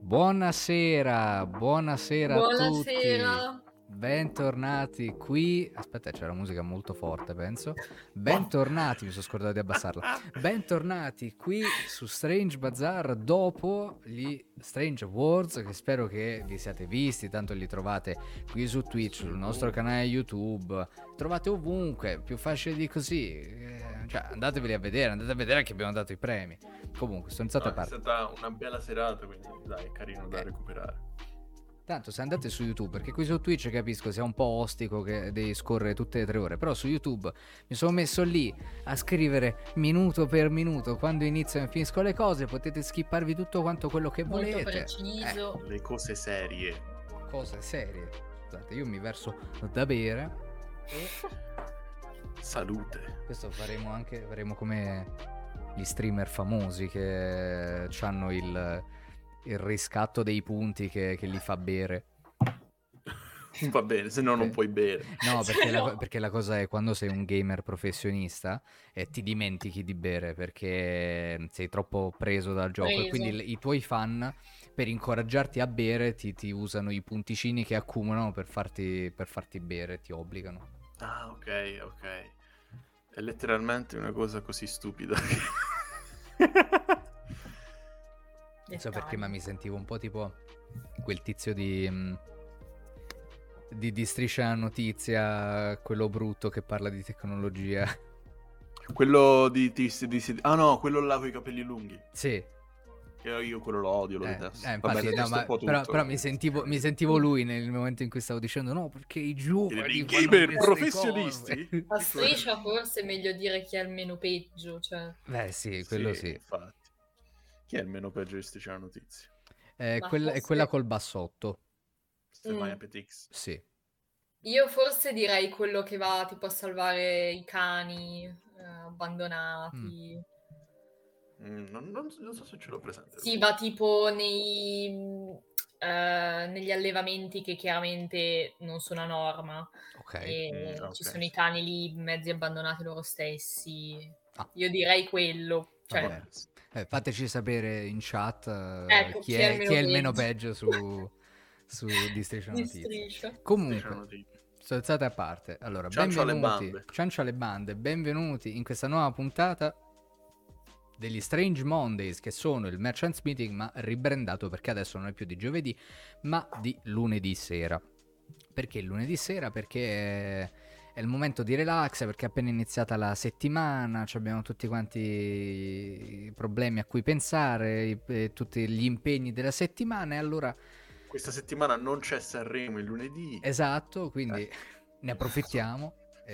Buonasera, buonasera a tutti. Buonasera. Bentornati qui. Aspetta, c'è la musica molto forte, penso. Bentornati, mi sono scordato di abbassarla. Bentornati qui su Strange Bazaar dopo gli Strange Awards, che spero che vi siate visti, tanto li trovate qui su Twitch, sul nostro canale YouTube. Trovate ovunque, più facile di così. Cioè, andateveli a vedere, andate a vedere che abbiamo dato i premi. Comunque, sono stata a È parte. stata una bella serata, quindi dai, è carino da recuperare. Tanto se andate su YouTube, perché qui su Twitch capisco sia un po' ostico che devi scorrere tutte le 3 ore, però su YouTube mi sono messo lì a scrivere minuto per minuto quando iniziano e finiscono le cose, potete skipparvi tutto quanto quello che Molto volete. preciso. Le cose serie. Cose serie. Scusate, io mi verso da bere e Salute. questo faremo come gli streamer famosi che hanno il riscatto dei punti che li fa bere. Va bene, se no non puoi bere. No, perché la cosa è quando sei un gamer professionista e ti dimentichi di bere perché sei troppo preso dal gioco e quindi i tuoi fan per incoraggiarti a bere ti usano i punticini che accumulano per farti bere, ti obbligano. Ah, ok. È letteralmente una cosa così stupida. Non so perché, ma mi sentivo un po' tipo quel tizio di Striscia la Notizia, quello brutto che parla di tecnologia. Quello di ah no, quello là con i capelli lunghi. Sì. Io quello lo odio, lo detesto. Infatti, vabbè, però mi sentivo lui nel momento in cui stavo dicendo no, perché i giovani i gamer professionisti? A Striscia forse è meglio dire chi è il meno peggio, cioè. Beh sì, quello sì. Infatti. Chi è il meno peggio di Striscia la Notizia? È quella col bassotto. Stefania Petix. Sì. Io forse direi quello che va tipo a salvare i cani abbandonati. Non so se ce l'ho presente. Sì, va tipo negli allevamenti che chiaramente non sono a norma. Ok. E Ok. ci sono i cani lì mezzi abbandonati loro stessi. Ah. Io direi quello. Cioè, fateci sapere in chat ecco, chi è il meno peggio su di Striscia Notizie. Comunque, stronzate a parte. Allora, benvenuti. Ciancio alle bande. Benvenuti in questa nuova puntata degli Strange Mondays, che sono il Merchants Meeting ma ribrandato perché adesso non è più di giovedì ma di lunedì sera. Perché lunedì sera? Perché è il momento di relax, perché è appena iniziata la settimana, abbiamo tutti quanti i problemi a cui pensare, tutti gli impegni della settimana, e allora questa settimana non c'è Sanremo il lunedì. Esatto, quindi ne approfittiamo.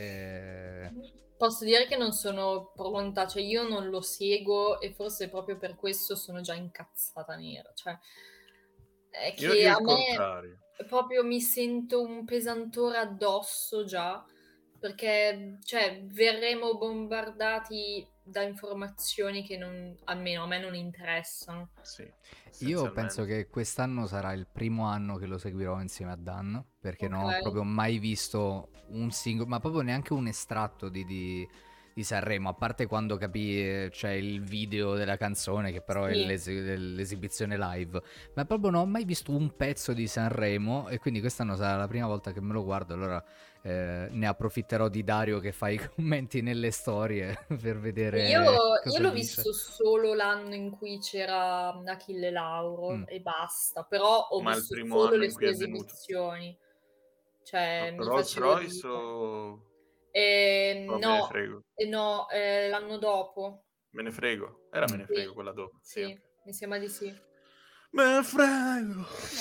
Posso dire che non sono pronta, cioè io non lo seguo e forse proprio per questo sono già incazzata nera, cioè è che io a il me contrario. proprio mi sento un pesantore addosso già, perché cioè verremo bombardati da informazioni che almeno a me non interessano. Sì, io penso che quest'anno sarà il primo anno che lo seguirò insieme a Dan, perché non ho proprio mai visto un singolo, ma proprio neanche un estratto di Sanremo, a parte quando capì c'è il video della canzone che però è l'esibizione live, ma proprio non ho mai visto un pezzo di Sanremo e quindi quest'anno sarà la prima volta che me lo guardo, allora ne approfitterò di Dario che fa i commenti nelle storie per vedere io l'ho dice. visto solo l'anno in cui c'era Achille Lauro e basta, però ho visto solo le sue esibizioni, cioè mi facevo Rolls-Royce o... no, me ne frego. No, l'anno dopo. Me ne frego, era Me ne frego quella dopo. Sì, okay. Mi sembra di sì. Me ne frego.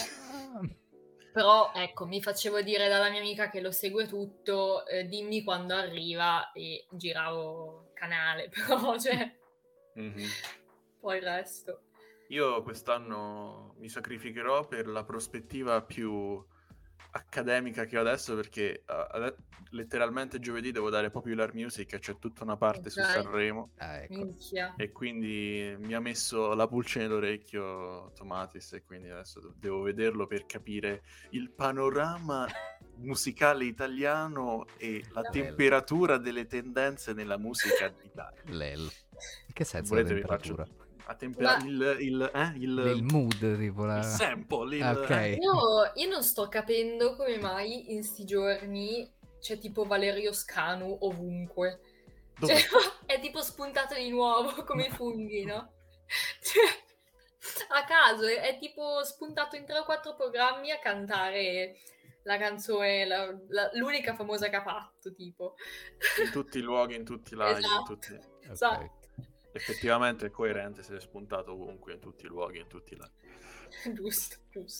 Però ecco, mi facevo dire dalla mia amica che lo segue tutto, dimmi quando arriva, e giravo canale, però cioè poi il resto. Io quest'anno mi sacrificherò per la prospettiva più accademica che ho adesso, perché letteralmente giovedì devo dare Popular Music e c'è tutta una parte su Sanremo, ecco. E quindi mi ha messo la pulce nell'orecchio Tomatis e quindi adesso devo vederlo per capire il panorama musicale italiano e la temperatura delle tendenze nella musica d'Italia. Lel. Che senso volete la temperatura? il mood, tipo il sample, ok. Io non sto capendo come mai in sti giorni c'è tipo Valerio Scanu ovunque. Cioè, è tipo spuntato di nuovo come i funghi, no? Cioè, a caso è tipo spuntato in 3 o 4 programmi a cantare la canzone, l'unica famosa che ha fatto, tipo. In tutti i luoghi, in tutti i live, esatto. Okay. Effettivamente è coerente se è spuntato ovunque, in tutti i luoghi, in tutti i live. Giusto.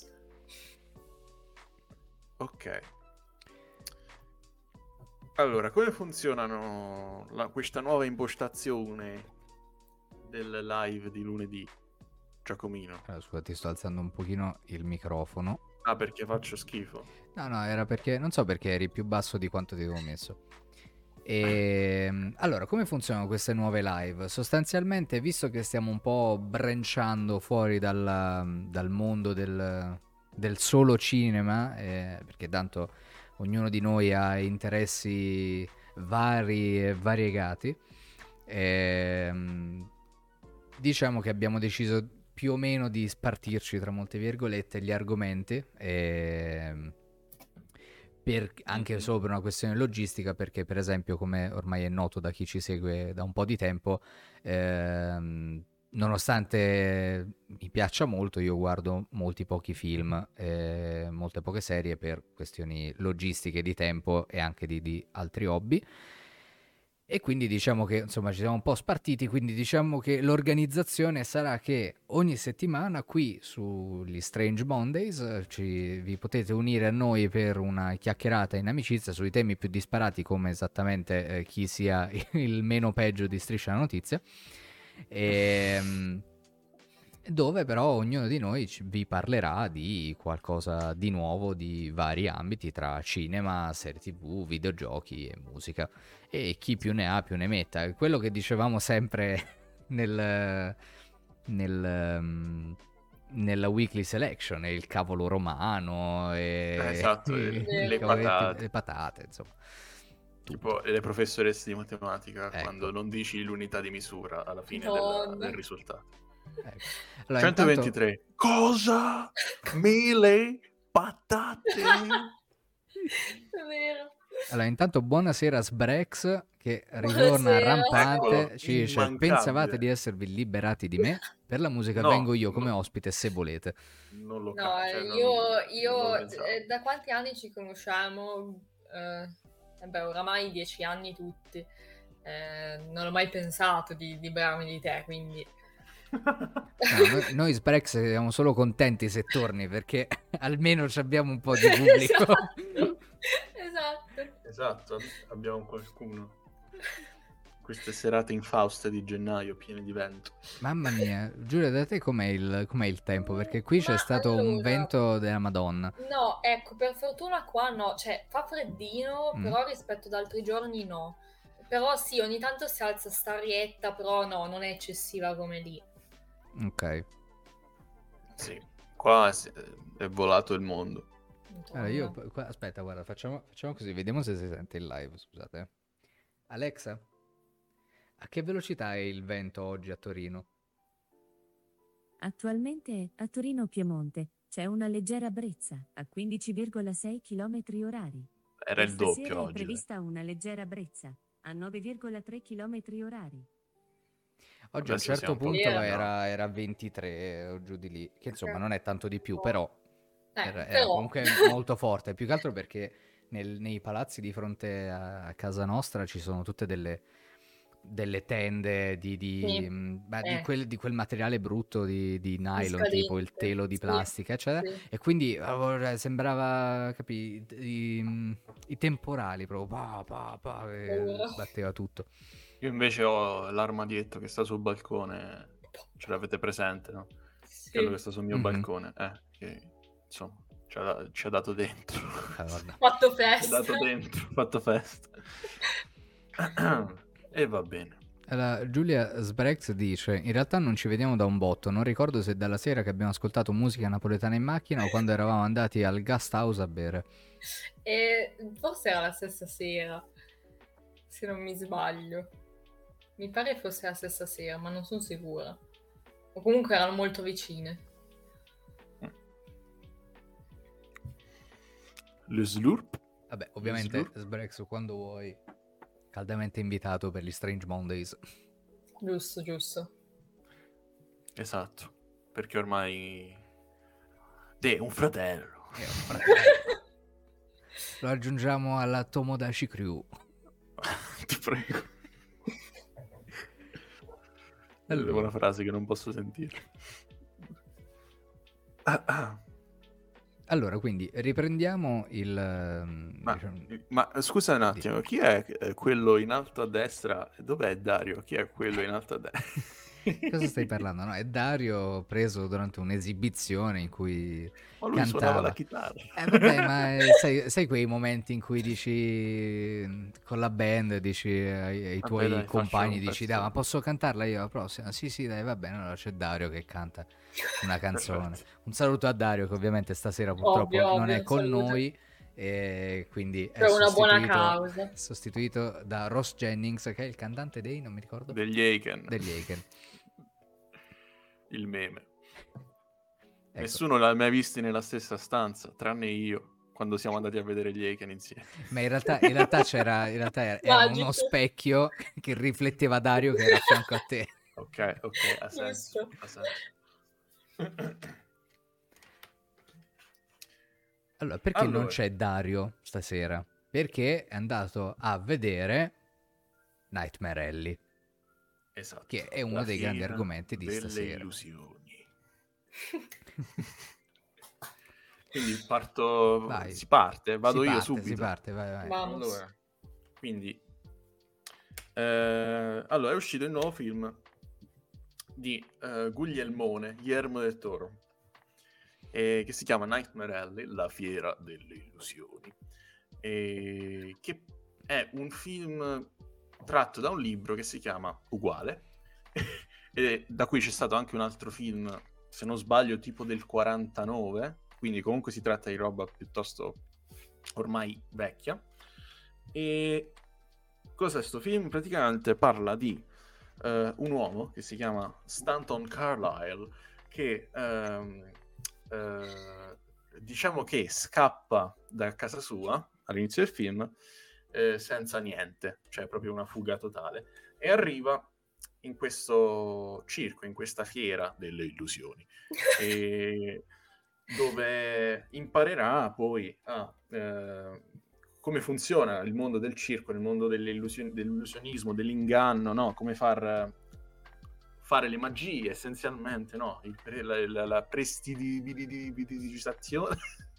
Ok. Allora, come funzionano questa nuova impostazione del live di lunedì, Giacomino? Scusa, ti sto alzando un pochino il microfono. Ah, perché faccio schifo? No, era perché non so perché eri più basso di quanto ti avevo messo. Allora, come funzionano queste nuove live? Sostanzialmente, visto che stiamo un po' branchando fuori dal mondo del solo cinema, perché tanto ognuno di noi ha interessi vari e variegati, diciamo che abbiamo deciso più o meno di spartirci, tra molte virgolette, gli argomenti, anche solo per una questione logistica, perché per esempio, come ormai è noto da chi ci segue da un po' di tempo, nonostante mi piaccia molto, io guardo molti pochi film, molte poche serie per questioni logistiche di tempo e anche di altri hobby. E quindi diciamo che insomma ci siamo un po' spartiti, quindi diciamo che l'organizzazione sarà che ogni settimana qui sugli Strange Mondays vi potete unire a noi per una chiacchierata in amicizia sui temi più disparati, come esattamente chi sia il meno peggio di Striscia la Notizia, dove però ognuno di noi vi parlerà di qualcosa di nuovo di vari ambiti, tra cinema, serie TV, videogiochi e musica, e chi più ne ha più ne metta. Quello che dicevamo sempre nella weekly selection, il cavolo romano esatto, le patate, insomma. Tipo le professoresse di matematica, ecco, quando non dici l'unità di misura alla fine del risultato. Ecco. Allora, 123. Intanto... Cosa? 1000 patate? È vero. Allora, intanto buonasera Sbrex, che ritorna rampante. Eccolo, ci dice: pensavate di esservi liberati di me? Per la musica vengo io come ospite se volete. Non lo io da quanti anni ci conosciamo? Oramai 10 anni tutti. Non ho mai pensato di liberarmi di te, quindi... No, noi Sbrex siamo solo contenti se torni, perché almeno abbiamo un po' di pubblico. Esatto, abbiamo qualcuno. Queste serate infauste di gennaio piene di vento. Mamma mia, Giulia, da te com'è il tempo? Perché qui c'è stato un vento della Madonna. No, ecco, per fortuna qua no, cioè fa freddino, però rispetto ad altri giorni no. Però sì, ogni tanto si alza sta arietta, però no, non è eccessiva come lì. Ok. Sì, qua è volato il mondo. Allora aspetta, guarda, facciamo così, vediamo se si sente il live, scusate. Alexa, a che velocità è il vento oggi a Torino? Attualmente a Torino Piemonte c'è una leggera brezza a 15,6 km/h. Era il doppio oggi. È prevista una leggera brezza a 9,3 km/h. Oggi a un certo punto era 23 o giù di lì, che insomma non è tanto di più, però era comunque molto forte, più che altro perché nei palazzi di fronte a casa nostra ci sono tutte delle tende di quel materiale brutto di nylon, tipo il telo di plastica, eccetera, e quindi sembrava, capi, i temporali proprio, batteva tutto. Io invece ho l'armadietto che sta sul balcone, ce l'avete presente, no? Sì. Quello che sta sul mio balcone, che insomma ci ha dato dentro. Fatto festa. Fatto festa. E va bene. Allora, Giulia Sbrex dice: in realtà non ci vediamo da un botto, non ricordo se dalla sera che abbiamo ascoltato musica napoletana in macchina o quando eravamo andati al guest house a bere. Forse era la stessa sera, se non mi sbaglio. Mi pare fosse la stessa sera, ma non sono sicura. O comunque erano molto vicine. Le slurp. Vabbè, ovviamente Sbrexo, quando vuoi, caldamente invitato per gli Strange Mondays. Giusto. Esatto, perché ormai è un fratello. Lo aggiungiamo alla Tomodachi Crew. Ti prego. Allora. È una frase che non posso sentire. Allora, quindi riprendiamo il... Ma scusa un attimo, chi è quello in alto a destra? Dov'è Dario? Chi è quello in alto a destra? Cosa stai parlando? No, è Dario preso durante un'esibizione in cui ma lui cantava. Suonava la chitarra. Vabbè, ma sai quei momenti in cui dici con la band, dici ai tuoi dai, compagni, dici dai, ma posso cantarla io la prossima? Sì, dai, va bene, allora c'è Dario che canta una canzone. Perfetto. Un saluto a Dario che ovviamente stasera purtroppo non è con noi. E quindi per una buona causa. Sostituito da Ross Jennings, che è il cantante dei, non mi ricordo, degli Aiken. Il meme. Ecco. Nessuno l'ha mai visti nella stessa stanza, tranne io, quando siamo andati a vedere gli Aiken insieme. Ma in realtà era uno specchio che rifletteva Dario che era a fianco a te. Ok, ha senso. Allora, perché non c'è Dario stasera? Perché è andato a vedere Nightmare Alley. Esatto. Che è uno dei grandi argomenti di stasera. Illusioni. Quindi Vai. Si parte, vado io subito. Si parte, vai. Allora, quindi allora è uscito il nuovo film di Guillermo del Toro, che si chiama Nightmare Alley, la fiera delle illusioni, che è un film tratto da un libro che si chiama uguale e da cui c'è stato anche un altro film, se non sbaglio tipo del 49, quindi comunque si tratta di roba piuttosto ormai vecchia. E cos'è sto film? Praticamente parla di un uomo che si chiama Stanton Carlyle che diciamo che scappa da casa sua all'inizio del film senza niente, cioè proprio una fuga totale, e arriva in questo circo, in questa fiera delle illusioni, dove imparerà poi come funziona il mondo del circo, il mondo dell'illusionismo, dell'inganno, no? Come fare le magie, essenzialmente, no? La prestidigitazione.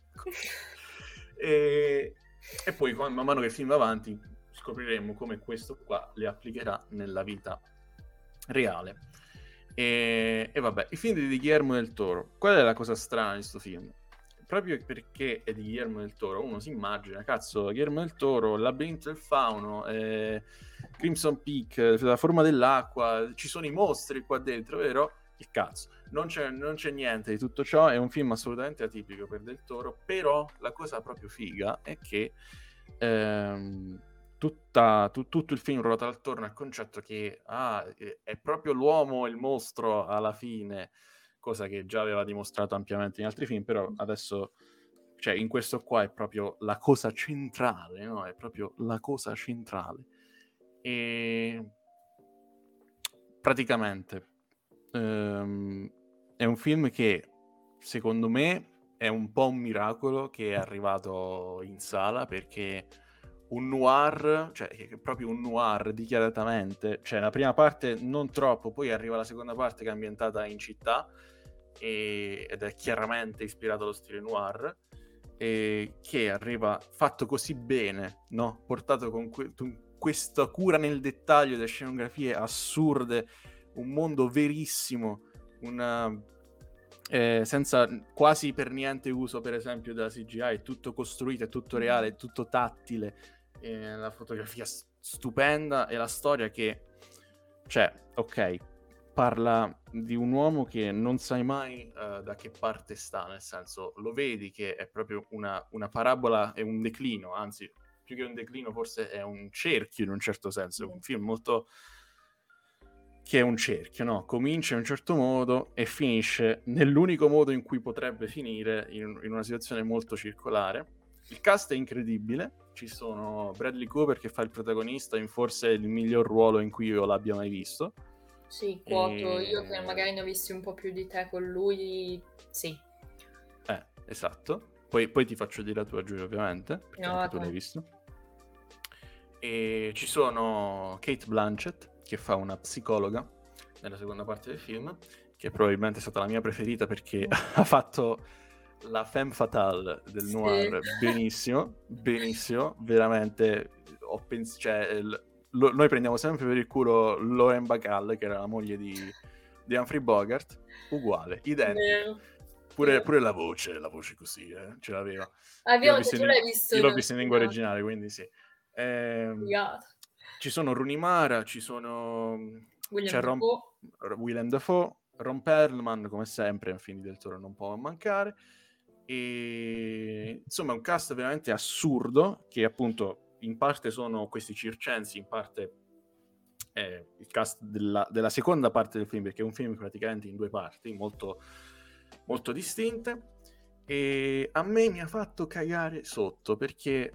E poi man mano che il film va avanti scopriremo come questo qua le applicherà nella vita reale. E vabbè, i film di Guillermo del Toro, qual è la cosa strana di questo film? Proprio perché è di Guillermo del Toro, uno si immagina, cazzo, Guillermo del Toro, Il labirinto del fauno, Crimson Peak, La forma dell'acqua, ci sono i mostri qua dentro, vero? Il cazzo, non c'è niente di tutto ciò, è un film assolutamente atipico per Del Toro, però la cosa proprio figa è che tutto il film ruota attorno al concetto che è proprio l'uomo il mostro alla fine, cosa che già aveva dimostrato ampiamente in altri film, però adesso, cioè, in questo qua è proprio la cosa centrale, no? È proprio la cosa centrale. E praticamente è un film che secondo me è un po' un miracolo che è arrivato in sala, perché un noir, cioè è proprio un noir dichiaratamente, cioè la prima parte non troppo, poi arriva la seconda parte che è ambientata in città ed è chiaramente ispirato allo stile noir, e che arriva fatto così bene, no? Portato con questa cura nel dettaglio, delle scenografie assurde, un mondo verissimo, senza quasi per niente uso per esempio della CGI, è tutto costruito, è tutto reale, è tutto tattile, la fotografia stupenda, e la storia che, cioè, ok, parla di un uomo che non sai mai da che parte sta, nel senso, lo vedi che è proprio una parabola, è un declino, anzi più che un declino forse è un cerchio in un certo senso, è un film molto che è un cerchio, no? Comincia in un certo modo e finisce nell'unico modo in cui potrebbe finire, in una situazione molto circolare. Il cast è incredibile, ci sono Bradley Cooper che fa il protagonista in forse il miglior ruolo in cui io l'abbia mai visto. Sì, quoto, io che magari ne ho visti un po' più di te con lui, sì. Esatto. Poi ti faccio dire la tua, Giulia, ovviamente, perché anche tu l'hai visto. E ci sono Kate Blanchett, che fa una psicologa nella seconda parte del film, che probabilmente è stata la mia preferita perché ha fatto la femme fatale del noir benissimo, veramente. Noi prendiamo sempre per il culo Lauren Bacall, che era la moglie di Humphrey Bogart, uguale, identica. Pure la voce così, ce l'aveva. Io l'ho visto in lingua originale, quindi sì. Ci sono Rooney Mara, ci sono Willem Dafoe, Ron Perlman, come sempre, in Film del Toro non può mancare. E insomma, è un cast veramente assurdo, che appunto in parte sono questi circensi, in parte è il cast della seconda parte del film, perché è un film praticamente in due parti, molto, molto distinte. E a me mi ha fatto cagare sotto, perché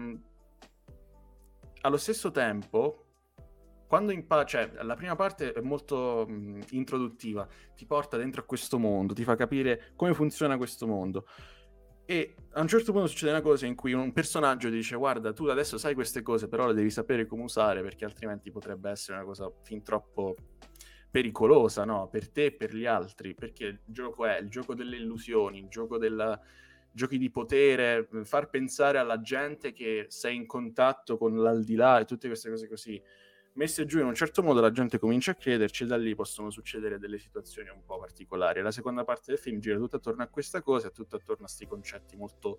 allo stesso tempo, quando cioè la prima parte è molto introduttiva, ti porta dentro a questo mondo, ti fa capire come funziona questo mondo, e a un certo punto succede una cosa in cui un personaggio dice: guarda, tu adesso sai queste cose, però le devi sapere come usare, perché altrimenti potrebbe essere una cosa fin troppo pericolosa, no? Per te e per gli altri, perché il gioco è il gioco delle illusioni, il gioco giochi di potere, far pensare alla gente che sei in contatto con l'aldilà e tutte queste cose così. Messe giù in un certo modo, la gente comincia a crederci, e da lì possono succedere delle situazioni un po' particolari. La seconda parte del film gira tutto attorno a questa cosa, tutto attorno a questi concetti molto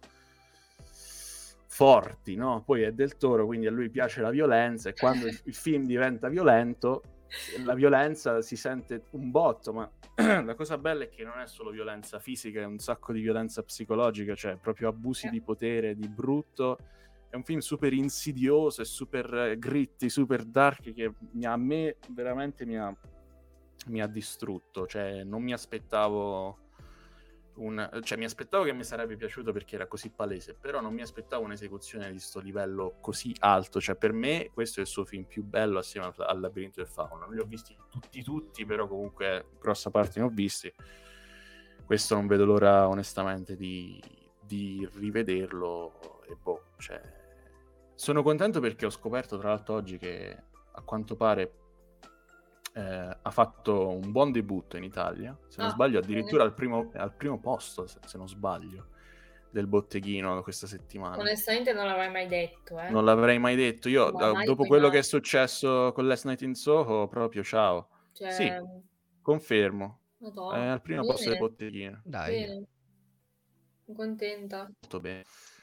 forti, no? Poi è Del Toro, quindi a lui piace la violenza, e quando il film diventa violento, la violenza si sente un botto, ma la cosa bella è che non è solo violenza fisica, è un sacco di violenza psicologica, cioè proprio abusi di potere, di brutto. È un film super insidioso e super gritty, super dark, che a me veramente mi ha distrutto. Cioè non mi aspettavo mi aspettavo che mi sarebbe piaciuto perché era così palese, però non mi aspettavo un'esecuzione di sto livello così alto. Cioè per me questo è il suo film più bello assieme al Labirinto del Fauno. Non li ho visti tutti, però comunque grossa parte ne ho visti. Questo non vedo l'ora onestamente di rivederlo, e cioè sono contento perché ho scoperto tra l'altro oggi che a quanto pare ha fatto un buon debutto in Italia, se non sbaglio addirittura al primo posto, se non sbaglio, del botteghino questa settimana. Onestamente non l'avrei mai detto, Non l'avrei mai detto io, dopo quello che è successo con Last Night in Soho, proprio ciao. Cioè... Sì, confermo. È al primo posto del botteghino. Dai. Bene. Sono contenta. Molto bene.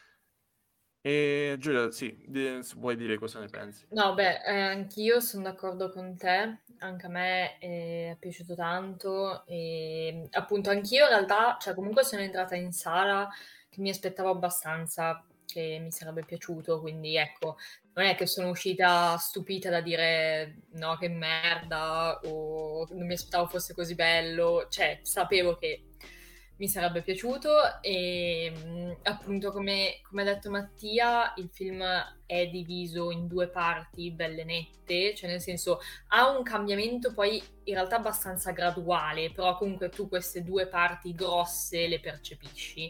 E Giulia, sì, vuoi dire cosa ne pensi? No, anch'io sono d'accordo con te, anche a me è piaciuto tanto, e appunto anch'io in realtà, cioè comunque sono entrata in sala che mi aspettavo abbastanza che mi sarebbe piaciuto, quindi ecco, non è che sono uscita stupita da dire no, che merda, o non mi aspettavo fosse così bello, cioè sapevo che mi sarebbe piaciuto, e appunto come ha detto Mattia, il film è diviso in due parti belle nette, cioè nel senso ha un cambiamento poi in realtà abbastanza graduale, però comunque tu queste due parti grosse le percepisci,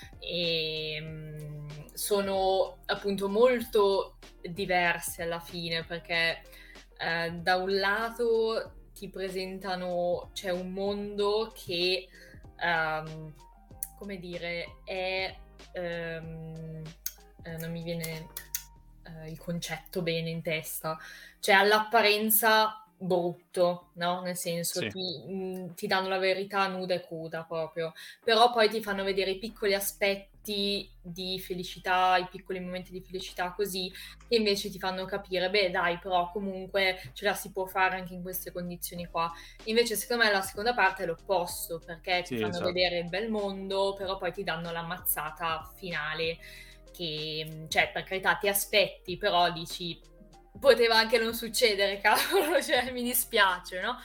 e sono appunto molto diverse alla fine, perché da un lato ti presentano, c'è un mondo che come dire, è non mi viene il concetto bene in testa, cioè all'apparenza brutto, no? Nel senso sì. ti danno la verità nuda e cruda proprio, però poi ti fanno vedere i piccoli aspetti di felicità, i piccoli momenti di felicità così, che invece ti fanno capire, beh dai, però comunque ce la si può fare anche in queste condizioni qua. Invece secondo me la seconda parte è l'opposto, perché ti fanno vedere il bel mondo, però poi ti danno la mazzata finale, che cioè per carità ti aspetti, però dici poteva anche non succedere, cavolo, cioè mi dispiace, no?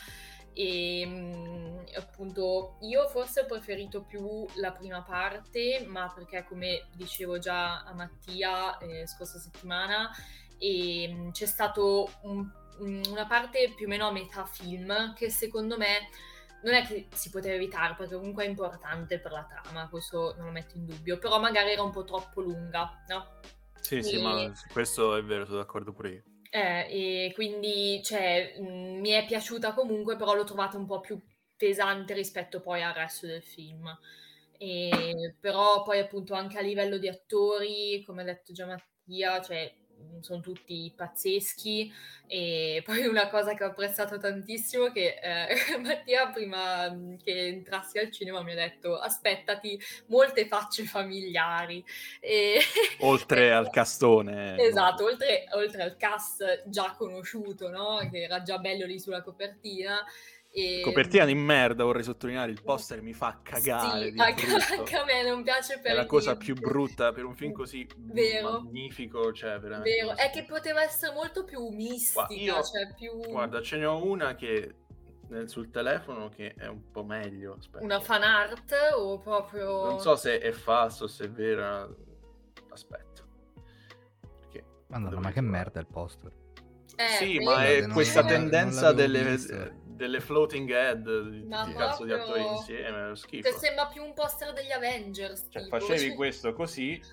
E appunto io forse ho preferito più la prima parte, ma perché come dicevo già a Mattia scorsa settimana, c'è stato una parte più o meno a metà film che secondo me non è che si poteva evitare, perché comunque è importante per la trama, questo non lo metto in dubbio, però magari era un po' troppo lunga, no? Sì, ma questo è vero, sono d'accordo pure io. E quindi, cioè, mi è piaciuta comunque, però l'ho trovata un po' più pesante rispetto poi al resto del film. Però poi appunto anche a livello di attori, come ha detto già Mattia, cioè sono tutti pazzeschi. E poi una cosa che ho apprezzato tantissimo che Mattia prima che entrassi al cinema mi ha detto aspettati molte facce familiari oltre al castone, esatto, oltre al cast già conosciuto, no? Che era già bello lì sulla copertina. Copertina di merda, vorrei sottolineare, il poster mi fa cagare, sì, anche a me non piace per è la cosa più brutta per un film così magnifico, cioè veramente vero, è che poteva essere molto più mistica, cioè più... Guarda, ce ne ho una che sul telefono che è un po' meglio. Aspetta. Una fan art o proprio... Non so se è falso, se è vera. Aspetta. Madonna, ma che merda il poster. Sì, ma è questa tendenza delle floating head di cazzo di attori insieme, è lo schifo. Che sembra più un poster degli Avengers. Cioè, facevi questo così.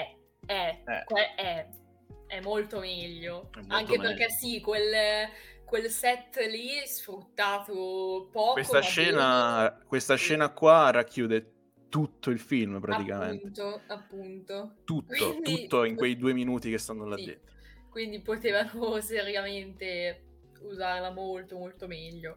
È molto meglio. Molto anche meglio. Perché sì, quel set lì sfruttato poco. Questa scena qua racchiude tutto il film praticamente. Appunto. Tutto in quei 2 minuti che stanno là dentro. Quindi potevano seriamente usarla molto molto meglio.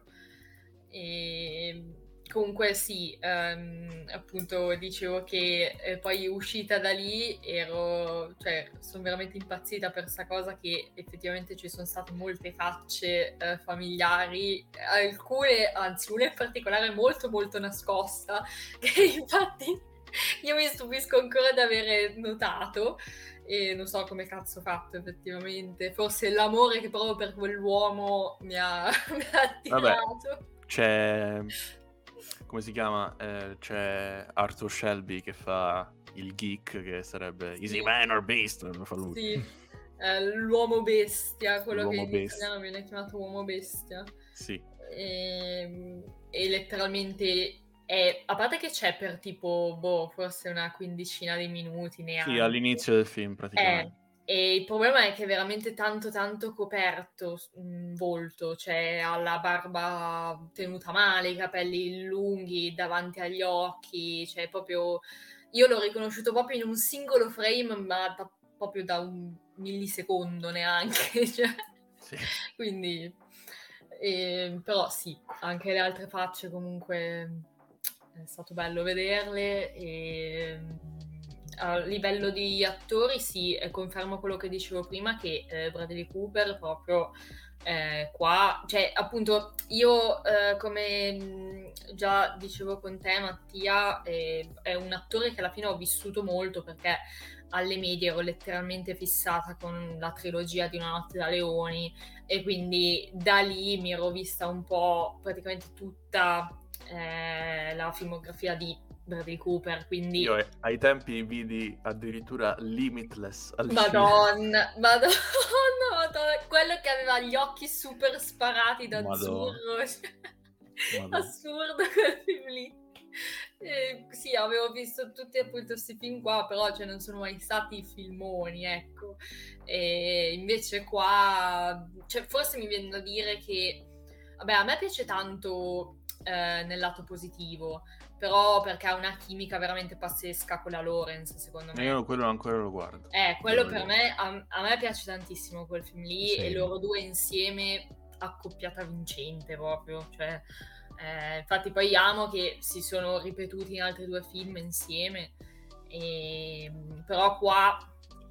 E comunque sì, appunto dicevo che poi uscita da lì sono veramente impazzita per sta cosa, che effettivamente ci sono state molte facce familiari, alcune, anzi una in particolare molto molto nascosta, che infatti io mi stupisco ancora di avere notato. E non so come cazzo ho fatto effettivamente, forse l'amore che provo per quell'uomo mi ha attirato. Vabbè, c'è, come si chiama, c'è Arthur Shelby che fa il geek, che sarebbe Easy Man or Beast, lo fa lui. Sì, l'uomo bestia, quello che in italiano viene chiamato uomo bestia. Sì. E letteralmente a parte che c'è per tipo, forse una quindicina di minuti neanche. Sì, all'inizio del film praticamente. E il problema è che è veramente tanto coperto in volto, cioè ha la barba tenuta male, i capelli lunghi davanti agli occhi, cioè proprio... Io l'ho riconosciuto proprio in un singolo frame, ma proprio da un millisecondo neanche, cioè. Sì. Quindi... però sì, anche le altre facce comunque... È stato bello vederle. E a livello di attori sì, confermo quello che dicevo prima, che Bradley Cooper proprio qua, cioè appunto io come già dicevo con te Mattia, è un attore che alla fine ho vissuto molto, perché alle medie ero letteralmente fissata con la trilogia di Una notte da leoni, e quindi da lì mi ero vista un po' praticamente tutta la filmografia di Bradley Cooper, quindi... Io ai tempi vidi addirittura Limitless al Madonna, quello che aveva gli occhi super sparati d'azzurro, assurdo quel film lì. Sì, avevo visto tutti appunto questi film qua, però non sono mai stati filmoni, ecco. E invece qua, forse mi viene da dire che, vabbè, a me piace tanto nel lato positivo, però perché ha una chimica veramente pazzesca con la Lawrence, secondo me. Io quello ancora lo guardo. Quello per me, a me piace tantissimo quel film lì, sì. E loro due insieme, accoppiata vincente proprio, cioè... infatti poi amo che si sono ripetuti in altri 2 film insieme, però qua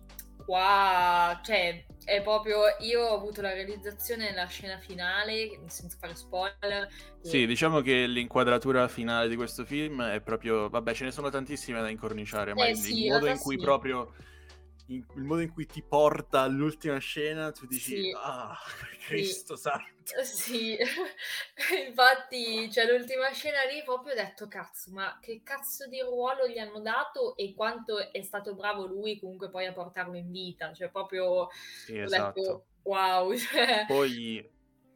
cioè è proprio, io ho avuto la realizzazione nella scena finale, senza fare spoiler. Sì, diciamo che l'inquadratura finale di questo film è proprio, vabbè, ce ne sono tantissime da incorniciare, ma il modo in cui proprio il modo in cui ti porta all'ultima scena, tu dici, Sì. Cristo santo. Sì, infatti, cioè, l'ultima scena lì proprio ho detto, cazzo, ma che cazzo di ruolo gli hanno dato e quanto è stato bravo lui comunque poi a portarlo in vita, cioè proprio Sì, ho esatto. detto, wow. Cioè... Poi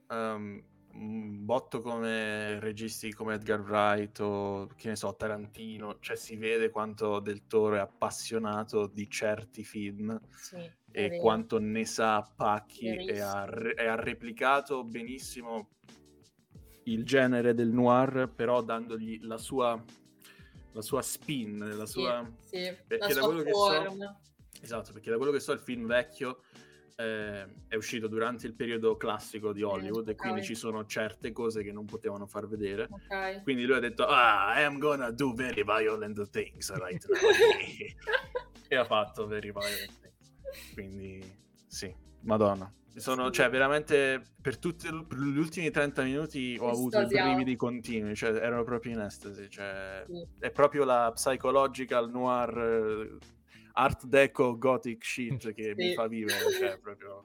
un botto come registi come Edgar Wright o che ne so, Tarantino, cioè si vede quanto Del Toro è appassionato di certi film Sì, e quanto ne sa a pacchi e ha replicato benissimo il genere del noir, però dandogli la sua spin, la sua... perché da quello forma. Che so, esatto, perché da quello che so il film vecchio è uscito durante il periodo classico di Hollywood e quindi ci sono certe cose che non potevano far vedere. Quindi lui ha detto, I am gonna do very violent things right now. E ha fatto very violent things. Quindi sì, Madonna. Cioè veramente per gli ultimi 30 minuti ho avuto i brividi continui, cioè ero proprio in estasi, cioè è proprio la psychological noir art deco gothic shit che mi fa vivere, cioè proprio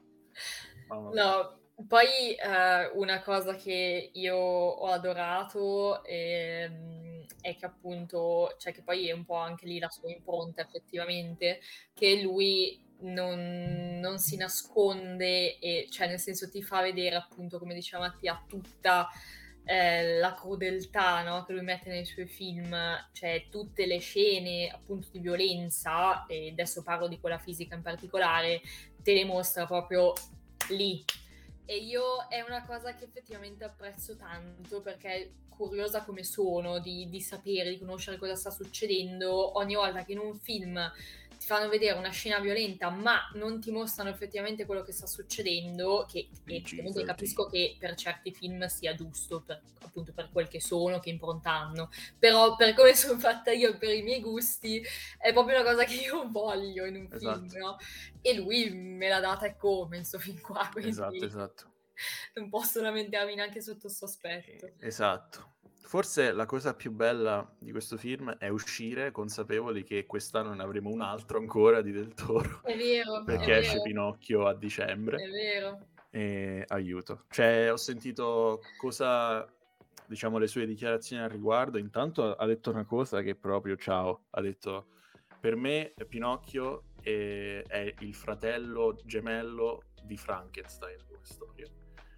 no, poi una cosa che io ho adorato è che appunto, cioè che poi è un po' anche lì la sua impronta effettivamente, che lui non si nasconde e cioè nel senso ti fa vedere appunto, come diceva Mattia, tutta la crudeltà, no? Che lui mette nei suoi film, cioè tutte le scene appunto di violenza, e adesso parlo di quella fisica in particolare, te le mostra proprio lì. E io è una cosa che effettivamente apprezzo tanto, perché curiosa come sono di sapere, di conoscere cosa sta succedendo. Ogni volta che in un film ti fanno vedere una scena violenta ma non ti mostrano effettivamente quello che sta succedendo, che effettivamente capisco che per certi film sia giusto, appunto per quel che sono, che impronta hanno, però per come sono fatta io, per i miei gusti, è proprio una cosa che io voglio in un film, no? E lui me l'ha data e come in sto film qua, quindi esatto. Non posso lamentarmi neanche sotto questo aspetto. Esatto. Forse la cosa più bella di questo film è uscire consapevoli che quest'anno ne avremo un altro ancora di Del Toro. È vero, perché esce Pinocchio a dicembre. È vero. E aiuto. Cioè, ho sentito diciamo, le sue dichiarazioni al riguardo. Intanto ha detto una cosa che proprio, ciao, ha detto, per me Pinocchio è il fratello gemello di Frankenstein come storia.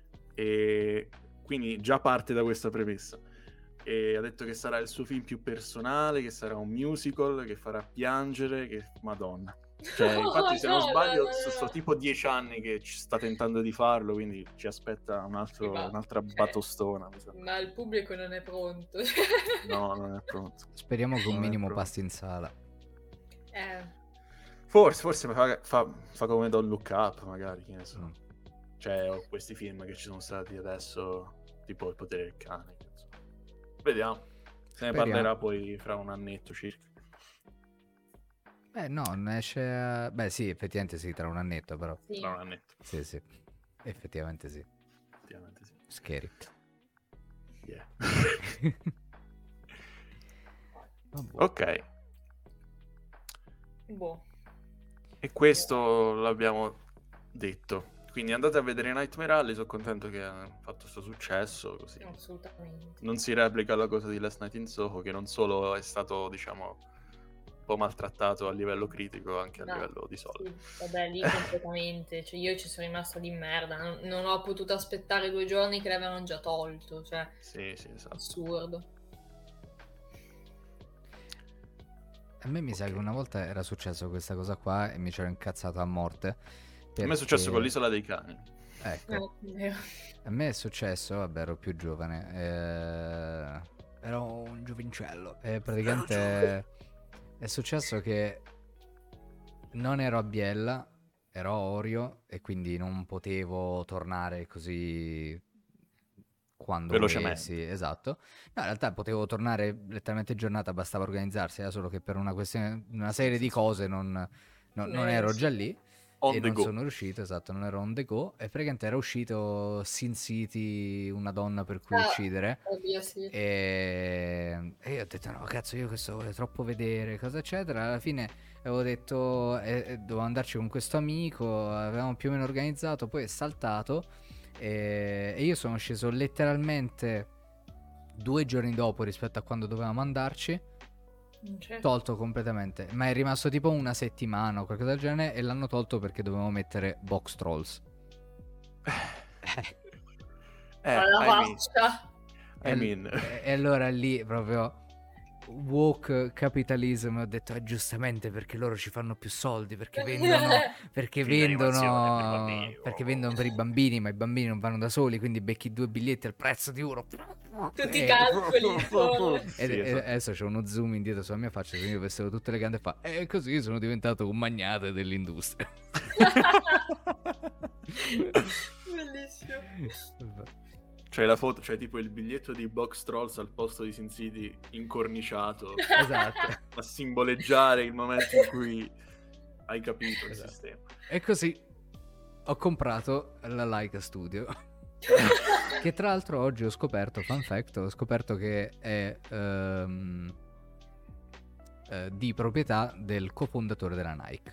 E quindi già parte da questa premessa. E ha detto che sarà il suo film più personale, che sarà un musical, che farà piangere, che Madonna. Cioè, infatti, se non sbaglio, sono tipo 10 anni che ci sta tentando di farlo, quindi ci aspetta un'altra batostona. Ma il pubblico non è pronto. No, non è pronto. Speriamo che un minimo passi in sala. Forse fa come Don't Look Up, magari, che ne so. Cioè, ho questi film che ci sono stati adesso, tipo Il potere del cane. Vediamo. Se ne parlerà poi fra un annetto circa. No, non esce... Beh sì, effettivamente sì, tra un annetto però. Sì. Tra un annetto. Sì. Effettivamente sì. Scary. Yeah. Ok. Boh. E questo l'abbiamo detto. Quindi andate a vedere Nightmare Alley, sono contento che ha fatto questo successo, così. Assolutamente. Non si replica la cosa di Last Night in Soho, che non solo è stato, diciamo, un po' maltrattato a livello critico, anche a livello di soldi. Sì, vabbè, lì completamente. Cioè, io ci sono rimasta di merda. Non ho potuto aspettare 2 giorni che l'avevano già tolto. Cioè, sì, esatto. Assurdo. A me mi sa che una volta era successo questa cosa qua e mi c'ero incazzato a morte. A me è successo con l'Isola dei Cani. Ecco. A me è successo, vabbè, ero più giovane. Ero un giovincello. E praticamente è successo che non ero a Biella, ero a Orio e quindi non potevo tornare così quando velocemente. Sì, esatto. No, in realtà potevo tornare letteralmente giornata, bastava organizzarsi, era solo che per una questione, una serie di cose non ero già lì. non sono riuscito, esatto, non ero on the go, e praticamente era uscito Sin City, Una donna per cui uccidere, sì. E io ho detto no cazzo, io questo voglio troppo vedere, cosa eccetera. Alla fine avevo detto dovevo andarci con questo amico, avevamo più o meno organizzato, poi è saltato, e io sono sceso letteralmente 2 giorni dopo rispetto a quando dovevamo andarci. Tolto completamente, ma è rimasto tipo una settimana o qualcosa del genere, e l'hanno tolto perché dovevamo mettere Box Trolls. La faccia. E allora lì proprio woke capitalism, ho detto giustamente, perché loro ci fanno più soldi, perché vendono perché vendono per i bambini, ma i bambini non vanno da soli, quindi becchi 2 biglietti al prezzo di uno. Tutti i calcoli. E adesso c'è uno zoom indietro sulla mia faccia, quindi io vestevo tutte le gambe e fa, e così sono diventato un magnate dell'industria. Bellissimo. C'è la foto, c'è tipo il biglietto di Box Trolls al posto di Sin City incorniciato. Esatto. A simboleggiare il momento in cui hai capito il sistema. E così ho comprato la Laika Studio. Che tra l'altro oggi ho scoperto, fun fact, ho scoperto che è di proprietà del cofondatore della Nike.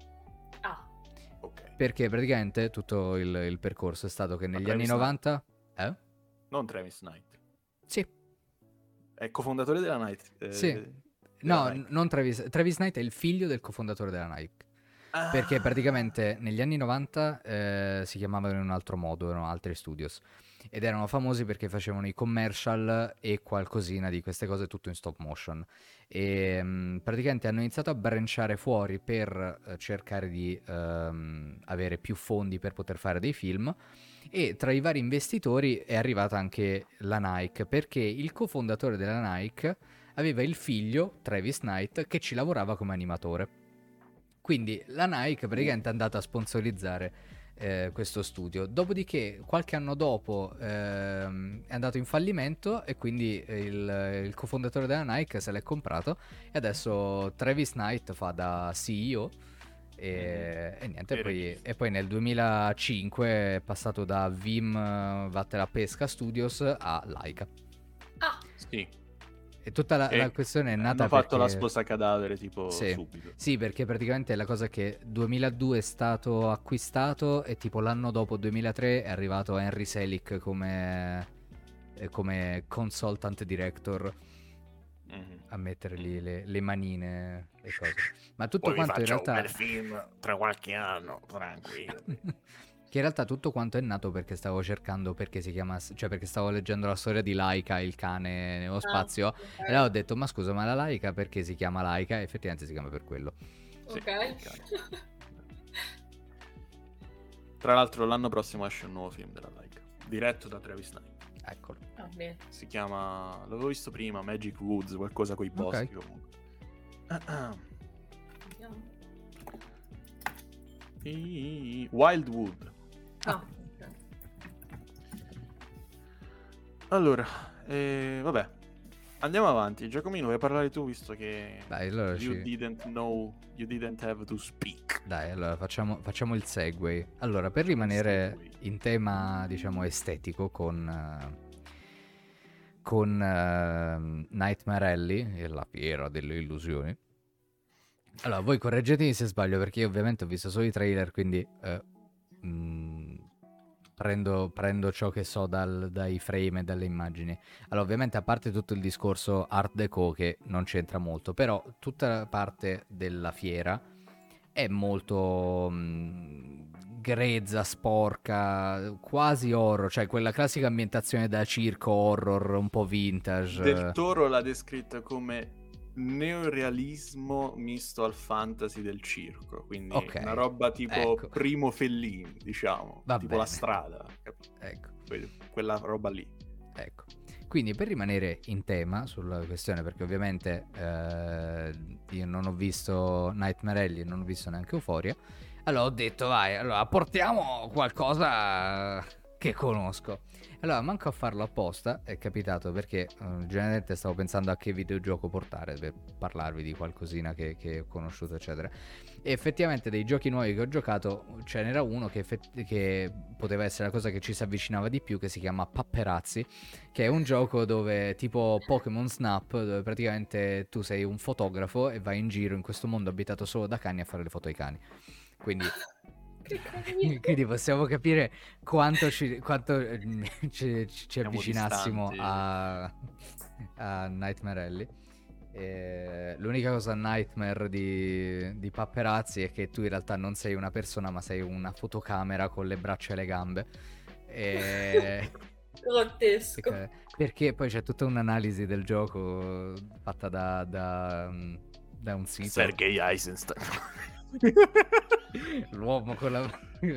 Ok. Perché praticamente tutto il percorso è stato che negli anni 90... Non Travis Knight. Sì. È cofondatore della Nike. Sì. No, Nike. Non Travis. Travis Knight è il figlio del cofondatore della Nike. Perché praticamente negli anni 90 si chiamavano in un altro modo, erano altri studios. Ed erano famosi perché facevano i commercial e qualcosina di queste cose tutto in stop motion. E praticamente hanno iniziato a branciare fuori per cercare di avere più fondi per poter fare dei film. E tra i vari investitori è arrivata anche la Nike, perché il cofondatore della Nike aveva il figlio, Travis Knight, che ci lavorava come animatore. Quindi la Nike praticamente è andata a sponsorizzare questo studio. Dopodiché, qualche anno dopo è andato in fallimento, e quindi il cofondatore della Nike se l'è comprato, e adesso Travis Knight fa da CEO. E niente, e poi nel 2005 è passato da Vim Vatte la Pesca Studios a Laika. Sì. E tutta la questione è nata hanno fatto perché... la sposa cadavere tipo subito. Sì, perché praticamente la cosa che 2002 è stato acquistato e tipo l'anno dopo, 2003, è arrivato Henry Selick come consultant director a mettere lì le manine e cose. Ma tutto poi quanto in realtà... un bel film tra qualche anno, tranquillo. Che in realtà tutto quanto è nato perché stavo cercando perché si chiama, cioè perché stavo leggendo la storia di Laika, il cane nello spazio, okay. E allora ho detto, ma scusa, ma la Laika perché si chiama Laika? E effettivamente si chiama per quello. Ok. Sì, tra l'altro l'anno prossimo esce un nuovo film della Laika, diretto da Travis Knight. Eccolo. Si chiama, l'avevo visto prima, Magic Woods, qualcosa coi boschi, okay. Comunque. Wildwood. Allora, vabbè, andiamo avanti. Giacomino, vuoi parlare tu, visto che dai, allora you didn't have to speak. Dai, allora facciamo il segue. Allora, per rimanere in tema, diciamo, estetico con Nightmare Alley e la fiera delle illusioni. Allora, voi correggetemi se sbaglio, perché io ovviamente ho visto solo i trailer, quindi prendo ciò che so dai frame e dalle immagini. Allora, ovviamente, a parte tutto il discorso Art Deco, che non c'entra molto, però tutta la parte della fiera è molto grezza, sporca, quasi horror, cioè quella classica ambientazione da circo horror un po' vintage. Del Toro l'ha descritta come neorealismo misto al fantasy del circo, quindi una roba tipo Primo Fellini, diciamo. Va tipo bene. La strada, ecco, quella roba lì, ecco. Quindi, per rimanere in tema sulla questione, perché ovviamente io non ho visto Nightmare Alley, non ho visto neanche Euphoria, allora ho detto vai, allora portiamo qualcosa che conosco. Allora, manco a farlo apposta, è capitato perché generalmente stavo pensando a che videogioco portare per parlarvi di qualcosina che ho conosciuto, eccetera. E effettivamente dei giochi nuovi che ho giocato ce n'era uno che poteva essere la cosa che ci si avvicinava di più, che si chiama Papperazzi, che è un gioco dove tipo Pokémon Snap, dove praticamente tu sei un fotografo e vai in giro in questo mondo abitato solo da cani a fare le foto ai cani. Quindi quindi possiamo capire quanto ci avvicinassimo a Nightmare Alley. L'unica cosa Nightmare di Papperazzi è che tu in realtà non sei una persona, ma sei una fotocamera con le braccia e le gambe. Grottesco. Perché poi c'è tutta un'analisi del gioco fatta da un sito. Sergei Eisenstein. L'uomo con la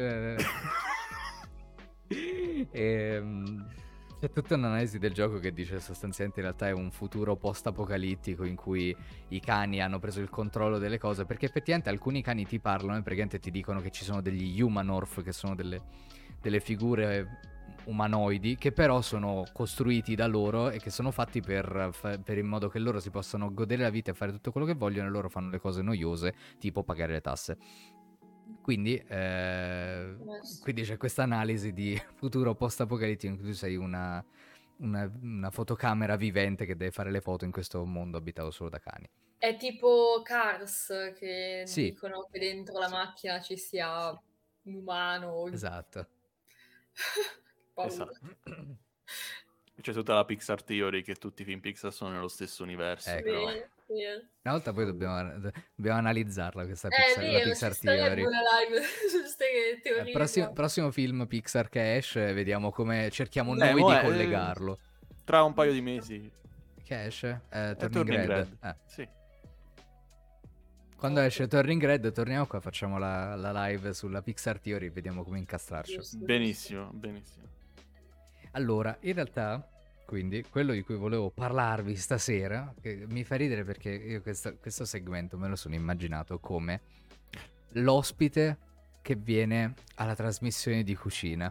c'è tutta un'analisi del gioco che dice sostanzialmente in realtà è un futuro post-apocalittico in cui i cani hanno preso il controllo delle cose, perché effettivamente alcuni cani ti parlano e praticamente ti dicono che ci sono degli humanorph, che sono delle figure umanoidi che però sono costruiti da loro e che sono fatti per in modo che loro si possano godere la vita e fare tutto quello che vogliono, e loro fanno le cose noiose tipo pagare le tasse. Quindi c'è questa analisi di futuro post-apocalittico in cui tu sei una fotocamera vivente che deve fare le foto in questo mondo abitato solo da cani. È tipo Cars, che sì, dicono che dentro la macchina ci sia un umano. Esatto. Esatto. C'è tutta la Pixar Theory che tutti i film Pixar sono nello stesso universo. Però... Una volta poi dobbiamo analizzarla questa la Pixar Theory. Una live su queste teorie. Prossimo film Pixar che esce, vediamo come cerchiamo noi di collegarlo. Tra un paio di mesi. Che esce? Turning Red. Sì. Quando esce Turning Red torniamo qua, facciamo la live sulla Pixar Theory e vediamo come incastrarci. Benissimo. Allora, in realtà, quindi, quello di cui volevo parlarvi stasera, che mi fa ridere perché io questo segmento me lo sono immaginato come l'ospite che viene alla trasmissione di cucina.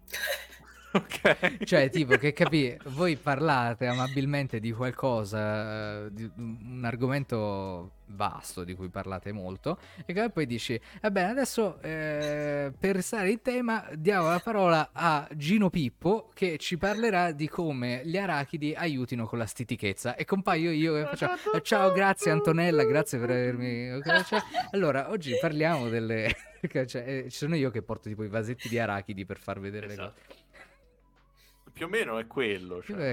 Ok. Cioè, tipo, che voi parlate amabilmente di qualcosa, di un argomento vasto di cui parlate molto, e che poi dici, bene, adesso per restare in tema diamo la parola a Gino Pippo che ci parlerà di come gli arachidi aiutino con la stitichezza, e compaio io che faccio ciao, grazie Antonella, grazie per avermi... Allora, oggi parliamo delle... cioè, sono io che porto tipo i vasetti di arachidi per far vedere le cose. Più o meno è quello, cioè.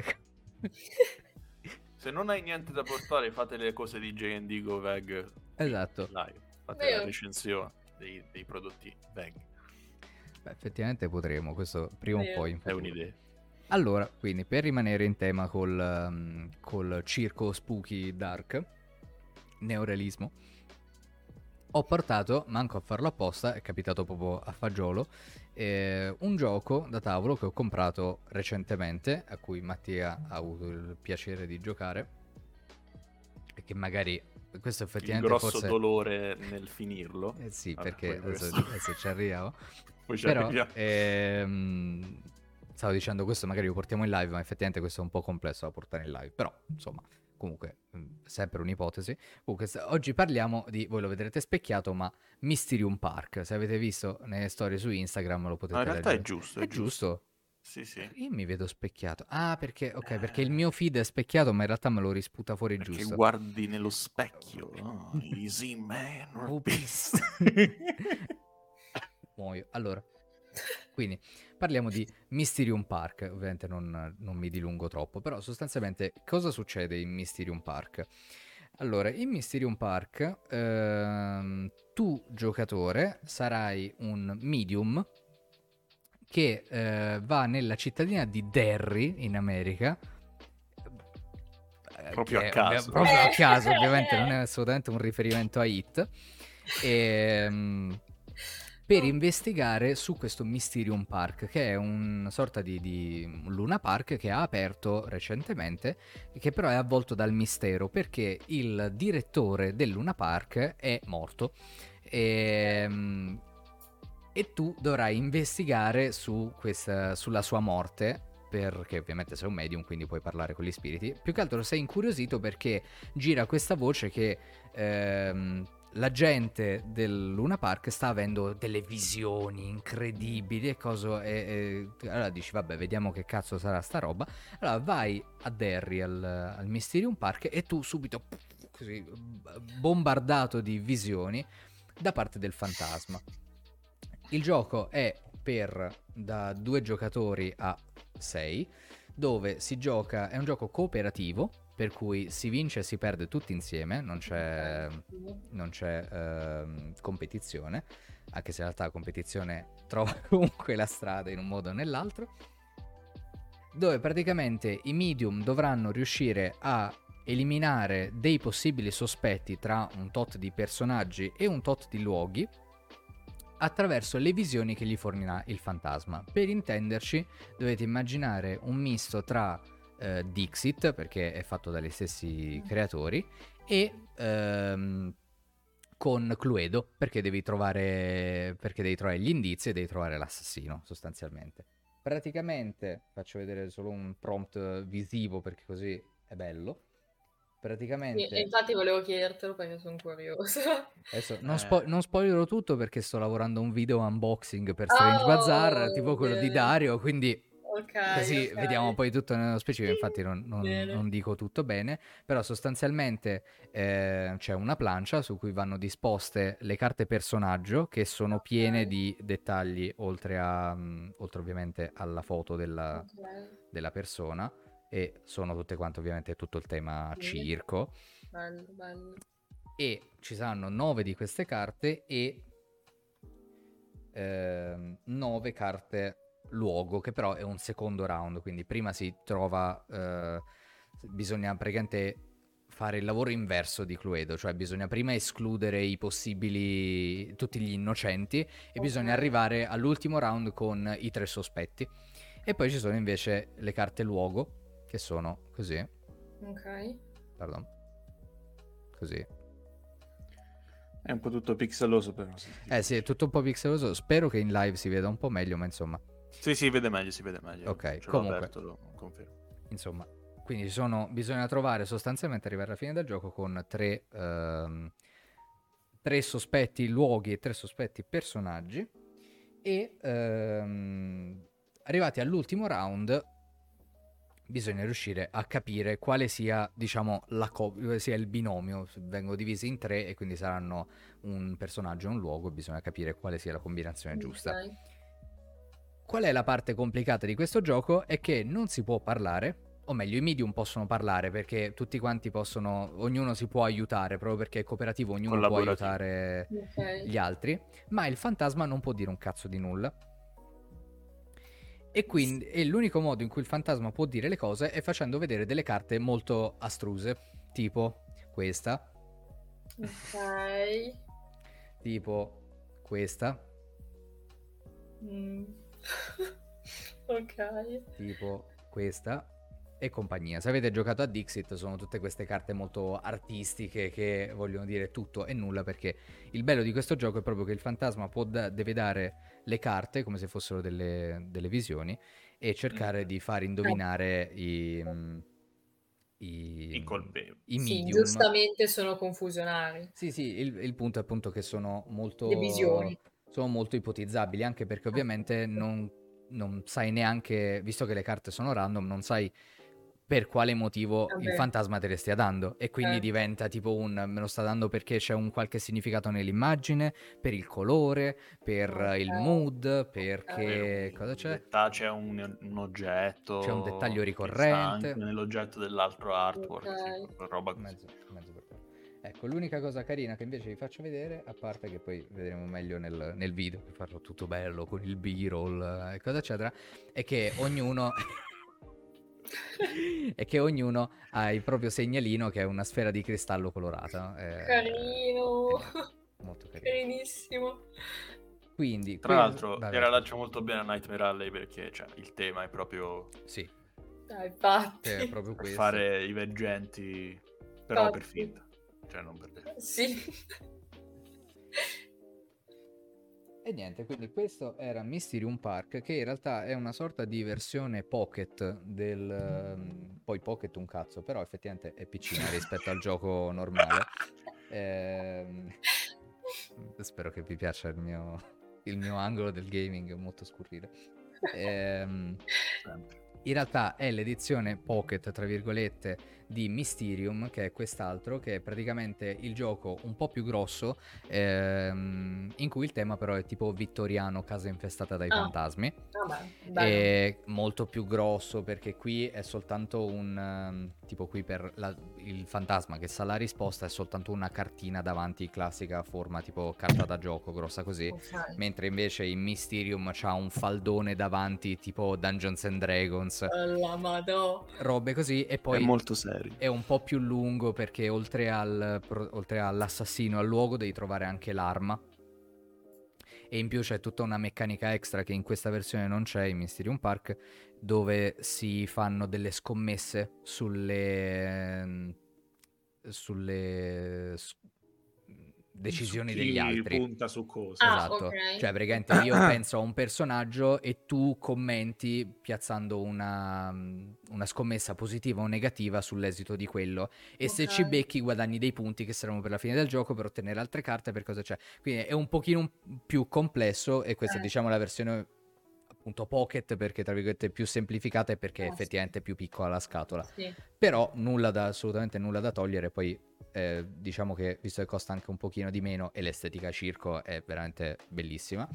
Se non hai niente da portare, fate le cose di J&D Veg. Esatto. Live. Fate la recensione dei prodotti Veg. Beh, effettivamente potremo, questo prima o poi. È un'idea. Allora, quindi per rimanere in tema col circo spooky dark, neorealismo, ho portato, manco a farlo apposta, è capitato proprio a fagiolo, un gioco da tavolo che ho comprato recentemente, a cui Mattia ha avuto il piacere di giocare, e che magari questo effettivamente il grosso dolore nel finirlo. Sì, perché adesso ci arriviamo. Poi ci però stavo dicendo, questo magari lo portiamo in live, ma effettivamente questo è un po' complesso da portare in live, però insomma, comunque sempre un'ipotesi. Comunque oggi parliamo di, voi lo vedrete specchiato, ma Mysterium Park. Se avete visto nelle storie su Instagram lo potete leggere. In realtà leggere. è giusto. Sì. Io mi vedo specchiato. Ah, perché il mio feed è specchiato, ma in realtà me lo risputa fuori perché giusto. Guardi nello specchio. Easy man. Muoio. Allora, quindi parliamo di Mysterium Park. Ovviamente non mi dilungo troppo, però sostanzialmente cosa succede in Mysterium Park? Allora, in Mysterium Park tu, giocatore, sarai un medium che va nella cittadina di Derry, in America. Proprio a caso. Proprio a caso, ovviamente non è assolutamente un riferimento a It. Per investigare su questo Mysterium Park, che è una sorta di Luna Park che ha aperto recentemente, che però è avvolto dal mistero perché il direttore del Luna Park è morto. e tu dovrai investigare sulla sua morte, perché ovviamente sei un medium, quindi puoi parlare con gli spiriti. Più che altro sei incuriosito perché gira questa voce che la gente del Luna Park sta avendo delle visioni incredibili e allora dici vabbè, vediamo che cazzo sarà sta roba. Allora vai a Derry al Mysterium Park e tu subito così bombardato di visioni da parte del fantasma. Il gioco è da 2 giocatori a 6, dove si gioca, è un gioco cooperativo, per cui si vince e si perde tutti insieme, non c'è competizione, anche se in realtà la competizione trova comunque la strada in un modo o nell'altro, dove praticamente i medium dovranno riuscire a eliminare dei possibili sospetti tra un tot di personaggi e un tot di luoghi attraverso le visioni che gli fornirà il fantasma. Per intenderci, dovete immaginare un misto tra Dixit, perché è fatto dagli stessi creatori, e con Cluedo, perché devi trovare gli indizi e devi trovare l'assassino, sostanzialmente. Praticamente, faccio vedere solo un prompt visivo perché così è bello. Praticamente... Sì, infatti volevo chiedertelo perché sono curioso. Adesso non spoilerò tutto perché sto lavorando a un video unboxing per Strange Bazaar, tipo quello di Dario, quindi così vediamo poi tutto nello specifico. Infatti non dico tutto bene, però sostanzialmente c'è una plancia su cui vanno disposte le carte personaggio che sono piene di dettagli oltre ovviamente alla foto della persona, e sono tutte quante ovviamente tutto il tema circo. Bello. E ci saranno 9 di queste carte e 9 carte luogo, che però è un secondo round, quindi prima si trova bisogna praticamente fare il lavoro inverso di Cluedo, cioè bisogna prima escludere i possibili, tutti gli innocenti, e bisogna arrivare all'ultimo round con i 3 sospetti. E poi ci sono invece le carte luogo, che sono così. Ok. Pardon. Così. È un po' tutto pixeloso però. Sì, è tutto un po' pixeloso. Spero che in live si veda un po' meglio, ma insomma. Sì, si vede meglio. Ok, ce comunque. L'ho aperto, lo confermo. Insomma, quindi bisogna trovare sostanzialmente, arrivare alla fine del gioco con 3 sospetti luoghi e 3 sospetti personaggi. E arrivati all'ultimo round bisogna riuscire a capire quale sia, diciamo, sia il binomio. Vengono divisi in 3 e quindi saranno un personaggio e un luogo, bisogna capire quale sia la combinazione giusta. Qual è la parte complicata di questo gioco? È che non si può parlare, o meglio i medium possono parlare perché tutti quanti ognuno si può aiutare, proprio perché è cooperativo, ognuno può aiutare gli altri, ma il fantasma non può dire un cazzo di nulla. E l'unico modo in cui il fantasma può dire le cose è facendo vedere delle carte molto astruse, tipo questa. Ok. Tipo questa. Ok. Tipo questa. E compagnia. Se avete giocato a Dixit, sono tutte queste carte molto artistiche che vogliono dire tutto e nulla, perché il bello di questo gioco è proprio che il fantasma deve dare le carte come se fossero delle visioni e cercare di far indovinare i colpevoli. I medium. Sì, giustamente sono confusionari. Sì, il punto è appunto che sono molto... Le visioni. Sono molto ipotizzabili, anche perché ovviamente non sai neanche, visto che le carte sono random, non sai per quale motivo il fantasma te le stia dando, e quindi diventa tipo me lo sta dando perché c'è un qualche significato nell'immagine, per il colore, per il mood, perché cosa c'è? C'è un oggetto, c'è un dettaglio ricorrente nell'oggetto dell'altro artwork, roba così. Mezzo per te. Ecco, l'unica cosa carina che invece vi faccio vedere, a parte che poi vedremo meglio nel video, che farò tutto bello con il b-roll e cosa eccetera, è che ognuno ha il proprio segnalino, che è una sfera di cristallo colorata. Carino. Molto carino. Carinissimo. Quindi, tra l'altro, ti rilascio molto bene a Nightmare Alley perché il tema è proprio... Sì. Infatti. È proprio questo. Fare i veggenti, però per finta. Cioè non per te. Sì. E niente, quindi questo era Mysterium Park, che in realtà è una sorta di versione pocket del... poi pocket un cazzo, però effettivamente è piccina rispetto al gioco normale. Spero che vi piaccia il mio angolo del gaming, molto scurrile. In realtà è l'edizione pocket, tra virgolette, di Mysterium, che è quest'altro, che è praticamente il gioco un po' più grosso, in cui il tema però è tipo vittoriano, casa infestata dai fantasmi. È molto più grosso, perché qui è soltanto un... tipo qui per il fantasma che sa la risposta è soltanto una cartina davanti, classica forma tipo carta da gioco, grossa così. Mentre invece in Mysterium c'ha un faldone davanti tipo Dungeons and Dragons, robe così, e poi è molto serio, è un po' più lungo perché oltre all'assassino al luogo devi trovare anche l'arma, e in più c'è tutta una meccanica extra che in questa versione non c'è in Mysterium Park, dove si fanno delle scommesse sulle decisioni degli altri. Punta su cosa. Esatto. Cioè praticamente io penso a un personaggio e tu commenti piazzando una scommessa positiva o negativa sull'esito di quello, e se ci becchi guadagni dei punti che saranno per la fine del gioco per ottenere altre carte, per cosa c'è. Quindi è un pochino più complesso, e questa diciamo la versione appunto pocket, perché tra virgolette più semplificata e perché effettivamente è più piccola la scatola. Però assolutamente nulla da togliere. Poi diciamo che visto che costa anche un pochino di meno e l'estetica circo è veramente bellissima,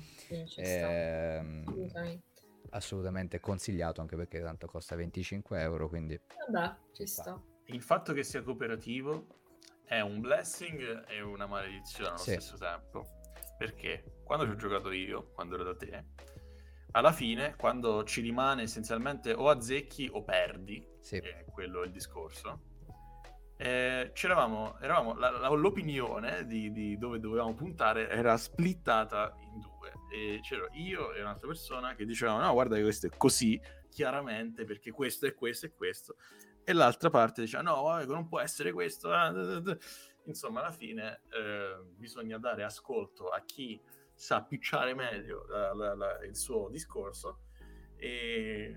assolutamente consigliato, anche perché tanto costa 25 euro, quindi ci sta. Il fatto che sia cooperativo è un blessing e una maledizione allo stesso tempo, perché quando ci ho giocato io, quando ero da te, alla fine, quando ci rimane essenzialmente o azzecchi o perdi, che è quello il discorso, eravamo l'opinione di dove dovevamo puntare era splittata in due, e c'ero io e un'altra persona che dicevano no, guarda che questo è così chiaramente perché questo è questo e questo, e l'altra parte diceva no, non può essere questo. Insomma, alla fine bisogna dare ascolto a chi sa picciare meglio il suo discorso, e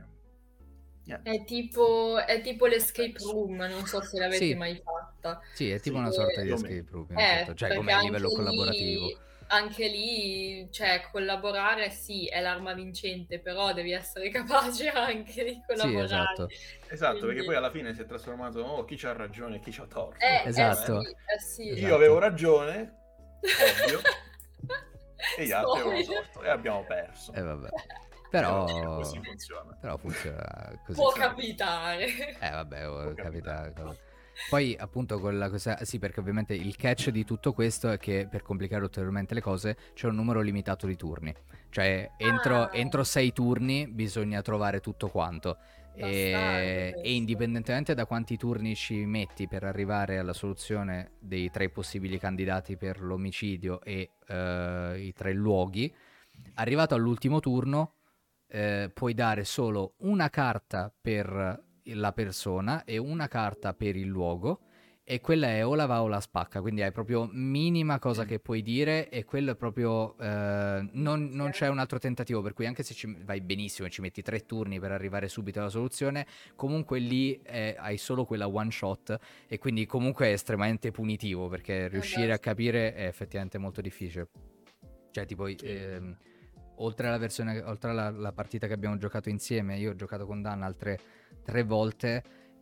è tipo l'escape room, non so se l'avete mai fatta. Sì, è tipo una sorta di escape room, cioè come a livello collaborativo. Anche lì, cioè, collaborare è l'arma vincente, però devi essere capace anche di collaborare. Esatto, quindi... perché poi alla fine si è trasformato chi c'ha ragione e chi c'ha torto. Esatto. Io avevo ragione, ovvio, e gli altri avevano torto, e abbiamo perso. Vabbè. Però così funziona. Però funziona così. Può capitare. Può capitare. Poi appunto con la cosa, sì, perché ovviamente il catch di tutto questo è che per complicare ulteriormente le cose c'è un numero limitato di turni. Cioè entro 6 turni bisogna trovare tutto quanto. E indipendentemente da quanti turni ci metti per arrivare alla soluzione dei 3 possibili candidati per l'omicidio e i 3 luoghi, arrivato all'ultimo turno puoi dare solo una carta per la persona e una carta per il luogo, e quella è o la va o la spacca, quindi hai proprio minima cosa che puoi dire, e quello è proprio non c'è un altro tentativo, per cui anche se ci vai benissimo e ci metti 3 turni per arrivare subito alla soluzione, comunque lì hai solo quella one shot, e quindi comunque è estremamente punitivo, perché riuscire a capire è effettivamente molto difficile. Cioè tipo oltre alla partita che abbiamo giocato insieme, io ho giocato con Dan altre 3 volte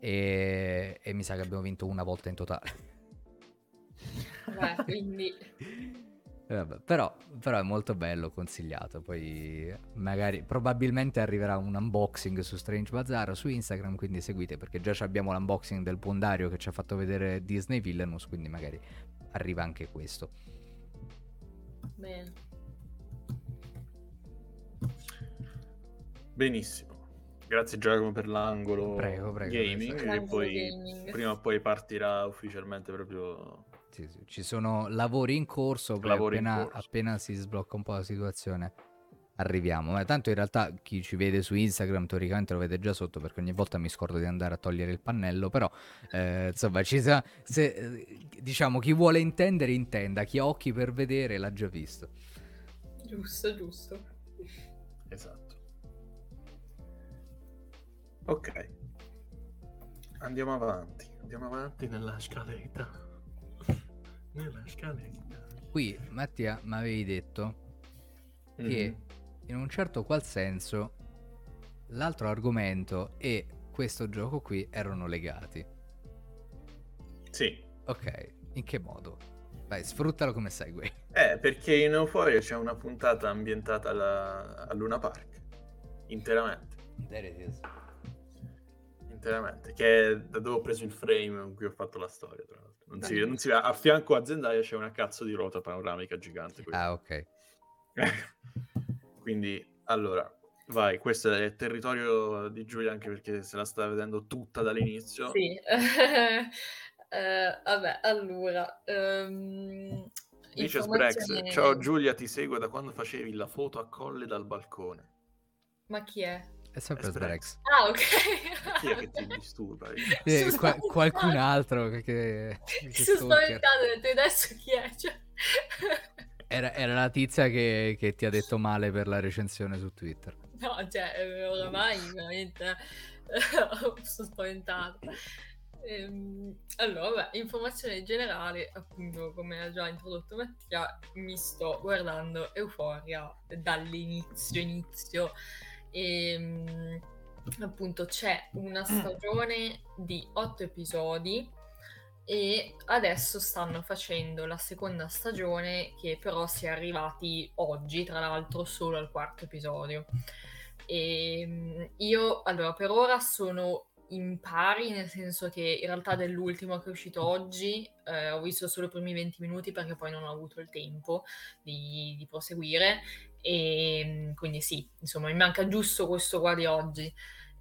e mi sa che abbiamo vinto una volta in totale. Quindi però è molto bello, consigliato. Poi magari probabilmente arriverà un unboxing su Strange Bazaar su Instagram, quindi seguite, perché già abbiamo l'unboxing del buon Dario che ci ha fatto vedere Disney Villainous, quindi magari arriva anche questo. Bene. Benissimo, grazie Giacomo per l'angolo. Prego. Gaming, e poi prima o poi partirà ufficialmente proprio. Sì, ci sono lavori in corso, poi appena si sblocca un po' la situazione arriviamo. Ma tanto in realtà chi ci vede su Instagram teoricamente lo vede già sotto, perché ogni volta mi scordo di andare a togliere il pannello, però insomma diciamo chi vuole intendere intenda, chi ha occhi per vedere l'ha già visto. Giusto. Esatto. Ok. Andiamo avanti nella scaletta. Qui, Mattia, mi avevi detto che in un certo qual senso l'altro argomento e questo gioco qui erano legati. Sì. Ok, in che modo? Vai, sfruttalo come segue. Perché in Euphoria c'è una puntata ambientata a Luna Park. Interamente. There it is. Interamente. Che è da dove ho preso il frame con cui ho fatto la storia, tra l'altro. Non si vede. A fianco a Zendaya c'è una cazzo di ruota panoramica gigante. Quindi. Ah, ok. Quindi, allora, vai. Questo è il territorio di Giulia, anche perché se la sta vedendo tutta dall'inizio. Sì. Vabbè, allora... Dice Sbrex, ciao Giulia, ti seguo da quando facevi la foto a Colle dal balcone. Ma chi è? È sempre Sbrex. Ah, ok. Chi è che ti disturba? Qualcun altro che sono spaventato, ho detto adesso chi è? Cioè... Era la tizia che ti ha detto male per la recensione su Twitter. No, cioè, oramai veramente sono spaventato. Allora, vabbè, informazione generale, appunto, come ha già introdotto Mattia, mi sto guardando Euphoria dall'inizio. Appunto c'è una stagione di 8 episodi e adesso stanno facendo la seconda stagione, che però si è arrivati oggi, tra l'altro solo al 4º episodio. E io allora per ora sono in pari, nel senso che in realtà dell'ultimo che è uscito oggi ho visto solo i primi 20 minuti perché poi non ho avuto il tempo di proseguire, e quindi sì, insomma mi manca giusto questo qua di oggi.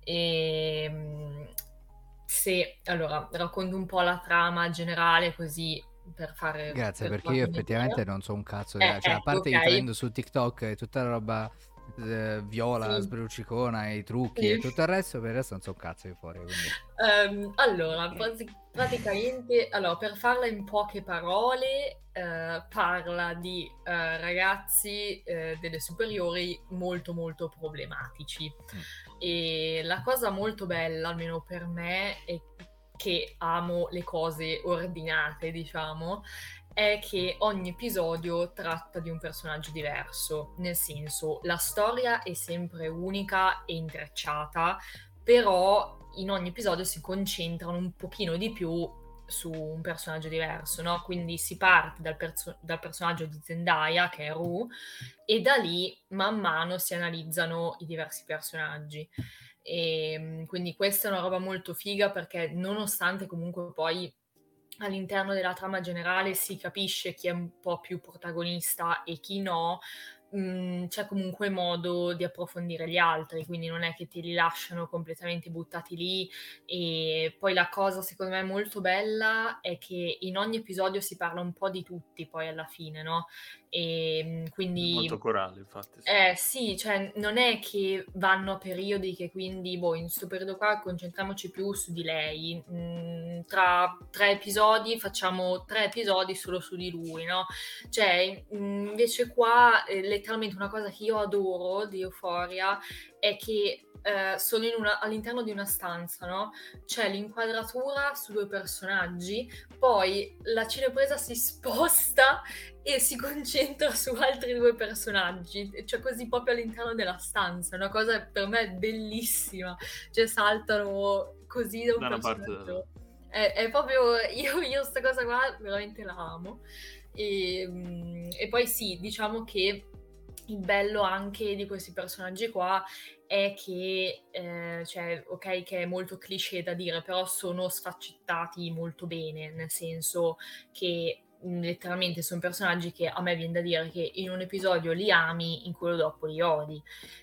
Se allora racconto un po' la trama generale così per fare... Grazie, per perché io effettivamente non so un cazzo cioè a parte okay. i trend su TikTok e tutta la roba viola, Sì. sbruccicona, i trucchi e tutto il resto, per il resto non so un cazzo di fuori, quindi. Allora, praticamente, allora, per farla in poche parole, parla di ragazzi delle superiori molto molto problematici. E la cosa molto bella, almeno per me, è che amo le cose ordinate, diciamo, è che ogni episodio tratta di un personaggio diverso, nel senso la storia è sempre unica e intrecciata, però in ogni episodio si concentrano un pochino di più su un personaggio diverso, no? Quindi si parte dal personaggio di Zendaya, che è Rue, e da lì man mano si analizzano i diversi personaggi. E quindi questa è una roba molto figa, perché nonostante comunque poi all'interno della trama generale si capisce chi è un po' più protagonista e chi no, c'è comunque modo di approfondire gli altri, quindi non è che te li lasciano completamente buttati lì. E poi la cosa secondo me molto bella è che in ogni episodio si parla un po' di tutti poi alla fine, no? E quindi molto corale, infatti. Sì, cioè non è che vanno a periodi, che quindi in questo periodo qua concentriamoci più su di lei, tra 3 episodi facciamo 3 episodi solo su di lui, no? Cioè invece qua letteralmente una cosa che io adoro di Euphoria è che sono all'interno di una stanza, no? C'è l'inquadratura su 2 personaggi, poi la cinepresa si sposta e si concentra su altri 2 personaggi, cioè così proprio all'interno della stanza, una cosa per me bellissima, cioè saltano così da un personaggio. È proprio, io sta cosa qua veramente la amo. E poi sì, diciamo che il bello anche di questi personaggi qua è che, cioè, ok, che è molto cliché da dire, però sono sfaccettati molto bene, nel senso che letteralmente sono personaggi che a me viene da dire che in un episodio li ami, in quello dopo li odi.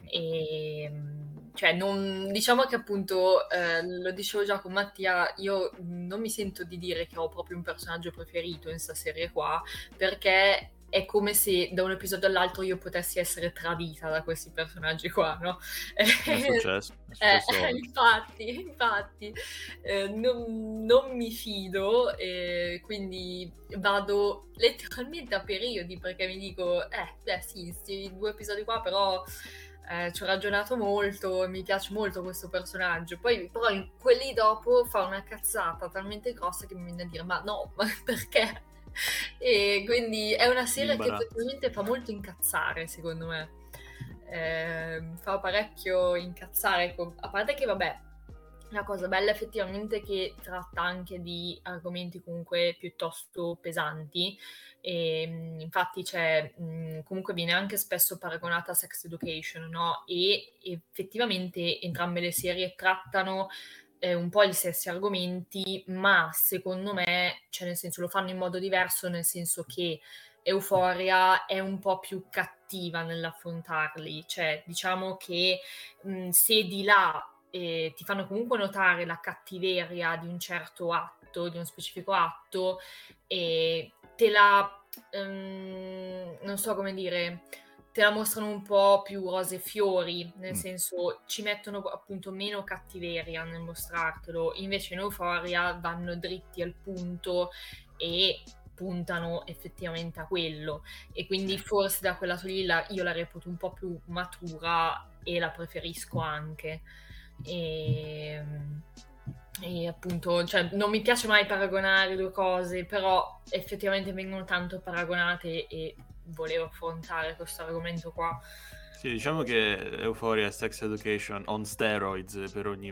E cioè non, diciamo che appunto lo dicevo già con Mattia, io non mi sento di dire che ho proprio un personaggio preferito in sta serie qua, perché è come se da un episodio all'altro io potessi essere tradita da questi personaggi qua, no? È successo infatti non mi fido, quindi vado letteralmente a periodi, perché mi dico, sì, questi 2 episodi qua però ci ho ragionato molto, mi piace molto questo personaggio, poi però in quelli dopo fa una cazzata talmente grossa che mi viene a dire, ma no, ma perché? E quindi è una serie che effettivamente fa molto incazzare, secondo me. Fa parecchio incazzare, a parte che vabbè, la cosa bella effettivamente è che tratta anche di argomenti comunque piuttosto pesanti, e infatti comunque viene anche spesso paragonata a Sex Education, no? E effettivamente entrambe le serie trattano un po' gli stessi argomenti, ma secondo me, cioè nel senso lo fanno in modo diverso, nel senso che Euphoria è un po' più cattiva nell'affrontarli, cioè diciamo che se di là ti fanno comunque notare la cattiveria di un certo atto, di uno specifico atto, e te la non so come dire, te la mostrano un po' più rose e fiori, nel senso ci mettono appunto meno cattiveria nel mostrartelo, invece in Euphoria vanno dritti al punto e puntano effettivamente a quello, e quindi forse da quella lì io la reputo un po' più matura e la preferisco anche. E appunto, cioè, non mi piace mai paragonare 2 cose, però effettivamente vengono tanto paragonate e volevo affrontare questo argomento qua. Sì, diciamo che Euphoria è Sex Education on steroids per ogni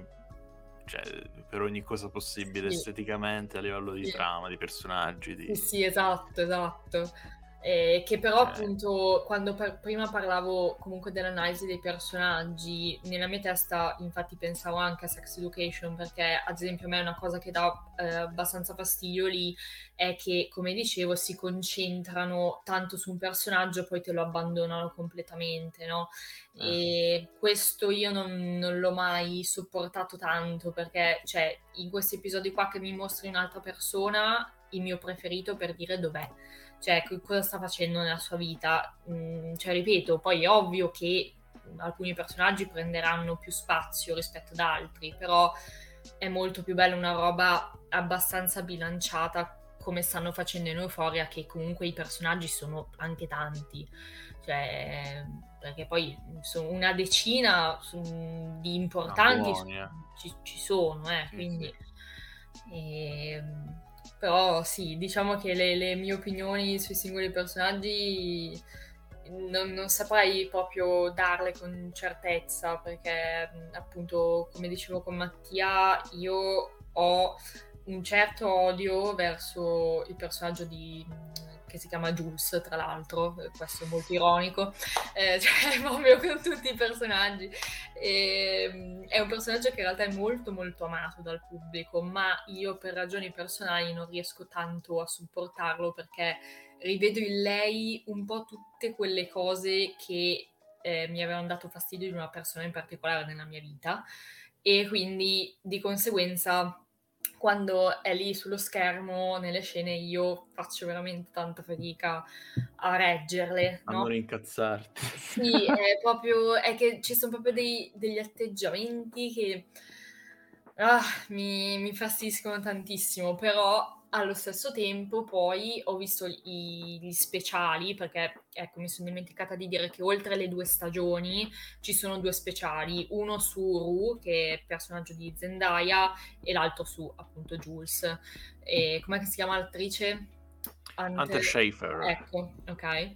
cosa possibile, sì, esteticamente, a livello di trama, di personaggi. Sì, esatto. Che però appunto quando prima parlavo comunque dell'analisi dei personaggi, nella mia testa infatti pensavo anche a Sex Education, perché ad esempio a me una cosa che dà abbastanza fastidio lì è che, come dicevo, si concentrano tanto su un personaggio e poi te lo abbandonano completamente, no? E questo io non l'ho mai sopportato tanto, perché cioè in questi episodi qua che mi mostri un'altra persona, il mio preferito per dire dov'è, cioè cosa sta facendo nella sua vita, cioè ripeto, poi è ovvio che alcuni personaggi prenderanno più spazio rispetto ad altri, però è molto più bella una roba abbastanza bilanciata come stanno facendo in Euphoria, che comunque i personaggi sono anche tanti, cioè perché poi sono una decina di importanti ci sono, quindi sì. Però sì, diciamo che le mie opinioni sui singoli personaggi non saprei proprio darle con certezza, perché appunto, come dicevo con Mattia, io ho un certo odio verso il personaggio che si chiama Jules, tra l'altro, questo è molto ironico, cioè proprio con tutti i personaggi. È un personaggio che in realtà è molto molto amato dal pubblico, ma io per ragioni personali non riesco tanto a supportarlo, perché rivedo in lei un po' tutte quelle cose che mi avevano dato fastidio di una persona in particolare nella mia vita, e quindi di conseguenza quando è lì sullo schermo nelle scene io faccio veramente tanta fatica a reggerle, no? A non incazzarti. Sì, è che ci sono proprio degli atteggiamenti che mi infastidiscono tantissimo, però allo stesso tempo poi ho visto gli speciali, perché ecco, mi sono dimenticata di dire che oltre alle 2 stagioni ci sono 2 speciali, uno su Rue, che è il personaggio di Zendaya, e l'altro su appunto Jules. E com'è che si chiama l'attrice? Hunter Schafer. Ecco, ok.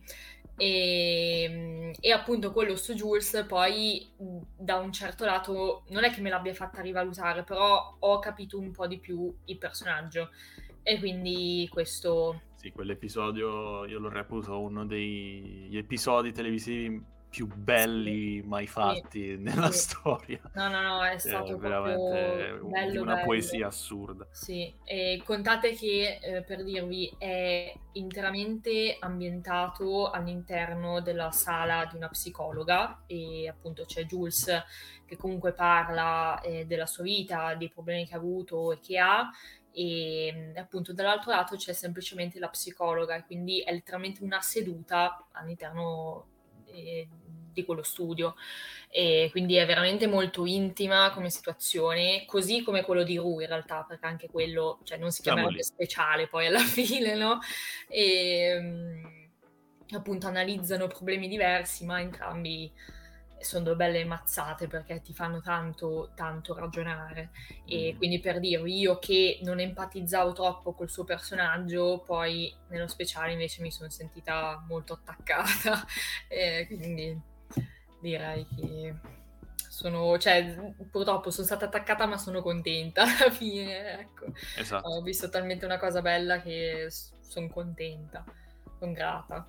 E appunto quello su Jules poi da un certo lato non è che me l'abbia fatta rivalutare, però ho capito un po' di più il personaggio, e quindi questo... Sì, quell'episodio io lo reputo uno degli episodi televisivi più belli mai fatti nella storia. No, è stato veramente bello, di una poesia assurda. Sì, e contate che, per dirvi, è interamente ambientato all'interno della sala di una psicologa, e appunto c'è Jules che comunque parla della sua vita, dei problemi che ha avuto e che ha, e appunto dall'altro lato c'è semplicemente la psicologa, e quindi è letteralmente una seduta all'interno di quello studio, e quindi è veramente molto intima come situazione, così come quello di Ru in realtà, perché anche quello, cioè, non si chiamerebbe speciale poi alla fine, no? E appunto analizzano problemi diversi, ma entrambi sono due belle mazzate perché ti fanno tanto ragionare. E quindi, per dirvi, io che non empatizzavo troppo col suo personaggio, poi nello speciale invece mi sono sentita molto attaccata, quindi direi che purtroppo sono stata attaccata, ma sono contenta alla fine, ecco. Esatto. Ho visto talmente una cosa bella che sono contenta, sono grata.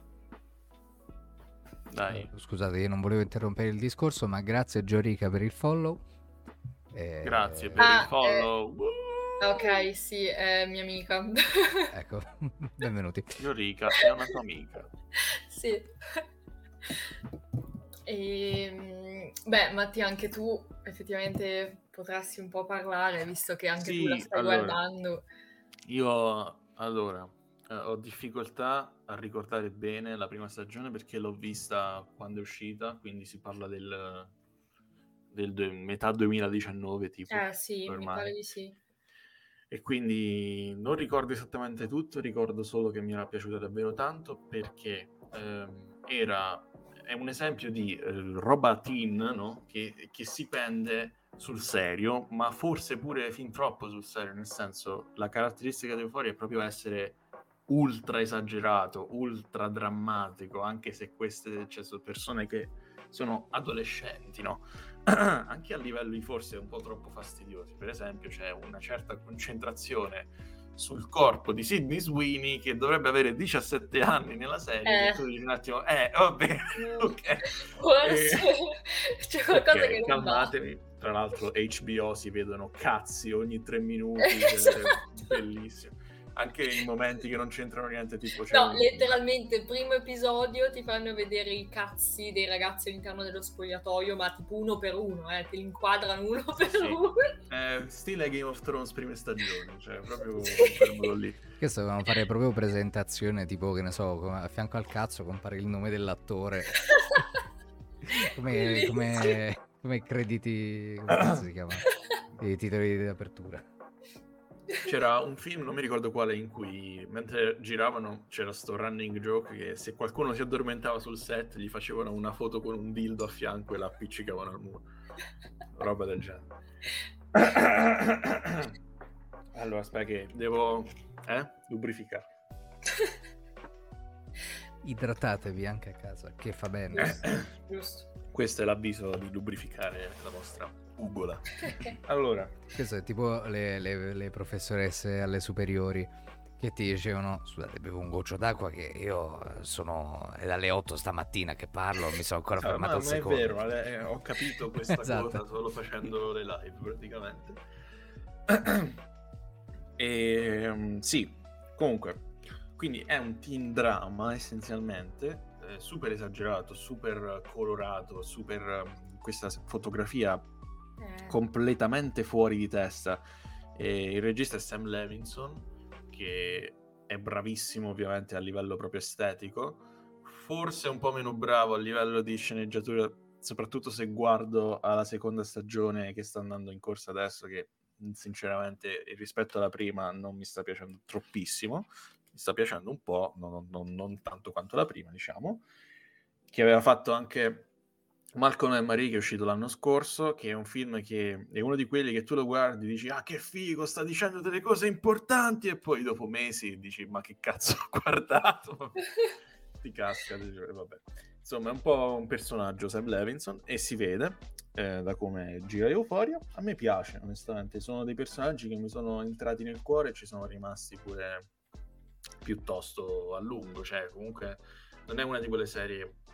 Dai. Scusate, io non volevo interrompere il discorso, ma grazie Giorica per il follow. Grazie per il follow. Ok, sì, è mia amica. Ecco, benvenuti. Giorica è una tua amica. Sì. Beh, Mattia, anche tu effettivamente potresti un po' parlare, visto che anche tu la stai guardando. Io ho difficoltà a ricordare bene la prima stagione perché l'ho vista quando è uscita, quindi si parla del metà 2019 tipo. Sì, ormai. Mi pare di sì. E quindi non ricordo esattamente tutto, ricordo solo che mi era piaciuta davvero tanto perché è un esempio di roba teen, no? Che si pende sul serio, ma forse pure fin troppo sul serio, nel senso, la caratteristica di Euphoria è proprio essere ultra esagerato, ultra drammatico, anche se queste, cioè, sono persone che sono adolescenti, no? Anche a livelli forse un po' troppo fastidiosi. Per esempio c'è una certa concentrazione sul corpo di Sydney Sweeney che dovrebbe avere 17 anni nella serie, e tu dici un attimo, vabbè, ok. C'è qualcosa che non calmatevi. Tra l'altro HBO si vedono cazzi ogni 3 minuti, bellissimo. Anche in momenti che non c'entrano niente, tipo letteralmente il primo episodio ti fanno vedere i cazzi dei ragazzi all'interno dello spogliatoio, ma tipo uno per uno, te li inquadrano uno per uno. Stile Game of Thrones prime stagioni, cioè proprio quel modo lì. Questo dovevano fare proprio presentazione, tipo, che ne so, a fianco al cazzo compare il nome dell'attore. come crediti, come cazzo si chiama? I titoli di apertura. C'era un film, non mi ricordo quale, in cui mentre giravano c'era sto running joke che se qualcuno si addormentava sul set gli facevano una foto con un dildo a fianco e la appiccicavano al muro, roba del genere. Allora aspetta che devo lubrificare. Idratatevi anche a casa, che fa bene. Giusto. Questo è l'avviso di lubrificare la vostra ugola. Allora, questo è tipo le professoresse alle superiori che ti dicevano: scusate, bevo un goccio d'acqua che io è dalle 8 stamattina che parlo, mi sono ancora fermato al secondo. Ma è vero, ho capito questa cosa solo facendo le live praticamente. Sì, comunque, quindi è un teen drama essenzialmente, super esagerato, super colorato, super questa fotografia completamente fuori di testa. E il regista è Sam Levinson, che è bravissimo ovviamente a livello proprio estetico, forse un po' meno bravo a livello di sceneggiatura, soprattutto se guardo alla seconda stagione che sta andando in corsa adesso, che sinceramente rispetto alla prima non mi sta piacendo troppissimo, mi sta piacendo un po', non tanto quanto la prima, diciamo, che aveva fatto anche Malcolm e Marie, che è uscito l'anno scorso, che è un film che è uno di quelli che tu lo guardi e dici che figo, sta dicendo delle cose importanti, e poi dopo mesi dici ma che cazzo ho guardato, ti casca, vabbè. Insomma è un po' un personaggio Sam Levinson, e si vede da come gira Euphoria. A me piace onestamente, sono dei personaggi che mi sono entrati nel cuore e ci sono rimasti pure piuttosto a lungo, cioè comunque non è una di quelle serie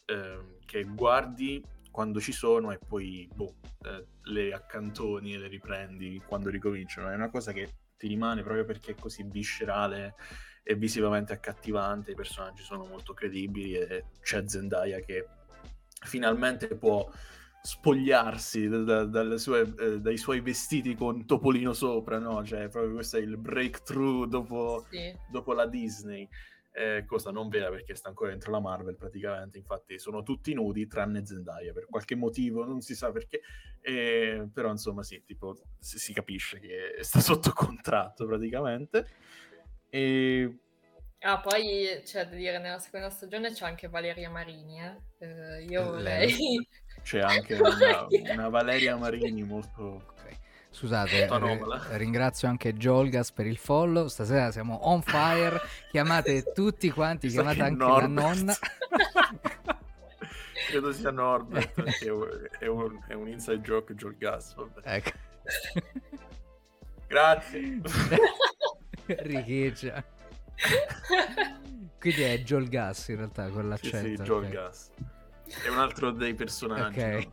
che guardi quando ci sono e poi le accantoni e le riprendi quando ricominciano. È una cosa che ti rimane proprio perché è così viscerale e visivamente accattivante, i personaggi sono molto credibili e c'è Zendaya che finalmente può spogliarsi dai suoi vestiti con Topolino sopra, no? Cioè proprio questo è il breakthrough dopo la Disney. Cosa non vera perché sta ancora dentro la Marvel praticamente, infatti sono tutti nudi tranne Zendaya per qualche motivo, non si sa perché, però insomma sì, tipo si capisce che sta sotto contratto praticamente. E poi c'è da dire, nella seconda stagione c'è anche Valeria Marini, io vorrei... C'è anche una Valeria Marini molto... Okay. Scusate, ringrazio anche Jolgas per il follow. Stasera siamo on fire. Chiamate tutti quanti, chiamate anche Norbert. La nonna. Credo sia Norbert, perché è un inside joke Jolgas. Ecco. Grazie. Richigia. Quindi è Jolgas in realtà con l'accento. Sì, Jolgas. È un altro dei personaggi. Ok.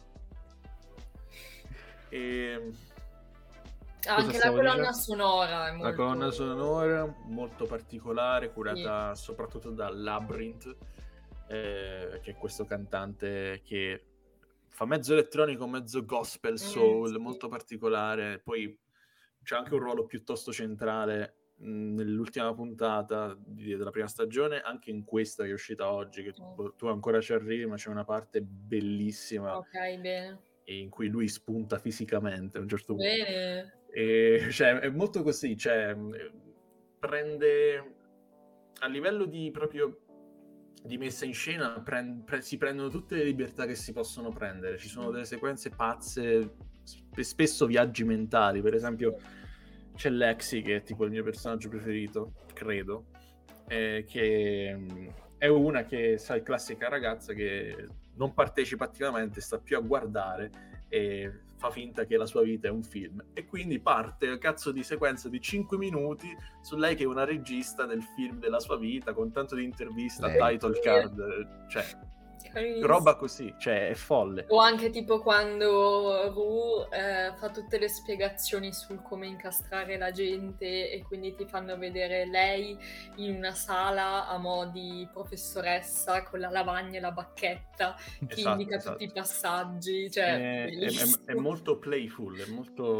No? Anche la colonna sonora è molto... La colonna sonora molto particolare, curata soprattutto da Labyrinth, che è questo cantante che fa mezzo elettronico, mezzo gospel soul, molto particolare. Poi c'è anche un ruolo piuttosto centrale nell'ultima puntata della prima stagione, anche in questa che è uscita oggi, che tu ancora ci arrivi, ma c'è una parte bellissima. Ok, bene. In cui lui spunta fisicamente a un certo punto. Bene. E, cioè, è molto così, cioè, prende a livello di proprio di messa in scena si prendono tutte le libertà che si possono prendere, ci sono delle sequenze pazze, spesso viaggi mentali. Per esempio c'è Lexi, che è tipo il mio personaggio preferito, credo, che è una che, sai, classica ragazza che non partecipa attivamente, sta più a guardare e fa finta che la sua vita è un film, e quindi parte a cazzo di sequenza di 5 minuti su lei che è una regista del film della sua vita, con tanto di intervista, title card, cioè roba così, cioè è folle. O anche tipo quando Ru fa tutte le spiegazioni sul come incastrare la gente e quindi ti fanno vedere lei in una sala a mo' di professoressa con la lavagna e la bacchetta che indica tutti i passaggi, cioè è molto playful, è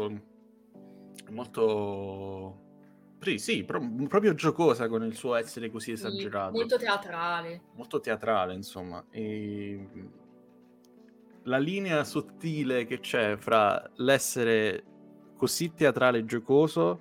molto sì, proprio giocosa con il suo essere così esagerato. Molto teatrale, insomma. E la linea sottile che c'è fra l'essere così teatrale e giocoso,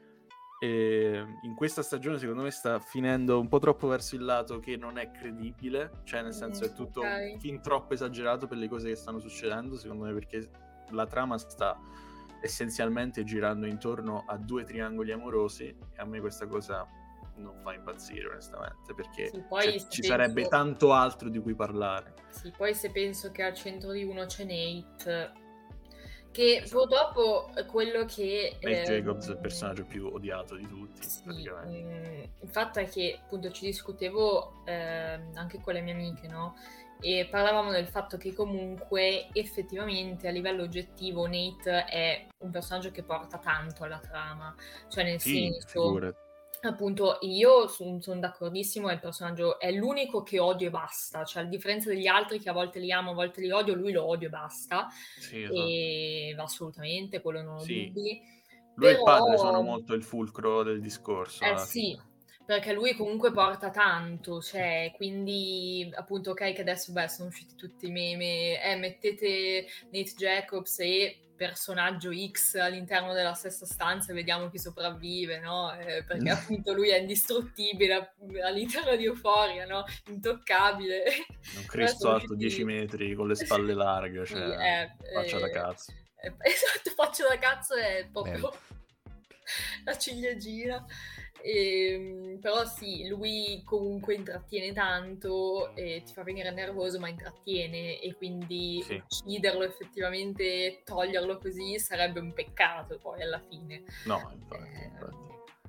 in questa stagione secondo me sta finendo un po' troppo verso il lato che non è credibile, cioè nel senso è tutto fin troppo esagerato per le cose che stanno succedendo, secondo me, perché la trama sta essenzialmente girando intorno a 2 triangoli amorosi, e a me questa cosa non fa impazzire onestamente, perché ci sarebbe tanto altro di cui parlare. Sì, poi se penso che al centro di uno c'è Nate, che purtroppo quello che Nate Jacobs è il personaggio più odiato di tutti, il fatto è che appunto ci discutevo anche con le mie amiche, no? E parlavamo del fatto che comunque effettivamente a livello oggettivo Nate è un personaggio che porta tanto alla trama, cioè nel senso, appunto, io sono d'accordissimo, il personaggio è l'unico che odio e basta, cioè a differenza degli altri che a volte li amo, a volte li odio, lui lo odio e basta, e assolutamente, quello non ho dubbi. Lui e il padre sono molto il fulcro del discorso. Sì, perché lui comunque porta tanto, cioè, quindi appunto ok che adesso sono usciti tutti i meme, mettete Nate Jacobs e personaggio X all'interno della stessa stanza e vediamo chi sopravvive, no? Perché appunto lui è indistruttibile all'interno di Euphoria, no? Intoccabile. Un Cristo alto 10 metri con le spalle larghe, cioè faccia da cazzo. Esatto, faccia da cazzo è proprio la ciliegina. Però sì, lui comunque intrattiene tanto e ti fa venire nervoso, ma intrattiene, e quindi ucciderlo effettivamente, toglierlo così sarebbe un peccato poi alla fine. No, infatti.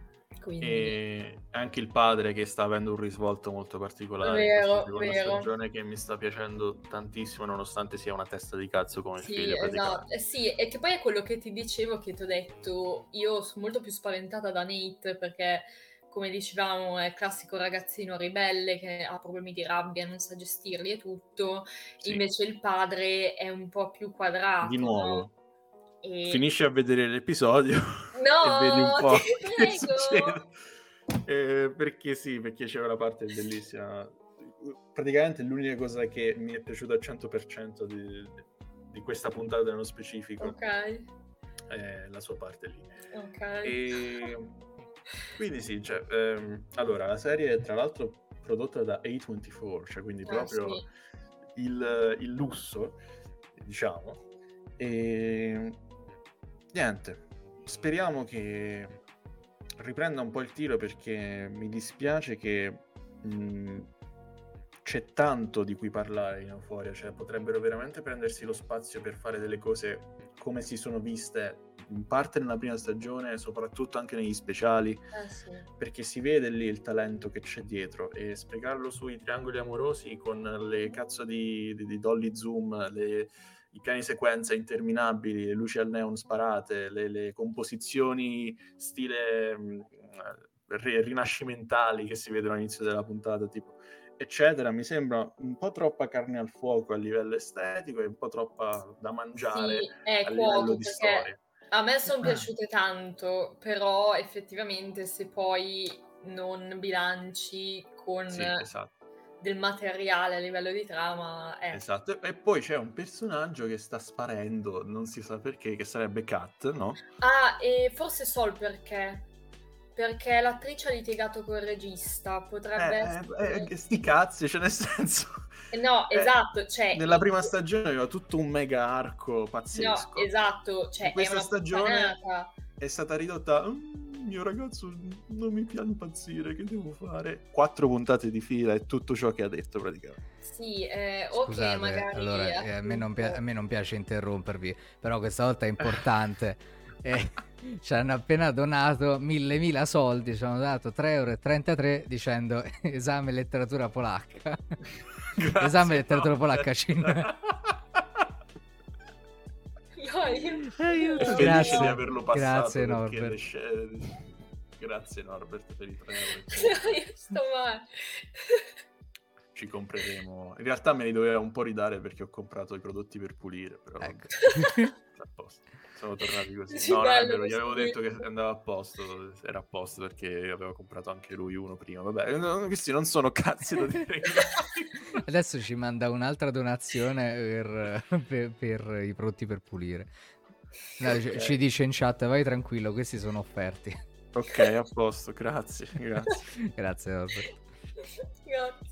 Quindi... E anche il padre che sta avendo un risvolto molto particolare in questa seconda stagione, che mi sta piacendo tantissimo, nonostante sia una testa di cazzo come il figlio, praticamente. Esatto. Sì, e che poi è quello che ti dicevo, che ti ho detto, io sono molto più spaventata da Nate, perché come dicevamo è il classico ragazzino ribelle che ha problemi di rabbia, non sa gestirli e tutto, sì. Invece il padre è un po' più quadrato, di nuovo, no? Finisci a vedere l'episodio e vedi un po' che succede. Perché c'è una parte bellissima. Praticamente l'unica cosa che mi è piaciuta al 100% di questa puntata nello specifico è la sua parte lì. E quindi sì, cioè, allora la serie è tra l'altro prodotta da A24, cioè quindi proprio sì. il lusso, diciamo. E niente, speriamo che riprenda un po' il tiro, perché mi dispiace che c'è tanto di cui parlare in Euphoria, cioè potrebbero veramente prendersi lo spazio per fare delle cose come si sono viste in parte nella prima stagione, soprattutto anche negli speciali, sì. Perché si vede lì il talento che c'è dietro, e sprecarlo sui triangoli amorosi con le cazzo di dolly zoom, i piani sequenza interminabili, le luci al neon sparate, le composizioni stile rinascimentali che si vedono all'inizio della puntata, tipo, eccetera, mi sembra un po' troppa carne al fuoco a livello estetico e un po' troppa da mangiare a livello di storia. A me sono piaciute tanto, però effettivamente se poi non bilanci con del materiale a livello di trama... Esatto, e poi c'è un personaggio che sta sparendo, non si sa perché, che sarebbe Kat, no? Ah, e forse so il perché l'attrice ha litigato col regista, potrebbe essere... sti cazzi, cioè nel senso... No, esatto, cioè... Nella prima stagione aveva tutto un mega arco pazzesco. No, esatto, cioè in questa stagione è stata ridotta... mio ragazzo non mi piace impazzire, che devo fare? 4 puntate di fila è tutto ciò che ha detto praticamente. Sì, scusate, magari allora, a me non piace interrompervi, però questa volta è importante. Ci hanno appena donato 1.000 soldi, ci hanno dato 3,33 € dicendo esame letteratura polacca. Grazie, esame letteratura polacca 5. Felice di averlo passato. Grazie Norbert. Grazie Norbert per i 3 €. Io sto male. Ci compreremo. In realtà me li doveva un po' ridare perché ho comprato i prodotti per pulire, però ecco. A posto. Sono tornati così. Sì, no, non è vero, gli avevo detto che andava a posto, era a posto perché avevo comprato anche lui uno prima. Vabbè, questi non sono cazzi da dire. Adesso ci manda un'altra donazione per i prodotti per pulire. No, okay. Ci dice in chat, vai tranquillo, questi sono offerti. Ok, a posto, grazie. Grazie Norbert. Grazie.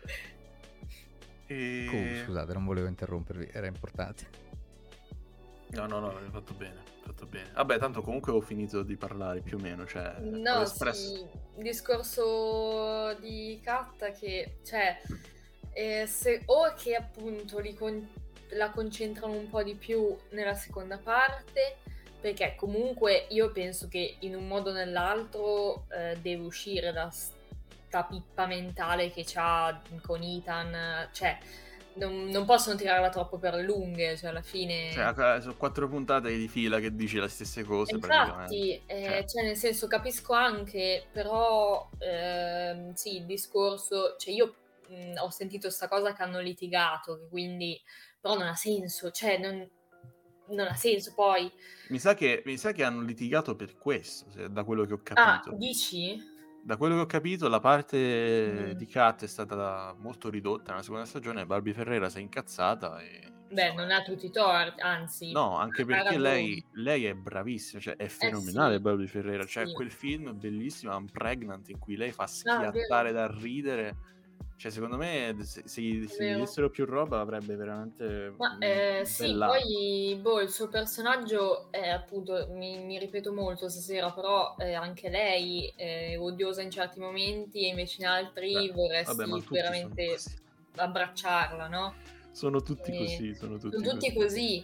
Scusate, non volevo interrompervi, era importante. No, hai fatto bene. Vabbè, tanto comunque ho finito di parlare più o meno, cioè... No, sì, il discorso di Kat che, cioè, o che appunto la concentrano un po' di più nella seconda parte, perché comunque io penso che in un modo o nell'altro deve uscire da sta pippa mentale che c'ha con Ethan, cioè... Non possono tirarla troppo per le lunghe, cioè alla fine... Cioè, sono 4 puntate di fila che dici le stesse cose. Infatti, cioè nel senso capisco anche, però sì, il discorso... Cioè io ho sentito sta cosa che hanno litigato, che quindi... Però non ha senso, cioè non ha senso poi. Mi sa che hanno litigato per questo, da quello che ho capito. Ah, dici? Da quello che ho capito, la parte di Kat è stata molto ridotta nella seconda stagione. Barbie Ferreira si è incazzata e... Beh, non ha tutti i torti, anzi... No, anche perché lei è bravissima, cioè è fenomenale sì, Barbie Ferreira. Cioè sì. quel film bellissimo, I'm Pregnant, in cui lei fa schiattare da ridere. Cioè, secondo me, se gli dessero più roba avrebbe veramente... Ma sì, poi il suo personaggio è appunto, mi ripeto molto stasera, però anche lei è odiosa in certi momenti e invece in altri vorresti veramente abbracciarla, no? Sono tutti così, sono tutti così.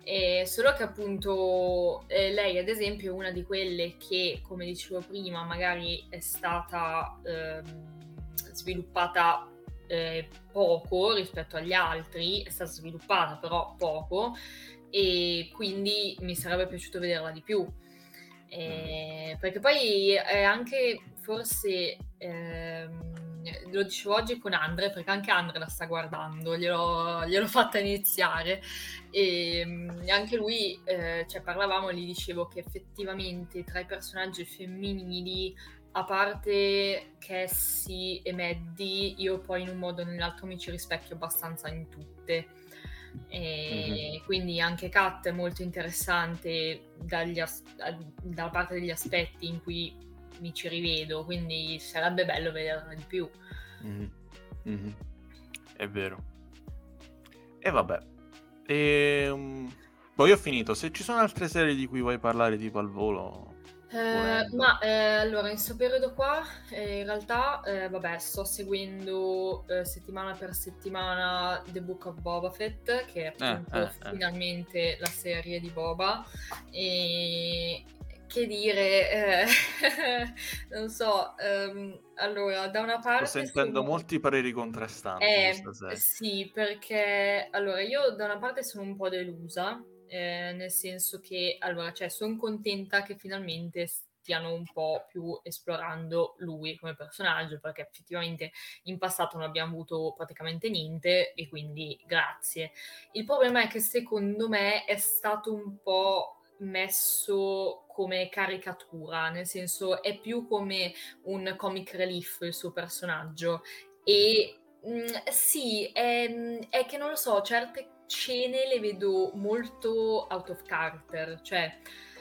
Solo che appunto lei ad esempio è una di quelle che, come dicevo prima, magari è stata sviluppata poco rispetto agli altri, è stata sviluppata però poco, e quindi mi sarebbe piaciuto vederla di più. Perché poi è anche forse lo dicevo oggi con Andre, perché anche Andre la sta guardando, gliel'ho fatta iniziare, e anche lui, cioè parlavamo, gli dicevo che effettivamente tra i personaggi femminili, a parte Cassie e Maddie, io poi in un modo o nell'altro mi ci rispecchio abbastanza in tutte. Quindi anche Kat è molto interessante dalla parte degli aspetti in cui mi ci rivedo, quindi sarebbe bello vederla di più. È vero. E vabbè, poi ho finito. Se ci sono altre serie di cui vuoi parlare tipo al volo, allora in questo periodo qua in realtà vabbè, sto seguendo settimana per settimana The Book of Boba Fett, che è appunto finalmente la serie di Boba, e che dire, non so, allora da una parte sto sentendo molti pareri contrastanti questa serie. Sì, perché allora io da una parte sono un po' delusa, nel senso che allora, cioè, sono contenta che finalmente stiano un po' più esplorando lui come personaggio, perché effettivamente in passato non abbiamo avuto praticamente niente, e quindi grazie. Il problema è che secondo me è stato un po' messo come caricatura, nel senso è più come un comic relief il suo personaggio, e sì, è che non lo so, certe scene le vedo molto out of character, cioè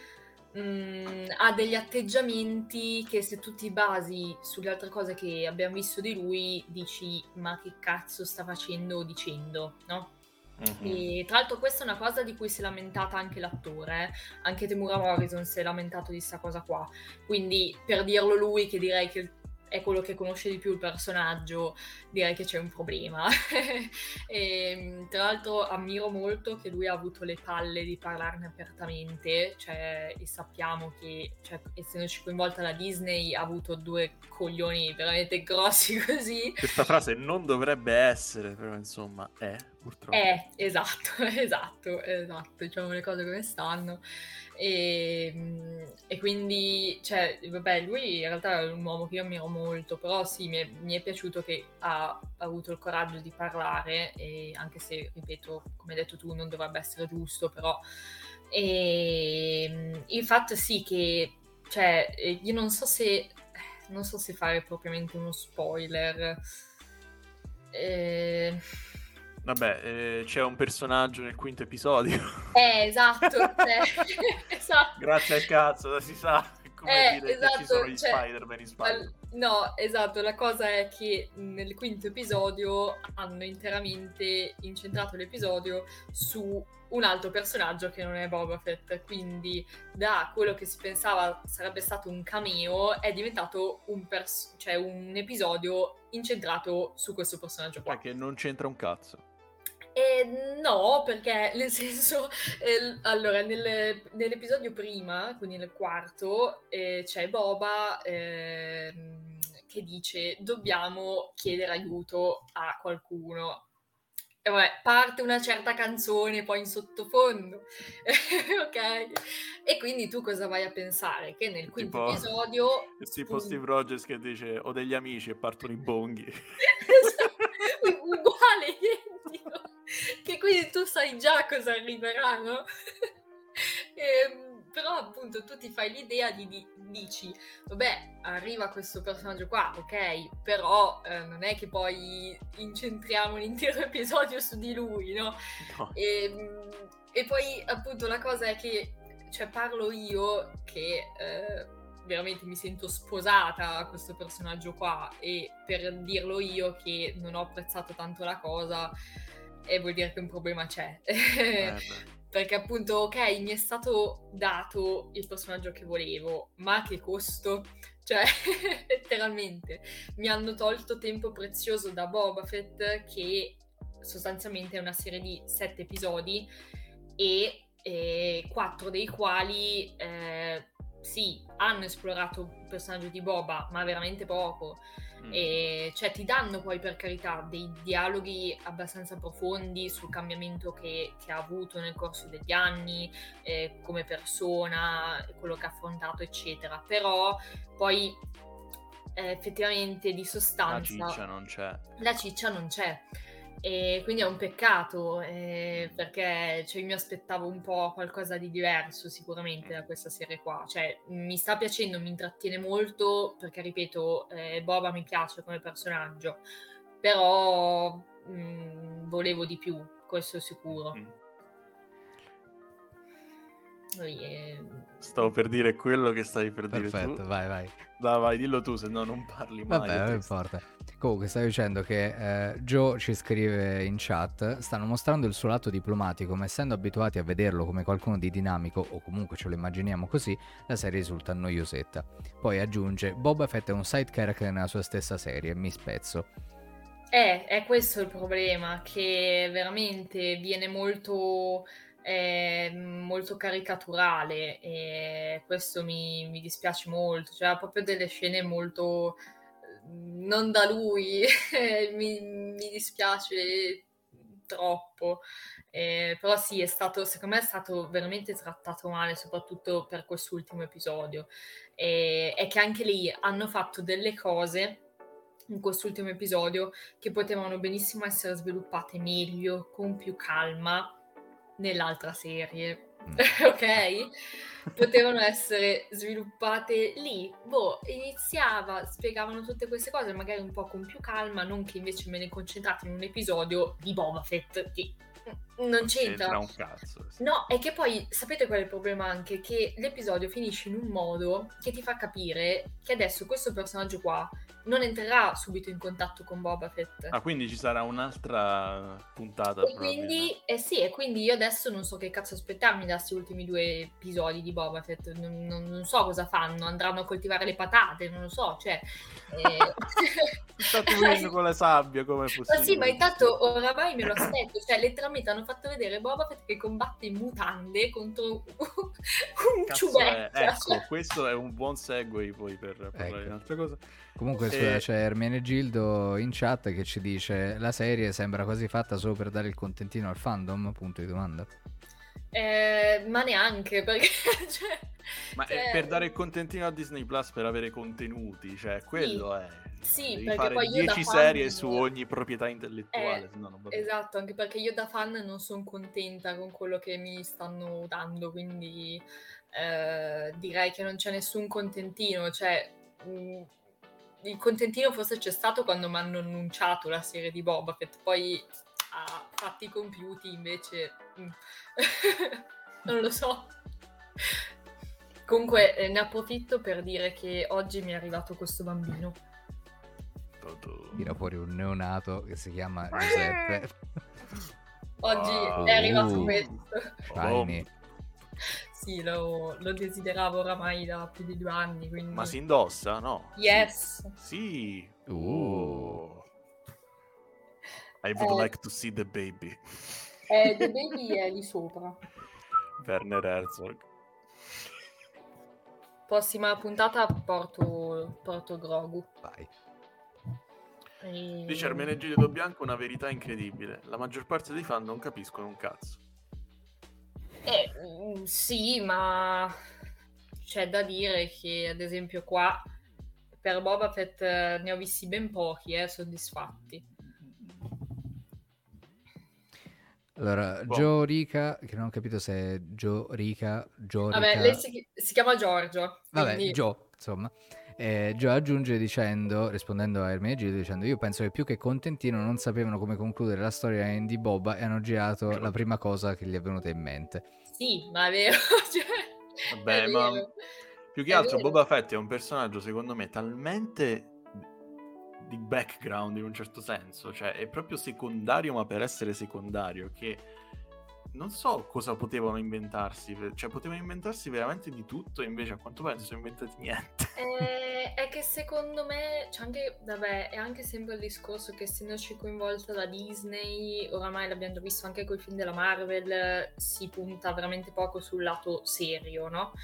ha degli atteggiamenti che se tu ti basi sulle altre cose che abbiamo visto di lui dici ma che cazzo sta facendo o dicendo, no? E tra l'altro questa è una cosa di cui si è lamentata anche l'attore, anche Temuera Morrison si è lamentato di sta cosa qua, quindi per dirlo lui, che direi che è quello che conosce di più il personaggio, direi che c'è un problema. E, tra l'altro ammiro molto che lui ha avuto le palle di parlarne apertamente, cioè, e sappiamo che, cioè, essendoci coinvolta la Disney, ha avuto due coglioni veramente grossi così. Questa frase non dovrebbe essere, però insomma è, purtroppo. Esatto, diciamo le cose come stanno. E quindi, cioè, vabbè, lui in realtà è un uomo che io ammiro molto, però sì, mi è piaciuto che ha avuto il coraggio di parlare, e anche se, ripeto, come hai detto tu, non dovrebbe essere giusto, però il fatto sì che, cioè, io non so se fare propriamente uno spoiler. Vabbè, c'è un personaggio nel quinto episodio. Esatto. Esatto. Grazie al cazzo, si sa. Come dire esatto, che ci sono gli cioè, Spider-Man in Spider-Man. No, esatto, la cosa è che nel quinto episodio hanno interamente incentrato l'episodio su un altro personaggio che non è Boba Fett, quindi da quello che si pensava sarebbe stato un cameo è diventato un episodio incentrato su questo personaggio qua. Che non c'entra un cazzo. No, perché nel senso, allora nell'episodio prima, quindi nel quarto, c'è Boba che dice dobbiamo chiedere aiuto a qualcuno. E vabbè, parte una certa canzone poi in sottofondo, ok? E quindi tu cosa vai a pensare? Che nel quinto episodio... Tipo Steve Rogers che dice ho degli amici e partono i bonghi. Uguale, identico. Che quindi tu sai già cosa arriverà, no? Però appunto tu ti fai l'idea dici vabbè, arriva questo personaggio qua, ok, però non è che poi incentriamo l'intero episodio su di lui, no? E poi appunto la cosa è che, cioè, parlo io che veramente mi sento sposata a questo personaggio qua, e per dirlo io che non ho apprezzato tanto la cosa, vuol dire che un problema c'è. Perché appunto, ok, mi è stato dato il personaggio che volevo, ma a che costo? Cioè, letteralmente, mi hanno tolto tempo prezioso da Boba Fett, che sostanzialmente è una serie di 7 episodi, e e 4 dei quali sì, hanno esplorato il personaggio di Boba, ma veramente poco. E cioè ti danno poi, per carità, dei dialoghi abbastanza profondi sul cambiamento che ha avuto nel corso degli anni, come persona, quello che ha affrontato, eccetera. Però poi effettivamente di sostanza la ciccia non c'è. E quindi è un peccato, perché cioè, mi aspettavo un po' qualcosa di diverso sicuramente da questa serie qua. Cioè, mi sta piacendo, mi intrattiene molto, perché ripeto, Boba mi piace come personaggio, però volevo di più, questo è sicuro. Stavo per dire quello che stavi per dire tu. Perfetto, vai. Vai, dillo tu, se no non parli mai. Vabbè, non importa. Comunque, stavo dicendo che Joe ci scrive in chat: stanno mostrando il suo lato diplomatico, ma essendo abituati a vederlo come qualcuno di dinamico, o comunque ce lo immaginiamo così, la serie risulta noiosetta. Poi aggiunge: Boba Fett è un side character nella sua stessa serie, mi spezzo. È questo il problema, che veramente viene molto caricaturale, e questo mi dispiace molto. Cioè, ha proprio delle scene molto non da lui. mi dispiace troppo, però sì, secondo me è stato veramente trattato male, soprattutto per quest'ultimo episodio. È che anche lì hanno fatto delle cose in quest'ultimo episodio che potevano benissimo essere sviluppate meglio, con più calma, nell'altra serie. Ok? Potevano essere sviluppate lì. Iniziava, spiegavano tutte queste cose magari un po' con più calma, non che invece me ne concentrate in un episodio di Boba Fett che non c'entra un cazzo. No, è che poi sapete qual è il problema anche? Che l'episodio finisce in un modo che ti fa capire che adesso questo personaggio qua non entrerà subito in contatto con Boba Fett. Quindi ci sarà un'altra puntata. E quindi, e quindi io adesso non so che cazzo aspettarmi da questi ultimi 2 episodi di Boba Fett. Non so cosa fanno, andranno a coltivare le patate, non lo so, cioè... Tatooine con la sabbia, come è possibile? Ma sì, ma intanto oramai me lo aspetto, cioè letteralmente hanno fatto vedere Boba Fett che combatte in mutande contro un ciubecca. Ecco, questo è un buon segue poi per parlare di un'altra cosa. Comunque c'è Ermenegildo in chat che ci dice: la serie sembra quasi fatta solo per dare il contentino al fandom, punto di domanda. Ma neanche, perché per dare il contentino a Disney Plus, per avere contenuti, cioè quello è. Sì, devi perché fare poi io 10 serie su ogni proprietà intellettuale, se no non va bene. Esatto, anche perché io da fan non sono contenta con quello che mi stanno dando, quindi direi che non c'è nessun contentino. Cioè il contentino forse c'è stato quando mi hanno annunciato la serie di Boba Fett, poi a fatti compiuti invece non lo so. Comunque ne approfitto per dire che oggi mi è arrivato questo bambino. Tira fuori un neonato che si chiama Giuseppe. Oggi è arrivato questo. Shiny. Sì, lo desideravo oramai da più di 2 anni, quindi... Ma si indossa, no? Yes. Sì. I would like to see the baby. The baby è lì sopra. Werner Herzog. Prossima puntata porto Grogu. Vai. Dice Ermenegildo Bianco una verità incredibile. La maggior parte dei fan non capiscono un cazzo. Sì, ma c'è da dire che ad esempio qua per Boba Fett ne ho visti ben pochi soddisfatti. Allora, Joe Rica, che non ho capito se è Joe Rica. Vabbè, lei si chiama Giorgio. Vabbè, quindi... Joe, insomma. Joe aggiunge rispondendo a Ermenegildo, dicendo: io penso che più che contentino non sapevano come concludere la storia di Boba e hanno girato la prima cosa che gli è venuta in mente. Sì, ma è vero. Vabbè, ma più che altro Boba Fett è un personaggio secondo me talmente di background in un certo senso, cioè è proprio secondario ma per essere secondario, che non so cosa potevano inventarsi, cioè potevano inventarsi veramente di tutto e invece a quanto pare non si sono inventati niente. È che secondo me c'è anche, vabbè, è anche sempre il discorso che essendoci coinvolta da Disney, oramai l'abbiamo già visto anche con i film della Marvel, si punta veramente poco sul lato serio, no?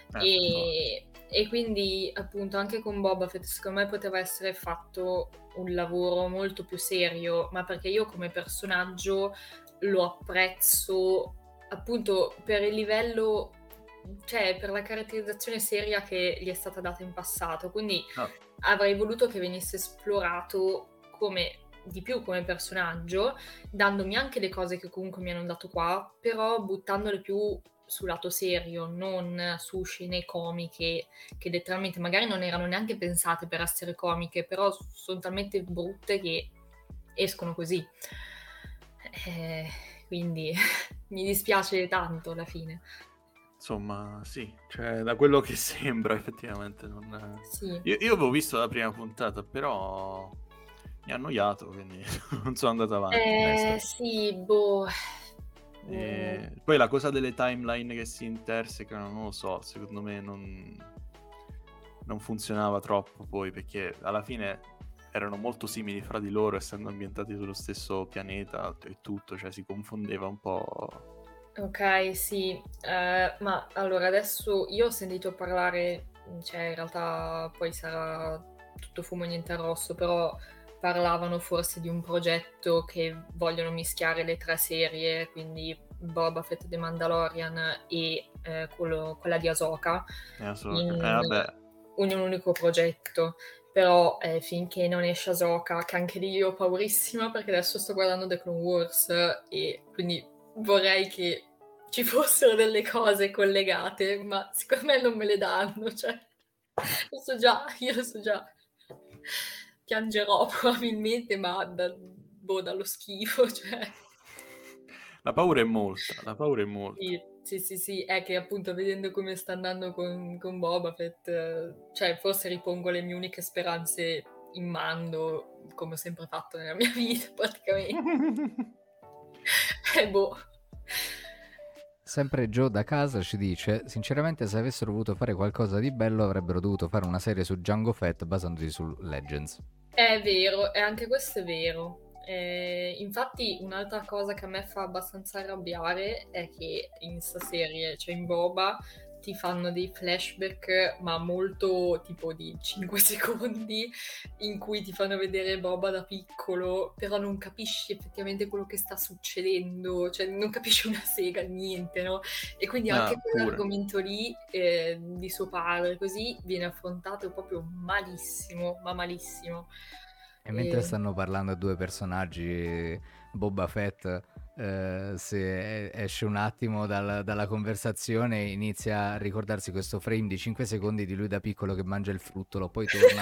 E quindi appunto anche con Boba Fett secondo me poteva essere fatto un lavoro molto più serio, ma perché io come personaggio lo apprezzo appunto per il livello, cioè per la caratterizzazione seria che gli è stata data in passato, quindi avrei voluto che venisse esplorato di più come personaggio, dandomi anche le cose che comunque mi hanno dato qua, però buttandole più sul lato serio, non su scene comiche che letteralmente magari non erano neanche pensate per essere comiche, però sono talmente brutte che escono così. Quindi mi dispiace tanto alla fine. Insomma, sì, cioè da quello che sembra effettivamente non... Sì. Io avevo visto la prima puntata, però mi ha annoiato, quindi non sono andato avanti. Sì, boh. Poi la cosa delle timeline che si intersecano, non lo so, secondo me non funzionava troppo poi, perché alla fine erano molto simili fra di loro, essendo ambientati sullo stesso pianeta e tutto, cioè si confondeva un po'. Ok, sì, ma allora adesso io ho sentito parlare, cioè in realtà poi sarà tutto fumo e niente rosso, però parlavano forse di un progetto che vogliono mischiare le 3 serie, quindi Boba Fett, The Mandalorian e quella di Ahsoka in un unico progetto. Però finché non esce Ahsoka, che anche lì io ho paurissima perché adesso sto guardando The Clone Wars e quindi vorrei che ci fossero delle cose collegate, ma secondo me non me le danno, cioè io lo so già. Piangerò probabilmente, ma dallo schifo, cioè. La paura è molta. Sì, è che appunto vedendo come sta andando con Boba Fett, cioè forse ripongo le mie uniche speranze in Mando, come ho sempre fatto nella mia vita, praticamente. Boh. Sempre Joe da casa ci dice: sinceramente, se avessero voluto fare qualcosa di bello, avrebbero dovuto fare una serie su Jango Fett basandosi su Legends. È vero, e anche questo è vero. Infatti, un'altra cosa che a me fa abbastanza arrabbiare è che in sta serie, cioè in Boba, ti fanno dei flashback, ma molto tipo di 5 secondi, in cui ti fanno vedere Boba da piccolo, però non capisci effettivamente quello che sta succedendo, cioè non capisci una sega, niente, no? E quindi anche quell'argomento lì di suo padre, così, viene affrontato proprio malissimo, ma malissimo. E mentre stanno parlando 2 personaggi, Boba Fett, se esce un attimo dalla conversazione, inizia a ricordarsi questo frame di 5 secondi di lui da piccolo che mangia il fruttolo, poi torna.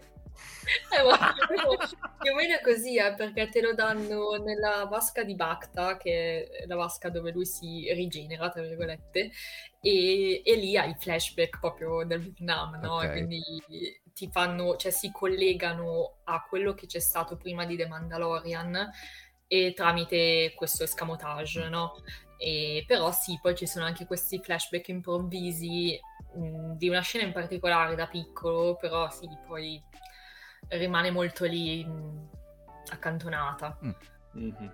Più o meno è così, perché te lo danno nella vasca di Bacta, che è la vasca dove lui si rigenera, tra virgolette, e lì hai i flashback proprio del Vietnam, no? Okay. E quindi ti fanno, cioè si collegano a quello che c'è stato prima di The Mandalorian e tramite questo escamotage, no? E però sì, poi ci sono anche questi flashback improvvisi di una scena in particolare da piccolo, però sì, poi rimane molto lì accantonata. Mm-hmm.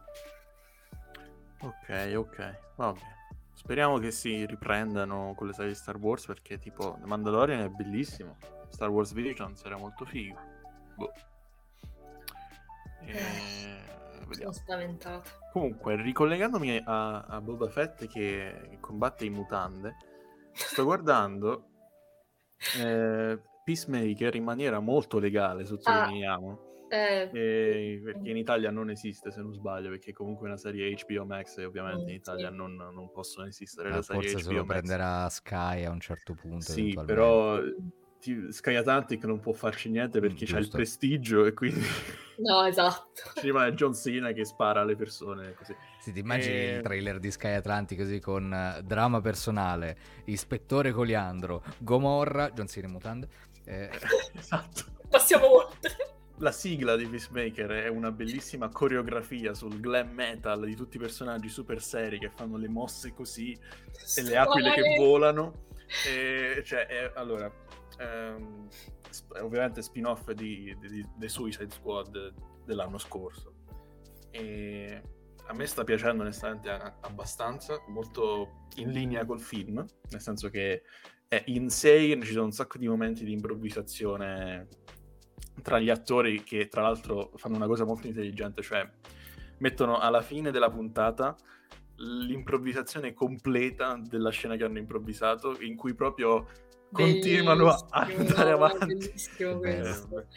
Ok, vabbè. Speriamo che si riprendano con le serie di Star Wars, perché tipo The Mandalorian è bellissimo, Star Wars Visions era molto figo. Boh. Sono spaventata. Comunque, ricollegandomi a Boba Fett che combatte in mutande, sto guardando Peacemaker in maniera molto legale, sottolineiamo, perché in Italia non esiste, se non sbaglio, perché comunque è una serie HBO Max e ovviamente in Italia non possono esistere le serie forse HBO se lo Max. prenderà Sky a un certo punto. Sì, però Sky Atlantic non può farci niente perché c'ha il prestigio e quindi no, esatto, ci rimane John Cena che spara alle persone così. Sì, ti immagini il trailer di Sky Atlantic così con dramma personale, Ispettore Coliandro, Gomorra, John Cena in mutande. Esatto. Passiamo oltre. La sigla di Peacemaker è una bellissima coreografia sul glam metal di tutti i personaggi super seri che fanno le mosse così e le aquile che volano. Allora, ovviamente spin-off di The Suicide Squad dell'anno scorso, e a me sta piacendo onestamente abbastanza, molto in linea col film, nel senso che è insane, ci sono un sacco di momenti di improvvisazione tra gli attori che tra l'altro fanno una cosa molto intelligente, cioè mettono alla fine della puntata l'improvvisazione completa della scena che hanno improvvisato, in cui proprio continuano a andare avanti. Bellissimo questo.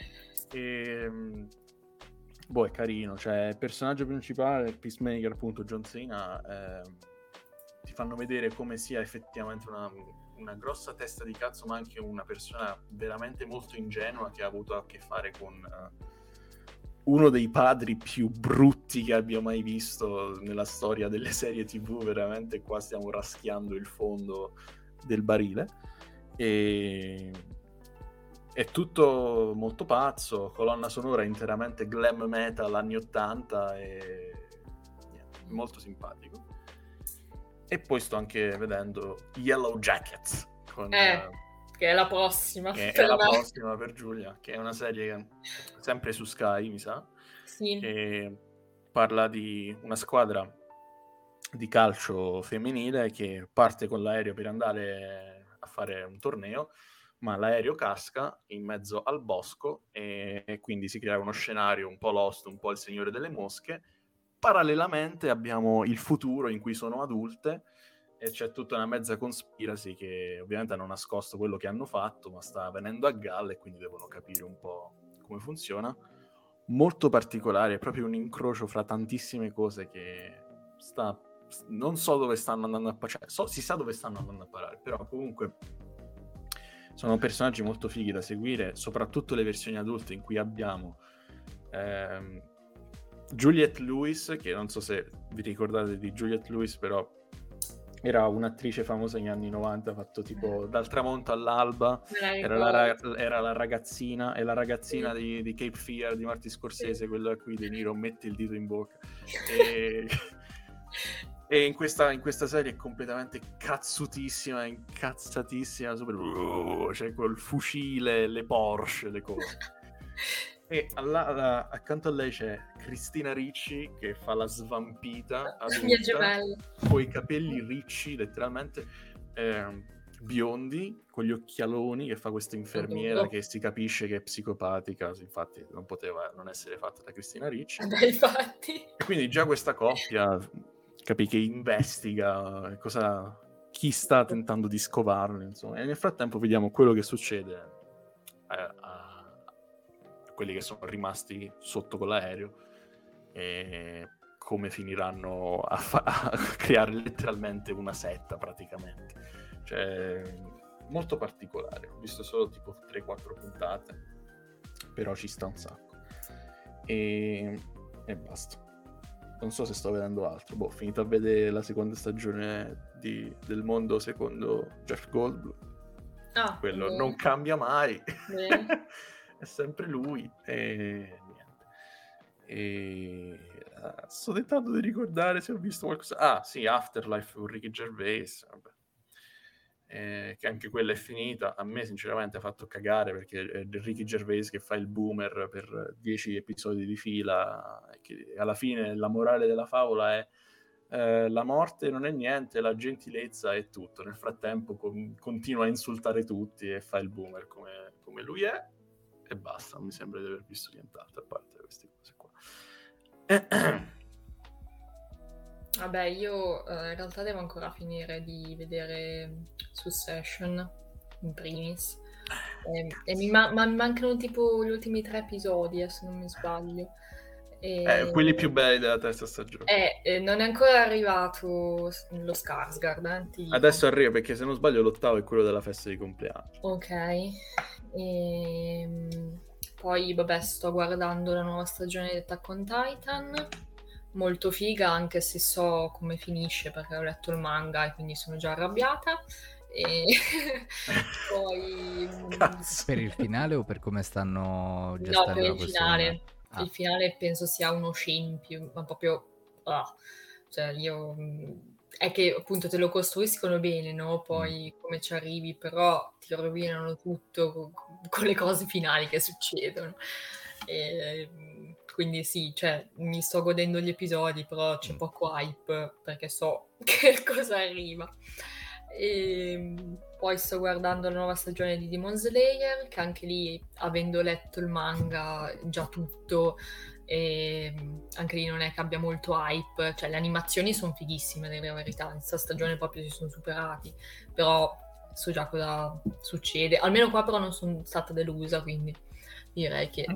Boh, è carino, cioè il personaggio principale, Peacemaker, appunto John Cena, ti fanno vedere come sia effettivamente una grossa testa di cazzo, ma anche una persona veramente molto ingenua che ha avuto a che fare con uno dei padri più brutti che abbia mai visto nella storia delle serie TV. Veramente qua stiamo raschiando il fondo del barile, e è tutto molto pazzo, colonna sonora interamente glam metal anni 80 e niente, molto simpatico. E poi sto anche vedendo Yellow Jackets che è la prossima che è la prossima per Giulia, che è una serie sempre su Sky, mi sa, sì. E parla di una squadra di calcio femminile che parte con l'aereo per andare a fare un torneo, ma l'aereo casca in mezzo al bosco e quindi si crea uno scenario un po' Lost, un po' Il Signore delle Mosche. Parallelamente abbiamo il futuro in cui sono adulte e c'è tutta una mezza conspiracy che ovviamente hanno nascosto quello che hanno fatto, ma sta venendo a galla e quindi devono capire un po' come funziona. Molto particolare, è proprio un incrocio fra tantissime cose che non so dove stanno andando a parare, si sa dove stanno andando a parare, però comunque sono personaggi molto fighi da seguire, soprattutto le versioni adulte in cui abbiamo Juliette Lewis, che non so se vi ricordate di Juliette Lewis, però era un'attrice famosa negli anni 90, ha fatto tipo Dal tramonto all'alba, era la ragazzina, è la ragazzina di Cape Fear di Martin Scorsese, quello a cui De Niro mette il dito in bocca, e in questa serie è completamente cazzutissima, incazzatissima, super, cioè col fucile, le Porsche, le cose. E accanto a lei c'è Cristina Ricci che fa la svampita adulta, con i capelli ricci, letteralmente biondi, con gli occhialoni, che fa questa infermiera che si capisce che è psicopatica, infatti non poteva non essere fatta da Cristina Ricci. Infatti. E quindi già questa coppia capì che investiga chi sta tentando di scovarlo, insomma. E nel frattempo vediamo quello che succede a quelli che sono rimasti sotto con l'aereo e come finiranno a creare letteralmente una setta praticamente. Cioè, molto particolare. Ho visto solo tipo 3-4 puntate, però ci sta un sacco. E basta. Non so se sto vedendo altro. Ho finito a vedere la seconda stagione del Mondo secondo Jeff Goldblum. Quello non cambia mai. È sempre lui e niente. Sto tentando di ricordare se ho visto qualcosa. Sì, Afterlife con Ricky Gervais, che anche quella è finita. A me sinceramente ha fatto cagare, perché è Ricky Gervais che fa il boomer per 10 episodi di fila, che alla fine la morale della favola è la morte non è niente, la gentilezza è tutto. Nel frattempo continua a insultare tutti e fa il boomer come lui è. E basta, non mi sembra di aver visto nient'altro a parte queste cose qua. Vabbè, io in realtà devo ancora finire di vedere Succession in primis e mi mancano tipo gli ultimi 3 episodi, se non mi sbaglio. Quelli più belli della terza stagione. Non è ancora arrivato lo Skarsgård. Adesso arriva, perché se non sbaglio l'8º è quello della festa di compleanno. Ok. Poi vabbè, sto guardando la nuova stagione di Attack on Titan, molto figa, anche se so come finisce perché ho letto il manga e quindi sono già arrabbiata. E poi per il finale o per come stanno gestendo per la il finale. Il finale penso sia uno scempio, ma proprio cioè io è che appunto te lo costruiscono bene, no? Poi come ci arrivi, però ti rovinano tutto con le cose finali che succedono. Quindi sì, cioè mi sto godendo gli episodi, però c'è poco hype perché so che cosa arriva. E poi sto guardando la nuova stagione di Demon Slayer, che anche lì, avendo letto il manga già tutto, e anche lì non è che abbia molto hype, cioè le animazioni sono fighissime, a dire la verità, in questa stagione proprio si sono superati, però so già cosa succede, almeno qua però non sono stata delusa, quindi direi che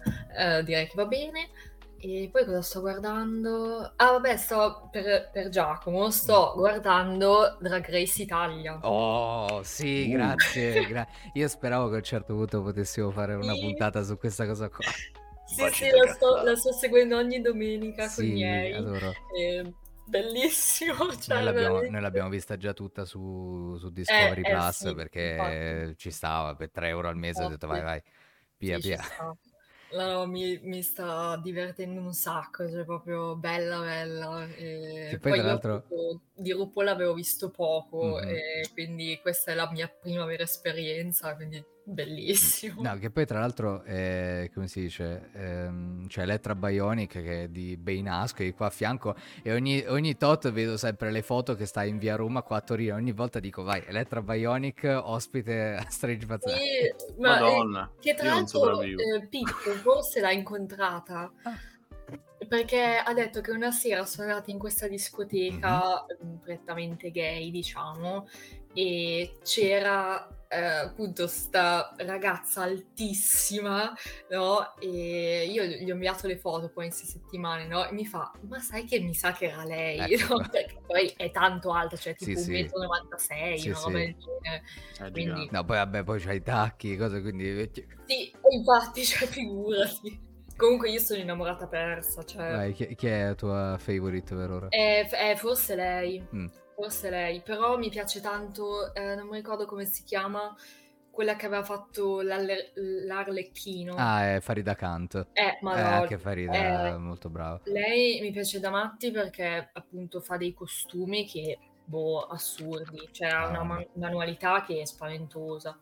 va bene. E poi cosa sto guardando? Ah vabbè, sto per Giacomo, sto guardando Drag Race Italia. Oh sì, grazie. Io speravo che a un certo punto potessimo fare una puntata su questa cosa qua. Sì, la sto seguendo ogni domenica con i miei. Adoro. Bellissimo. Cioè, noi l'abbiamo vista già tutta su Discovery Plus, sì, perché infatti ci stava per 3 euro al mese. Ho detto vai, via. No, mi sta divertendo un sacco, cioè proprio bella. Che poi tra l'altro di RuPaul l'avevo visto poco, e quindi questa è la mia prima vera esperienza, quindi bellissimo. No, che poi tra l'altro come si dice, c'è Elettra Bionic che è di Beinasco e qua a fianco, e ogni tot vedo sempre le foto che sta in via Roma qua a Torino, ogni volta dico vai, Elettra Bionic ospite a Strange Bazaar. Sì, Madonna, che tra l'altro Pippo forse l'ha incontrata perché ha detto che una sera sono andati in questa discoteca prettamente gay, diciamo, e c'era appunto sta ragazza altissima, no? E io gli ho inviato le foto poi in 6 settimane, no? E mi fa, ma sai che mi sa che era lei, ecco. no? Perché poi è tanto alta, cioè tipo sì, 1,96 m, una roba del genere. Quindi... No, poi c'hai i tacchi, cose, quindi... Sì, infatti, cioè figurati. Comunque io sono innamorata persa, cioè... Vai, chi è la tua favorite per ora? Forse lei. Forse lei, però mi piace tanto, non mi ricordo come si chiama, quella che aveva fatto l'Arlecchino. Ah, è Farida Kant. Madonna. Che Farida è molto brava. Lei mi piace da matti perché appunto fa dei costumi che, assurdi. Cioè ha una manualità che è spaventosa.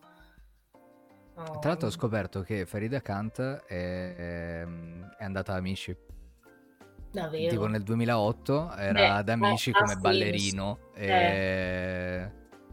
Tra l'altro ho scoperto che Farida Kant è andata a Amici. Davvero? Tipo nel 2008 era ad Amici come ballerino. Ha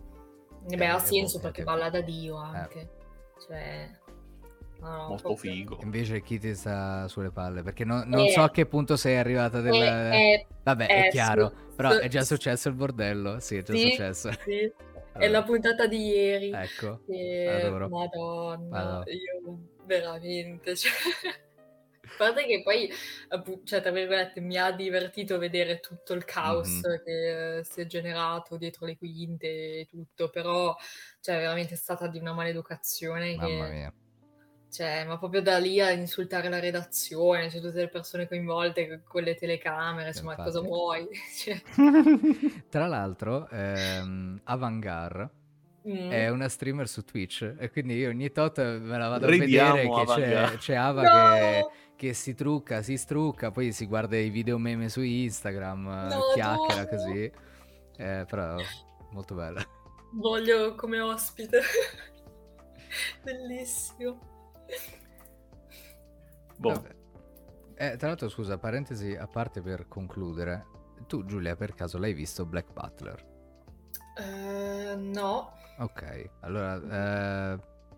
senso perché balla da Dio anche. Cioè... molto figo. Invece chi ti sta sulle palle? Perché non so a che punto sei arrivata vabbè, è chiaro. Però è già successo il bordello. Sì, è già successo. Sì. È la puntata di ieri. Ecco, adoro. Madonna. Io veramente... Cioè... A parte che poi, cioè, tra virgolette, mi ha divertito vedere tutto il caos che si è generato dietro le quinte e tutto, però, cioè, veramente è stata di una maleducazione. Mamma mia. Cioè, ma proprio da lì a insultare la redazione, cioè tutte le persone coinvolte con le telecamere, insomma, cosa vuoi? Cioè... Tra l'altro, Avangar è una streamer su Twitch e quindi io ogni tot me la vado a vedere che c'è Ava che si trucca, si strucca, poi si guarda i video meme su Instagram, chiacchiera così, però molto bella. Voglio come ospite. Bellissimo. Tra l'altro, scusa, parentesi a parte per concludere, tu Giulia per caso l'hai visto Black Butler? No. Ok, allora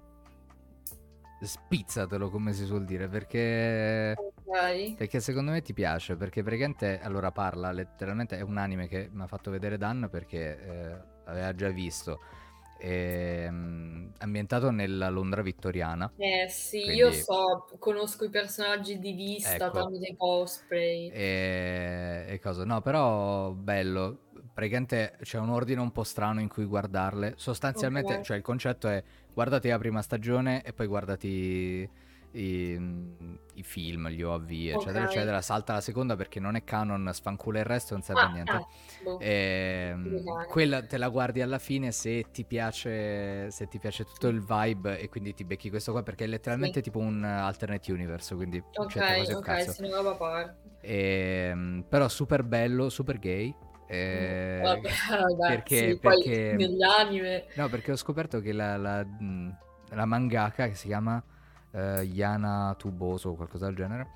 spizzatelo, come si suol dire, perché secondo me ti piace, perché praticamente allora parla letteralmente, è un anime che mi ha fatto vedere Dan perché aveva già visto, è ambientato nella Londra vittoriana. Sì, quindi... io conosco i personaggi di vista, ecco, tramite cosplay e cosa, no, però bello. Praticamente c'è un ordine un po' strano in cui guardarle. Sostanzialmente, cioè il concetto è guardati la prima stagione e poi guardati i film, gli OAV, eccetera, eccetera. Salta la seconda perché non è canon, sfancula il resto, non serve a niente. Quella te la guardi alla fine se ti piace tutto il vibe e quindi ti becchi questo qua perché è letteralmente tipo un alternate universe, quindi se ne va a parte. Però super bello, super gay. Perché negli anime... No, perché ho scoperto che la mangaka, che si chiama Yana Tuboso o qualcosa del genere,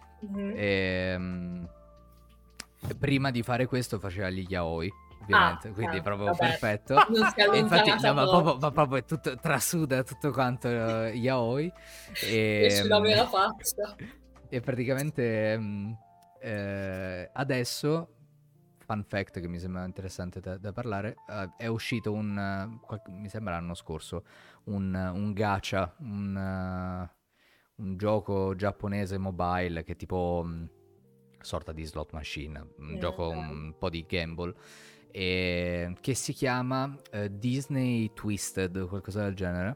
prima di fare questo faceva gli yaoi, ovviamente, quindi proprio perfetto. E infatti ma proprio è tutto, trasuda tutto quanto yaoi e sulla vera faccia. E praticamente adesso, fun fact che mi sembra interessante da parlare, è uscito mi sembra l'anno scorso, un gacha, un gioco giapponese mobile che è tipo sorta di slot machine, un gioco un po' di gamble, che si chiama Disney Twisted, qualcosa del genere,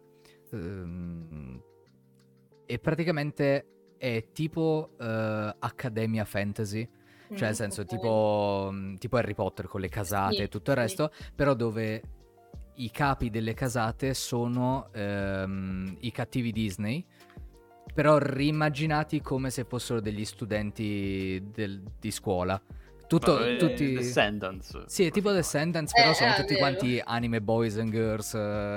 e praticamente è tipo Accademia Fantasy, cioè nel senso tipo Harry Potter con le casate e tutto il resto, però dove i capi delle casate sono i cattivi Disney, però rimmaginati come se fossero degli studenti di scuola. Tutti Descendants. Sì, è tipo Descendants, però sono tutti quanti anime boys and girls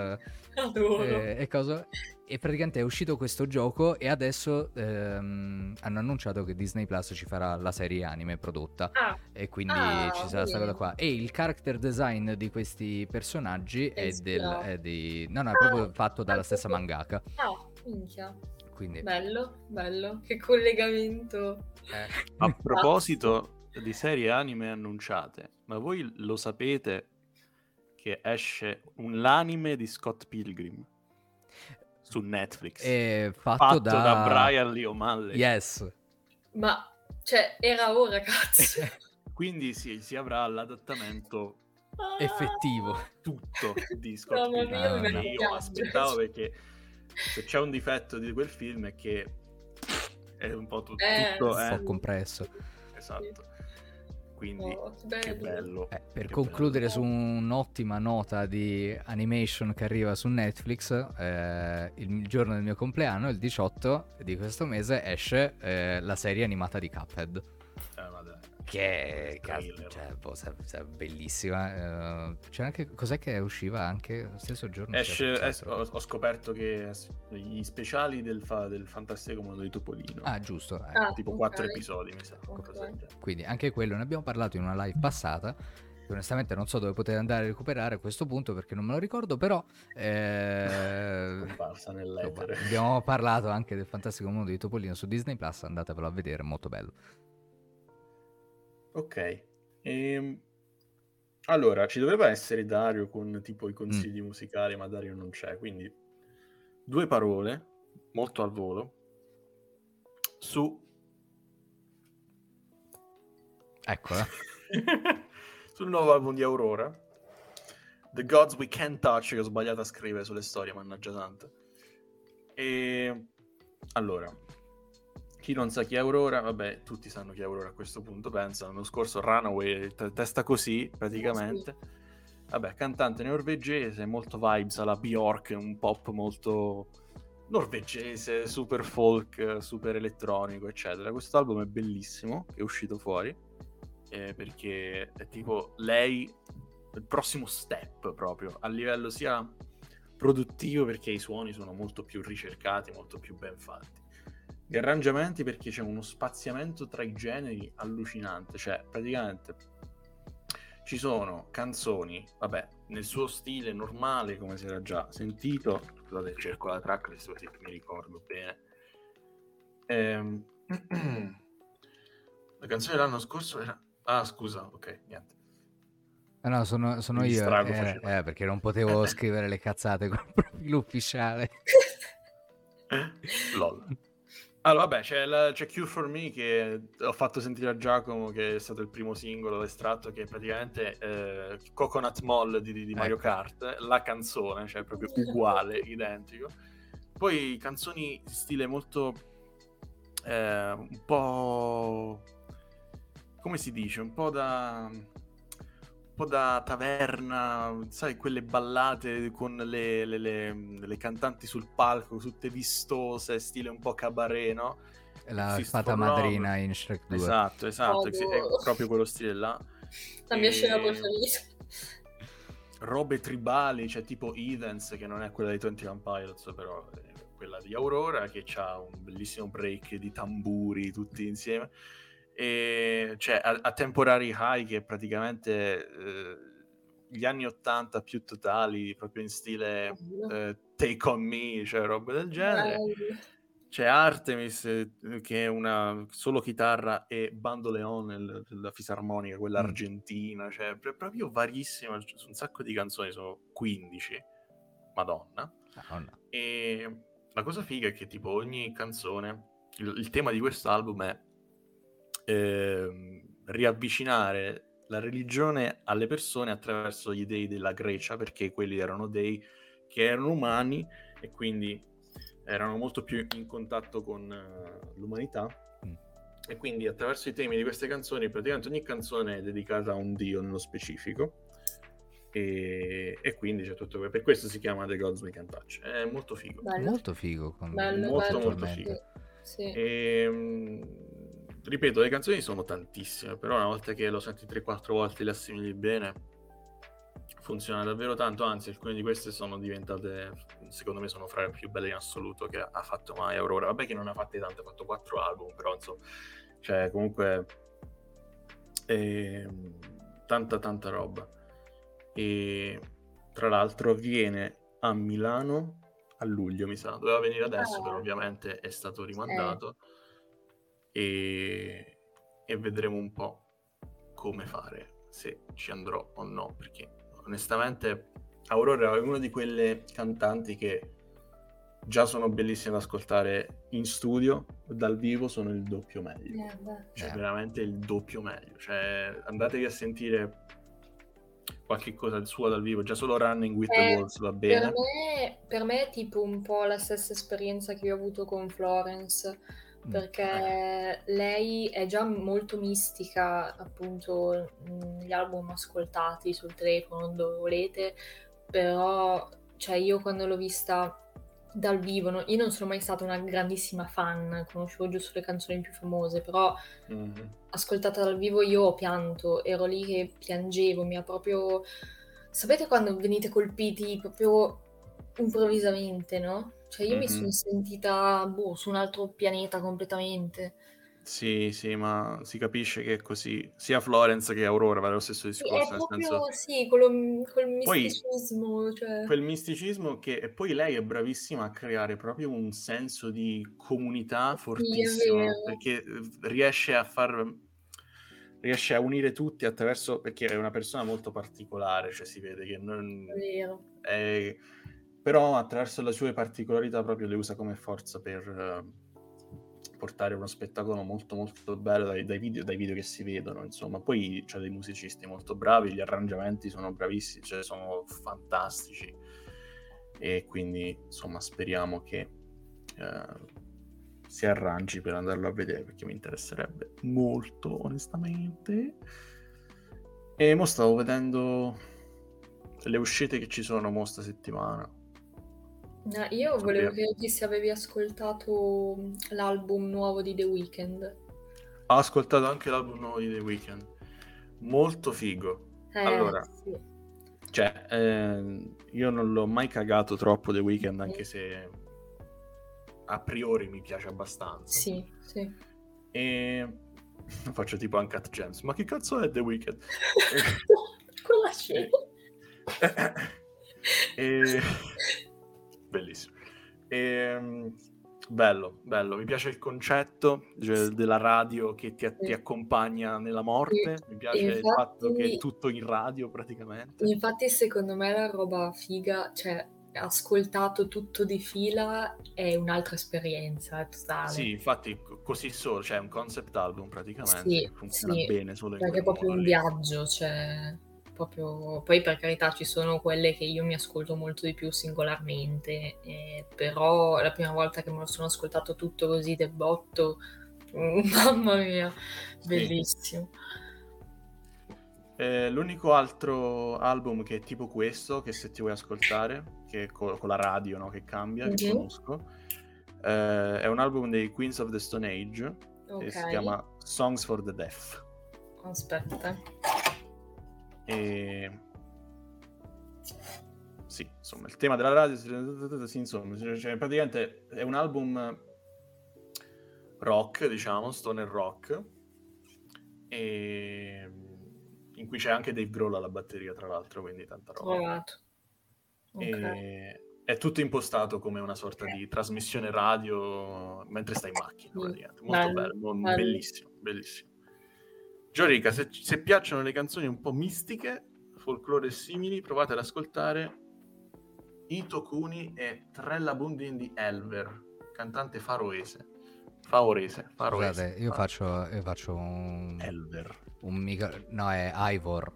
e cosa. E praticamente è uscito questo gioco e adesso hanno annunciato che Disney Plus ci farà la serie anime prodotta e quindi ci sarà questa cosa qua. E il character design di questi personaggi è proprio fatto dalla stessa mangaka. Minchia. Quindi... Bello, che collegamento. A proposito di serie anime annunciate, ma voi lo sapete che esce l'anime di Scott Pilgrim su Netflix? È fatto da Brian Lee O'Malley. Yes. Ma, cioè, era ora, cazzo. Quindi si avrà l'adattamento effettivo. Tutto di Scott Pilgrim. Io aspettavo perché... Se c'è un difetto di quel film è che è un po' tutto un po' compresso. Esatto. Quindi che bello. Per concludere su un'ottima nota di animation che arriva su Netflix, il giorno del mio compleanno, il 18 di questo mese, esce la serie animata di Cuphead. Che è bellissima. C'è anche cos'è che usciva anche lo stesso giorno? Ho scoperto che gli speciali del Fantastico Mondo di Topolino. Giusto. Tipo 4 episodi, mi sa. Quindi anche quello ne abbiamo parlato in una live passata. Onestamente non so dove potete andare a recuperare a questo punto perché non me lo ricordo, però abbiamo parlato anche del Fantastico Mondo di Topolino su Disney Plus, andatevelo a vedere, è molto bello. Ok, allora ci doveva essere Dario con tipo i consigli musicali, ma Dario non c'è, quindi 2 parole molto al volo su eccola sul nuovo album di Aurora, The Gods We Can't Touch, che ho sbagliato a scrivere sulle storie, mannaggia santa. E allora, chi non sa chi è Aurora, vabbè, tutti sanno chi è Aurora a questo punto, pensa. L'anno scorso Runaway, testa così, praticamente. Vabbè, cantante norvegese, molto vibes alla Bjork, un pop molto norvegese, super folk, super elettronico, eccetera. Questo album è bellissimo, è uscito fuori, perché è tipo lei, il prossimo step proprio, a livello sia produttivo, perché i suoni sono molto più ricercati, molto più ben fatti. Gli arrangiamenti, perché c'è uno spaziamento tra i generi allucinante, cioè praticamente ci sono canzoni, vabbè, nel suo stile normale, come si era già sentito. Scusate, cerco la track così mi ricordo bene. La canzone dell'anno scorso era... scusa, ok, niente. No, sono io, perché non potevo scrivere le cazzate con il profilo ufficiale. LOL. Allora, vabbè, c'è Cure for Me, che ho fatto sentire a Giacomo, che è stato il primo singolo estratto, che è praticamente Coconut Mall di Mario Kart, la canzone, cioè proprio uguale, identico. Poi canzoni di stile molto un po', come si dice, un po' da taverna, sai, quelle ballate con le cantanti sul palco, tutte vistose, stile un po' cabaret, no? La fata madrina in Shrek 2. Esatto, è proprio quello stile là. La mia scena preferita. Robe tribali, cioè tipo Events, che non è quella dei 21 Pilots, però è quella di Aurora, che ha un bellissimo break di tamburi tutti insieme. E cioè a Temporary High, che è praticamente gli anni 80 più totali, proprio in stile Take On Me, cioè roba del genere. C'è Artemis, che è una solo chitarra e bandoleone, la fisarmonica, quella argentina, cioè proprio varissima, un sacco di canzoni, sono 15, Madonna. E la cosa figa è che tipo ogni canzone, il tema di quest'album è riavvicinare la religione alle persone attraverso gli dei della Grecia, perché quelli erano dei che erano umani e quindi erano molto più in contatto con l'umanità, e quindi attraverso i temi di queste canzoni, praticamente ogni canzone è dedicata a un dio nello specifico, e quindi c'è tutto per questo si chiama The Gods We Can Touch. È molto figo, molto figo, molto figo. Sì. Ripeto, le canzoni sono tantissime, però una volta che lo senti 3-4 volte le assimili bene, funziona davvero tanto. Anzi, alcune di queste sono diventate, secondo me, sono fra le più belle in assoluto che ha fatto mai Aurora. Vabbè che non ha fatte tante, ha fatto 4 album, però insomma, cioè comunque tanta roba. E tra l'altro viene a Milano a luglio, mi sa, doveva venire adesso, però ovviamente è stato rimandato, e vedremo un po' come fare, se ci andrò o no, perché onestamente Aurora è una di quelle cantanti che già sono bellissime da ascoltare in studio, dal vivo sono il doppio meglio, cioè veramente il doppio meglio. Cioè andatevi a sentire qualche cosa sua dal vivo, già solo Running with the Wolves va bene. Per me è tipo un po' la stessa esperienza che io ho avuto con Florence, perché lei è già molto mistica, appunto, negli album ascoltati sul telefono, dove volete, però cioè io quando l'ho vista dal vivo, io non sono mai stata una grandissima fan, conoscevo giusto le canzoni più famose, però ascoltata dal vivo io ho pianto, ero lì che piangevo, mi ha proprio... Sapete quando venite colpiti proprio improvvisamente, no? Cioè io mi sono sentita su un altro pianeta completamente. Sì, ma si capisce che è così. Sia Florence che Aurora va lo stesso discorso. È proprio, quel misticismo. Poi, cioè... quel misticismo che... E poi lei è bravissima a creare proprio un senso di comunità fortissimo, perché riesce a unire tutti attraverso... Perché è una persona molto particolare, cioè si vede che non... È vero. Però attraverso le sue particolarità proprio le usa come forza per... portare uno spettacolo molto molto bello dai video che si vedono, insomma. Poi c'è dei musicisti molto bravi, gli arrangiamenti sono bravissimi, cioè sono fantastici, e quindi insomma speriamo che si arrangi per andarlo a vedere, perché mi interesserebbe molto, onestamente. E mo stavo vedendo le uscite che ci sono sta settimana. No, io volevo chiederti se avevi ascoltato l'album nuovo di The Weeknd. Ho ascoltato anche l'album nuovo di The Weeknd, molto figo. Allora, sì. Cioè, io non l'ho mai cagato troppo The Weeknd, anche se a priori mi piace abbastanza. Sì. E faccio tipo Uncut Gems. Ma che cazzo è The Weeknd? Con la scena. Bellissimo. Bello, mi piace il concetto, cioè, della radio che ti accompagna nella morte. Mi piace il fatto che è tutto in radio praticamente. Infatti secondo me la roba figa, cioè ascoltato tutto di fila è un'altra esperienza totale. Sì, infatti così solo, cioè un concept album praticamente, che funziona bene solo in perché quel è proprio modo un lì. Viaggio, cioè proprio. Poi per carità ci sono quelle che io mi ascolto molto di più singolarmente, però la prima volta che me lo sono ascoltato tutto così del botto, mamma mia, bellissimo. L'unico altro album che è tipo questo, che se ti vuoi ascoltare, che è con la radio, no, che cambia, che conosco, è un album dei Queens of the Stone Age, che si chiama Songs for the Deaf. Aspetta. E sì, insomma, il tema della radio, sì, insomma, cioè, praticamente è un album rock, diciamo, stoner rock, e in cui c'è anche Dave Grohl alla batteria, tra l'altro, quindi tanta roba. Okay. È tutto impostato come una sorta di trasmissione radio mentre stai in macchina, praticamente. Molto bello. Bellissimo, bellissimo. Giorica, se piacciono le canzoni un po' mistiche, folklore simili, provate ad ascoltare Ito Kuni e Trella Bundin di Elver, cantante faroese. Scusate, io faccio un... Elver. No, è Ivor.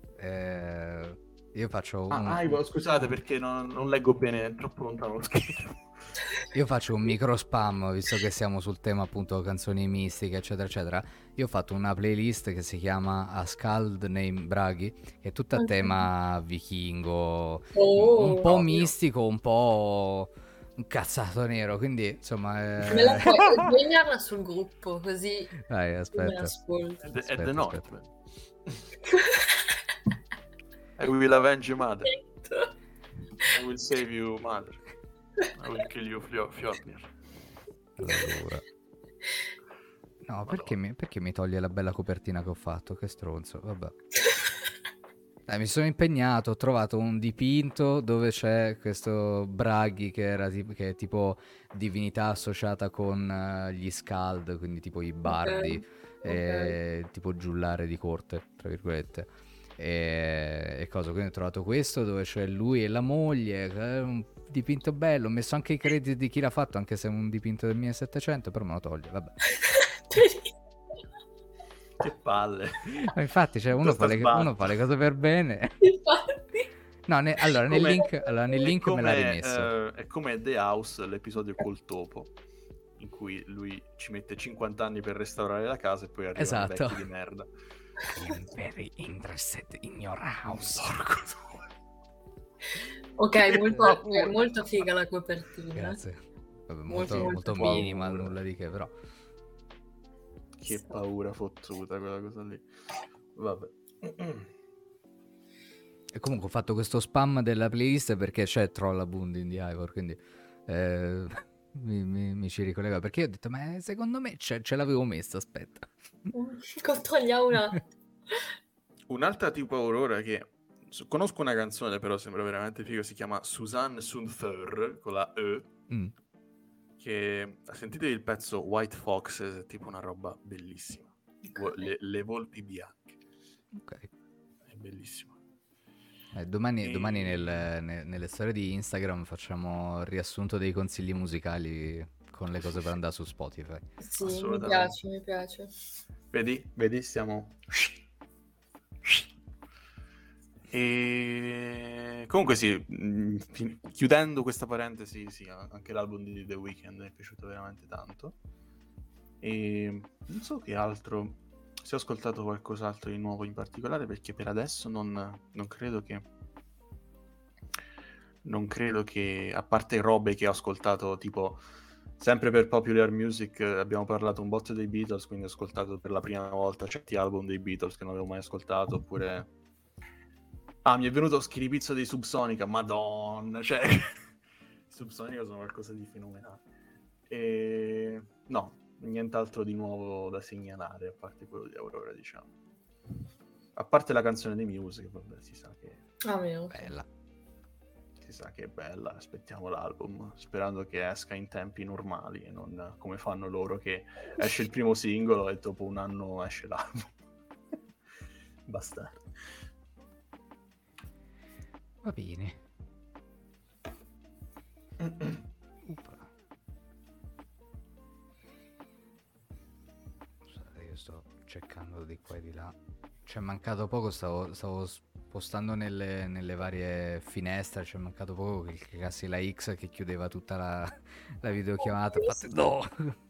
Io faccio Ivor, scusate perché non leggo bene, è troppo lontano lo schermo. Io faccio un micro spam, visto che siamo sul tema appunto canzoni mistiche, eccetera, eccetera. Io ho fatto una playlist che si chiama A Skald Name Bragi, che è tutta a tema vichingo, un po' mistico, un po' un cazzato nero, quindi insomma... Me la puoi svegliarla sul gruppo, così... Dai, aspetta. È The North. I will avenge your mother. I will save you, mother. I will kill you, Fjornir. Allora. No, perché mi toglie la bella copertina che ho fatto? Che stronzo, vabbè. Mi sono impegnato, ho trovato un dipinto dove c'è questo Braghi che è tipo divinità associata con gli Skald, quindi tipo i bardi, tipo giullare di corte, tra virgolette. E cosa, quindi ho trovato questo dove c'è lui e la moglie, un dipinto bello, ho messo anche i crediti di chi l'ha fatto, anche se è un dipinto del 1700, però me lo toglie, vabbè. Che palle. Ma infatti, cioè, uno fa le cose per bene. Infatti. No, allora nel link me l'ha rimesso. È come The House, l'episodio col topo, in cui lui ci mette 50 anni per restaurare la casa e poi arriva un vecchio di merda. I'm very interested in your house. Ok, molto figa la copertina. Grazie. Vabbè, molto minimal, nulla di che, però. Che paura fottuta quella cosa lì. Vabbè. E comunque ho fatto questo spam della playlist perché c'è Trolla Bundin di Ivor, quindi mi ci ricollega, perché io ho detto, ma secondo me ce l'avevo messa, aspetta. Controlliamo un attimo. Un'altra tipo Aurora che conosco una canzone, però sembra veramente figo, si chiama Suzanne Sunthur con la E. Che sentitevi il pezzo White Foxes, è tipo una roba bellissima. Le volpi bianche. Ok. È bellissimo. Domani nelle storie di Instagram facciamo il riassunto dei consigli musicali con le cose per andare su Spotify. Sì, mi piace. Vedi, stiamo... E comunque sì, chiudendo questa parentesi, sì, anche l'album di The Weeknd mi è piaciuto veramente tanto. E non so che altro, se ho ascoltato qualcos'altro di nuovo in particolare, perché per adesso non credo che, a parte robe che ho ascoltato tipo sempre per Popular Music, abbiamo parlato un botto dei Beatles, quindi ho ascoltato per la prima volta certi album dei Beatles che non avevo mai ascoltato, oppure mi è venuto schiribizzo dei Subsonica, madonna, cioè Subsonica sono qualcosa di fenomenale. E no, nient'altro di nuovo da segnalare, a parte quello di Aurora, diciamo. A parte la canzone dei Muse, vabbè, si sa che bella. Si sa che è bella, aspettiamo l'album, sperando che esca in tempi normali e non come fanno loro, che esce il primo singolo e dopo un anno esce l'album. Bastardo. Va bene. Scusate, io sto cercando di qua e di là. C'è mancato poco, stavo spostando nelle varie finestre, c'è mancato poco che clicassi la X che chiudeva tutta la videochiamata. Fate, no!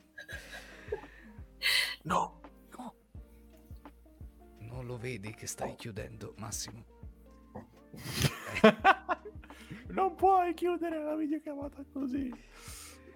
Non lo vedi che stai chiudendo, Massimo? Non puoi chiudere la videochiamata così.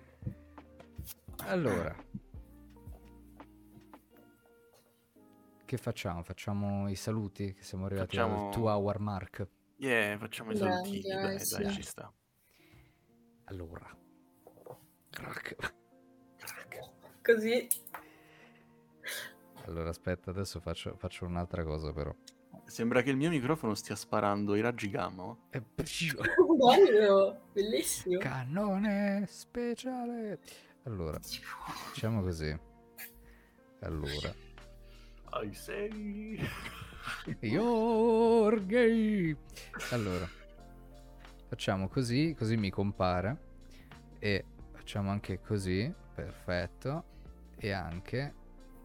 Allora, che facciamo? Facciamo i saluti, che siamo arrivati al 2 hour mark. Facciamo i salutini, dai, ci sta. Allora. Crack. Così. Allora, aspetta, adesso faccio un'altra cosa, però. Sembra che il mio microfono stia sparando i raggi gamma. Bello, bellissimo. Cannone speciale. Allora, facciamo così. Allora. I say... You're gay. Allora. Facciamo così mi compare. E facciamo anche così. Perfetto. E anche...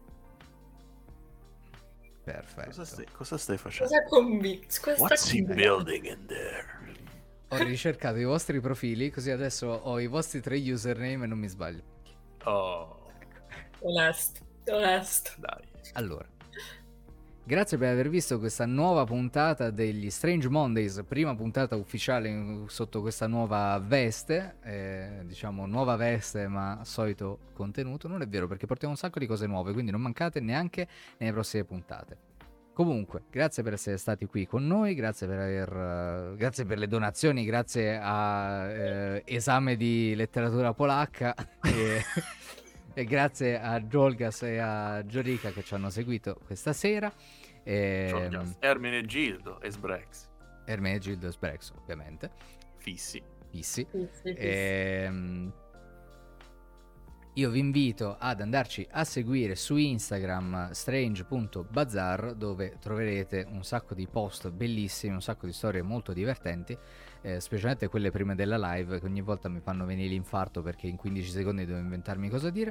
Perfetto. Cosa stai facendo? What's he building in there? Ho ricercato i vostri profili, così adesso ho i vostri 3 username e non mi sbaglio. Oh. Onesto. Dai. Allora, grazie per aver visto questa nuova puntata degli Strange Mondays, prima puntata ufficiale sotto questa nuova veste, diciamo nuova veste ma solito contenuto. Non è vero, perché portiamo un sacco di cose nuove, quindi non mancate neanche nelle prossime puntate. Comunque, grazie per essere stati qui con noi, grazie per le donazioni, grazie a Esame di letteratura polacca e grazie a Jolgas e a Giorica che ci hanno seguito questa sera. Ermenegildo e Sbrex. Ermenegildo e Sbrex, ovviamente. Fissi. Io vi invito ad andarci a seguire su Instagram strange.bazar, dove troverete un sacco di post bellissimi, un sacco di storie molto divertenti, specialmente quelle prime della live che ogni volta mi fanno venire l'infarto perché in 15 secondi devo inventarmi cosa dire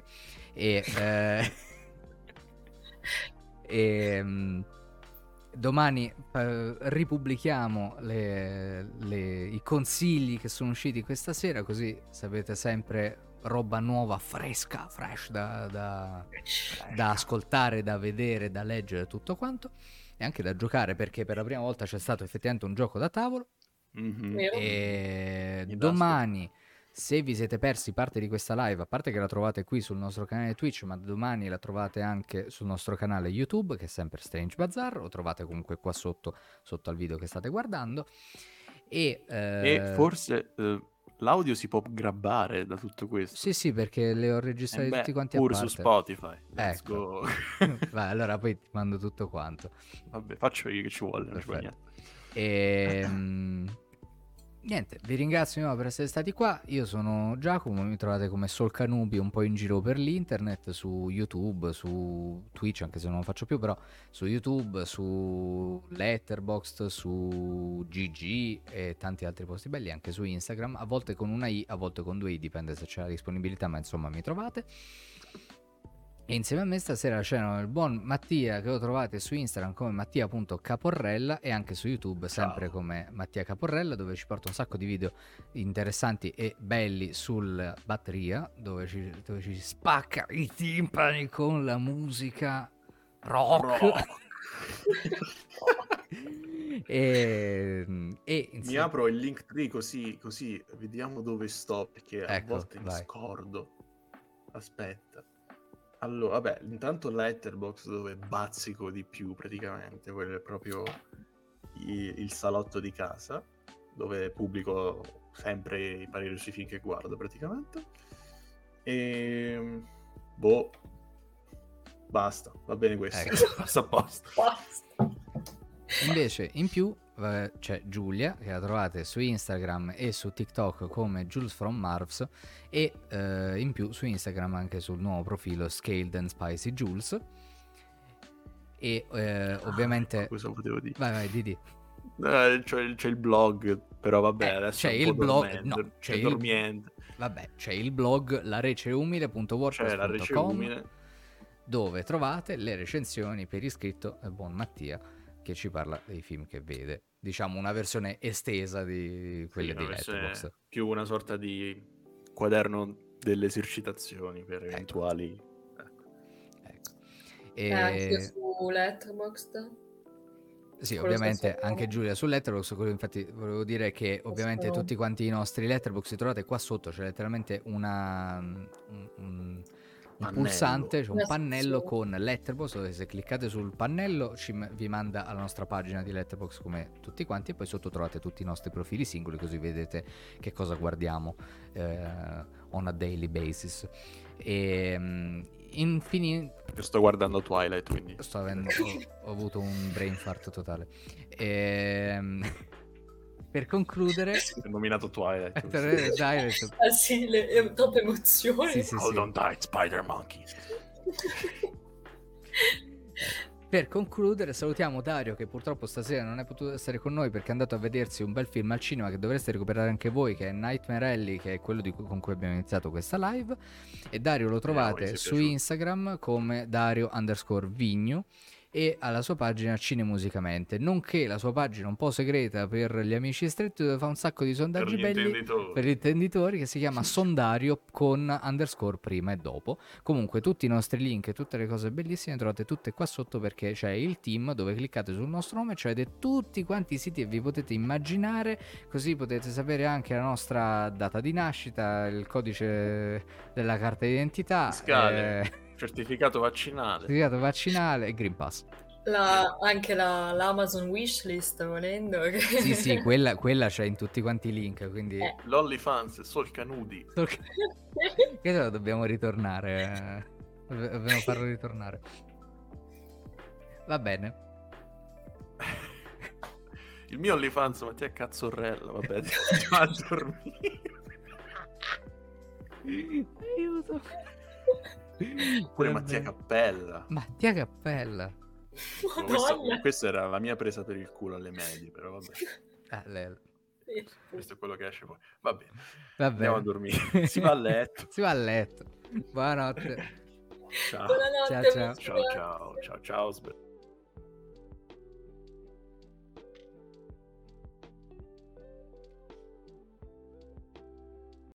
domani ripubblichiamo i consigli che sono usciti questa sera, così sapete sempre roba nuova, fresh da ascoltare, da vedere, da leggere, tutto quanto, e anche da giocare, perché per la prima volta c'è stato effettivamente un gioco da tavolo. E domani, se vi siete persi parte di questa live, a parte che la trovate qui sul nostro canale Twitch, ma domani la trovate anche sul nostro canale YouTube, che è sempre Strange Bazar, o trovate comunque qua sotto al video che state guardando. E forse l'audio si può grabbare da tutto questo. Sì, perché le ho registrati tutti quanti a parte. Pure su Spotify. Let's go. Ecco. Vai, allora poi ti mando tutto quanto. Vabbè, faccio io che ci vuole, non ci vuole niente. Niente, vi ringrazio di nuovo per essere stati qua. Io sono Giacomo, mi trovate come Solcanubi un po' in giro per l'internet, su YouTube, su Twitch, anche se non lo faccio più, però su YouTube, su Letterboxd, su GG e tanti altri posti belli, anche su Instagram, a volte con una I, a volte con 2 I, dipende se c'è la disponibilità, ma insomma mi trovate. E insieme a me stasera c'erano il buon Mattia, che lo trovate su Instagram come mattia.caporrella e anche su YouTube sempre come Mattia Caporrella, dove ci porta un sacco di video interessanti e belli sulla batteria, dove ci spacca i timpani con la musica rock. e mi apro il Linktree così vediamo dove sto, perché a volte mi scordo. Aspetta. Allora, vabbè, intanto Letterboxd, dove bazzico di più praticamente, quello è proprio il salotto di casa, dove pubblico sempre i pareri sui film che guardo praticamente. E basta, va bene questo. Basta, posto. Invece in più c'è Giulia, che la trovate su Instagram e su TikTok come Jules from Marvs, e in più su Instagram anche sul nuovo profilo Scaled and Spicy Jules. E ovviamente cosa potevo dire? Vai Didi. C'è il blog, però vabbè, adesso c'è il blog, dormiente. Vabbè, c'è il blog lareceumile.wordpress.com, dove trovate le recensioni per iscritto al buon Mattia, che ci parla dei film che vede, diciamo una versione estesa di quelle di Letterboxd, più una sorta di quaderno delle esercitazioni per eventuali ecco. Anche su Letterboxd? Sì, ovviamente anche Giulia su Letterboxd. Infatti volevo dire che ovviamente tutti quanti i nostri Letterboxd li trovate qua sotto, c'è letteralmente un pulsante, c'è un pannello con Letterboxd, dove se cliccate sul pannello vi manda alla nostra pagina di Letterboxd come tutti quanti, e poi sotto trovate tutti i nostri profili singoli, così vedete che cosa guardiamo on a daily basis. E infine io sto guardando Twilight, quindi ho avuto un brain fart totale. Per concludere, ho nominato Twilight. Sì, troppe emozioni. Sì. Don't die, Spider Monkey. Per concludere, salutiamo Dario, che purtroppo stasera non è potuto essere con noi perché è andato a vedersi un bel film al cinema che dovreste recuperare anche voi, che è Nightmare Alley, che è quello con cui abbiamo iniziato questa live. E Dario lo trovate su Instagram come Dario_Vigno, e alla sua pagina Cinemusicamente, nonché la sua pagina un po' segreta per gli amici stretti, dove fa un sacco di sondaggi belli per gli intenditori, che si chiama Sondario con _ prima e dopo. Comunque tutti i nostri link e tutte le cose bellissime trovate tutte qua sotto, perché c'è il team dove cliccate sul nostro nome, cioè tutti quanti i siti che vi potete immaginare, così potete sapere anche la nostra data di nascita, il codice della carta d'identità, certificato vaccinale e Green Pass. Anche l'Amazon wishlist, volendo. Sì, quella c'è in tutti quanti i link, quindi l'OnlyFans, Solcanudi. Che dobbiamo ritornare, dobbiamo farlo ritornare. Va bene. Il mio OnlyFans, Mattia Cazzorrella, vabbè, va a dormire. Aiuto. Pure Mattia Cappella. Questa era la mia presa per il culo alle medie, però vabbè. Questo è quello che esce poi. Va bene. Andiamo a dormire. Si va a letto. Buonanotte. Ciao. Ciao.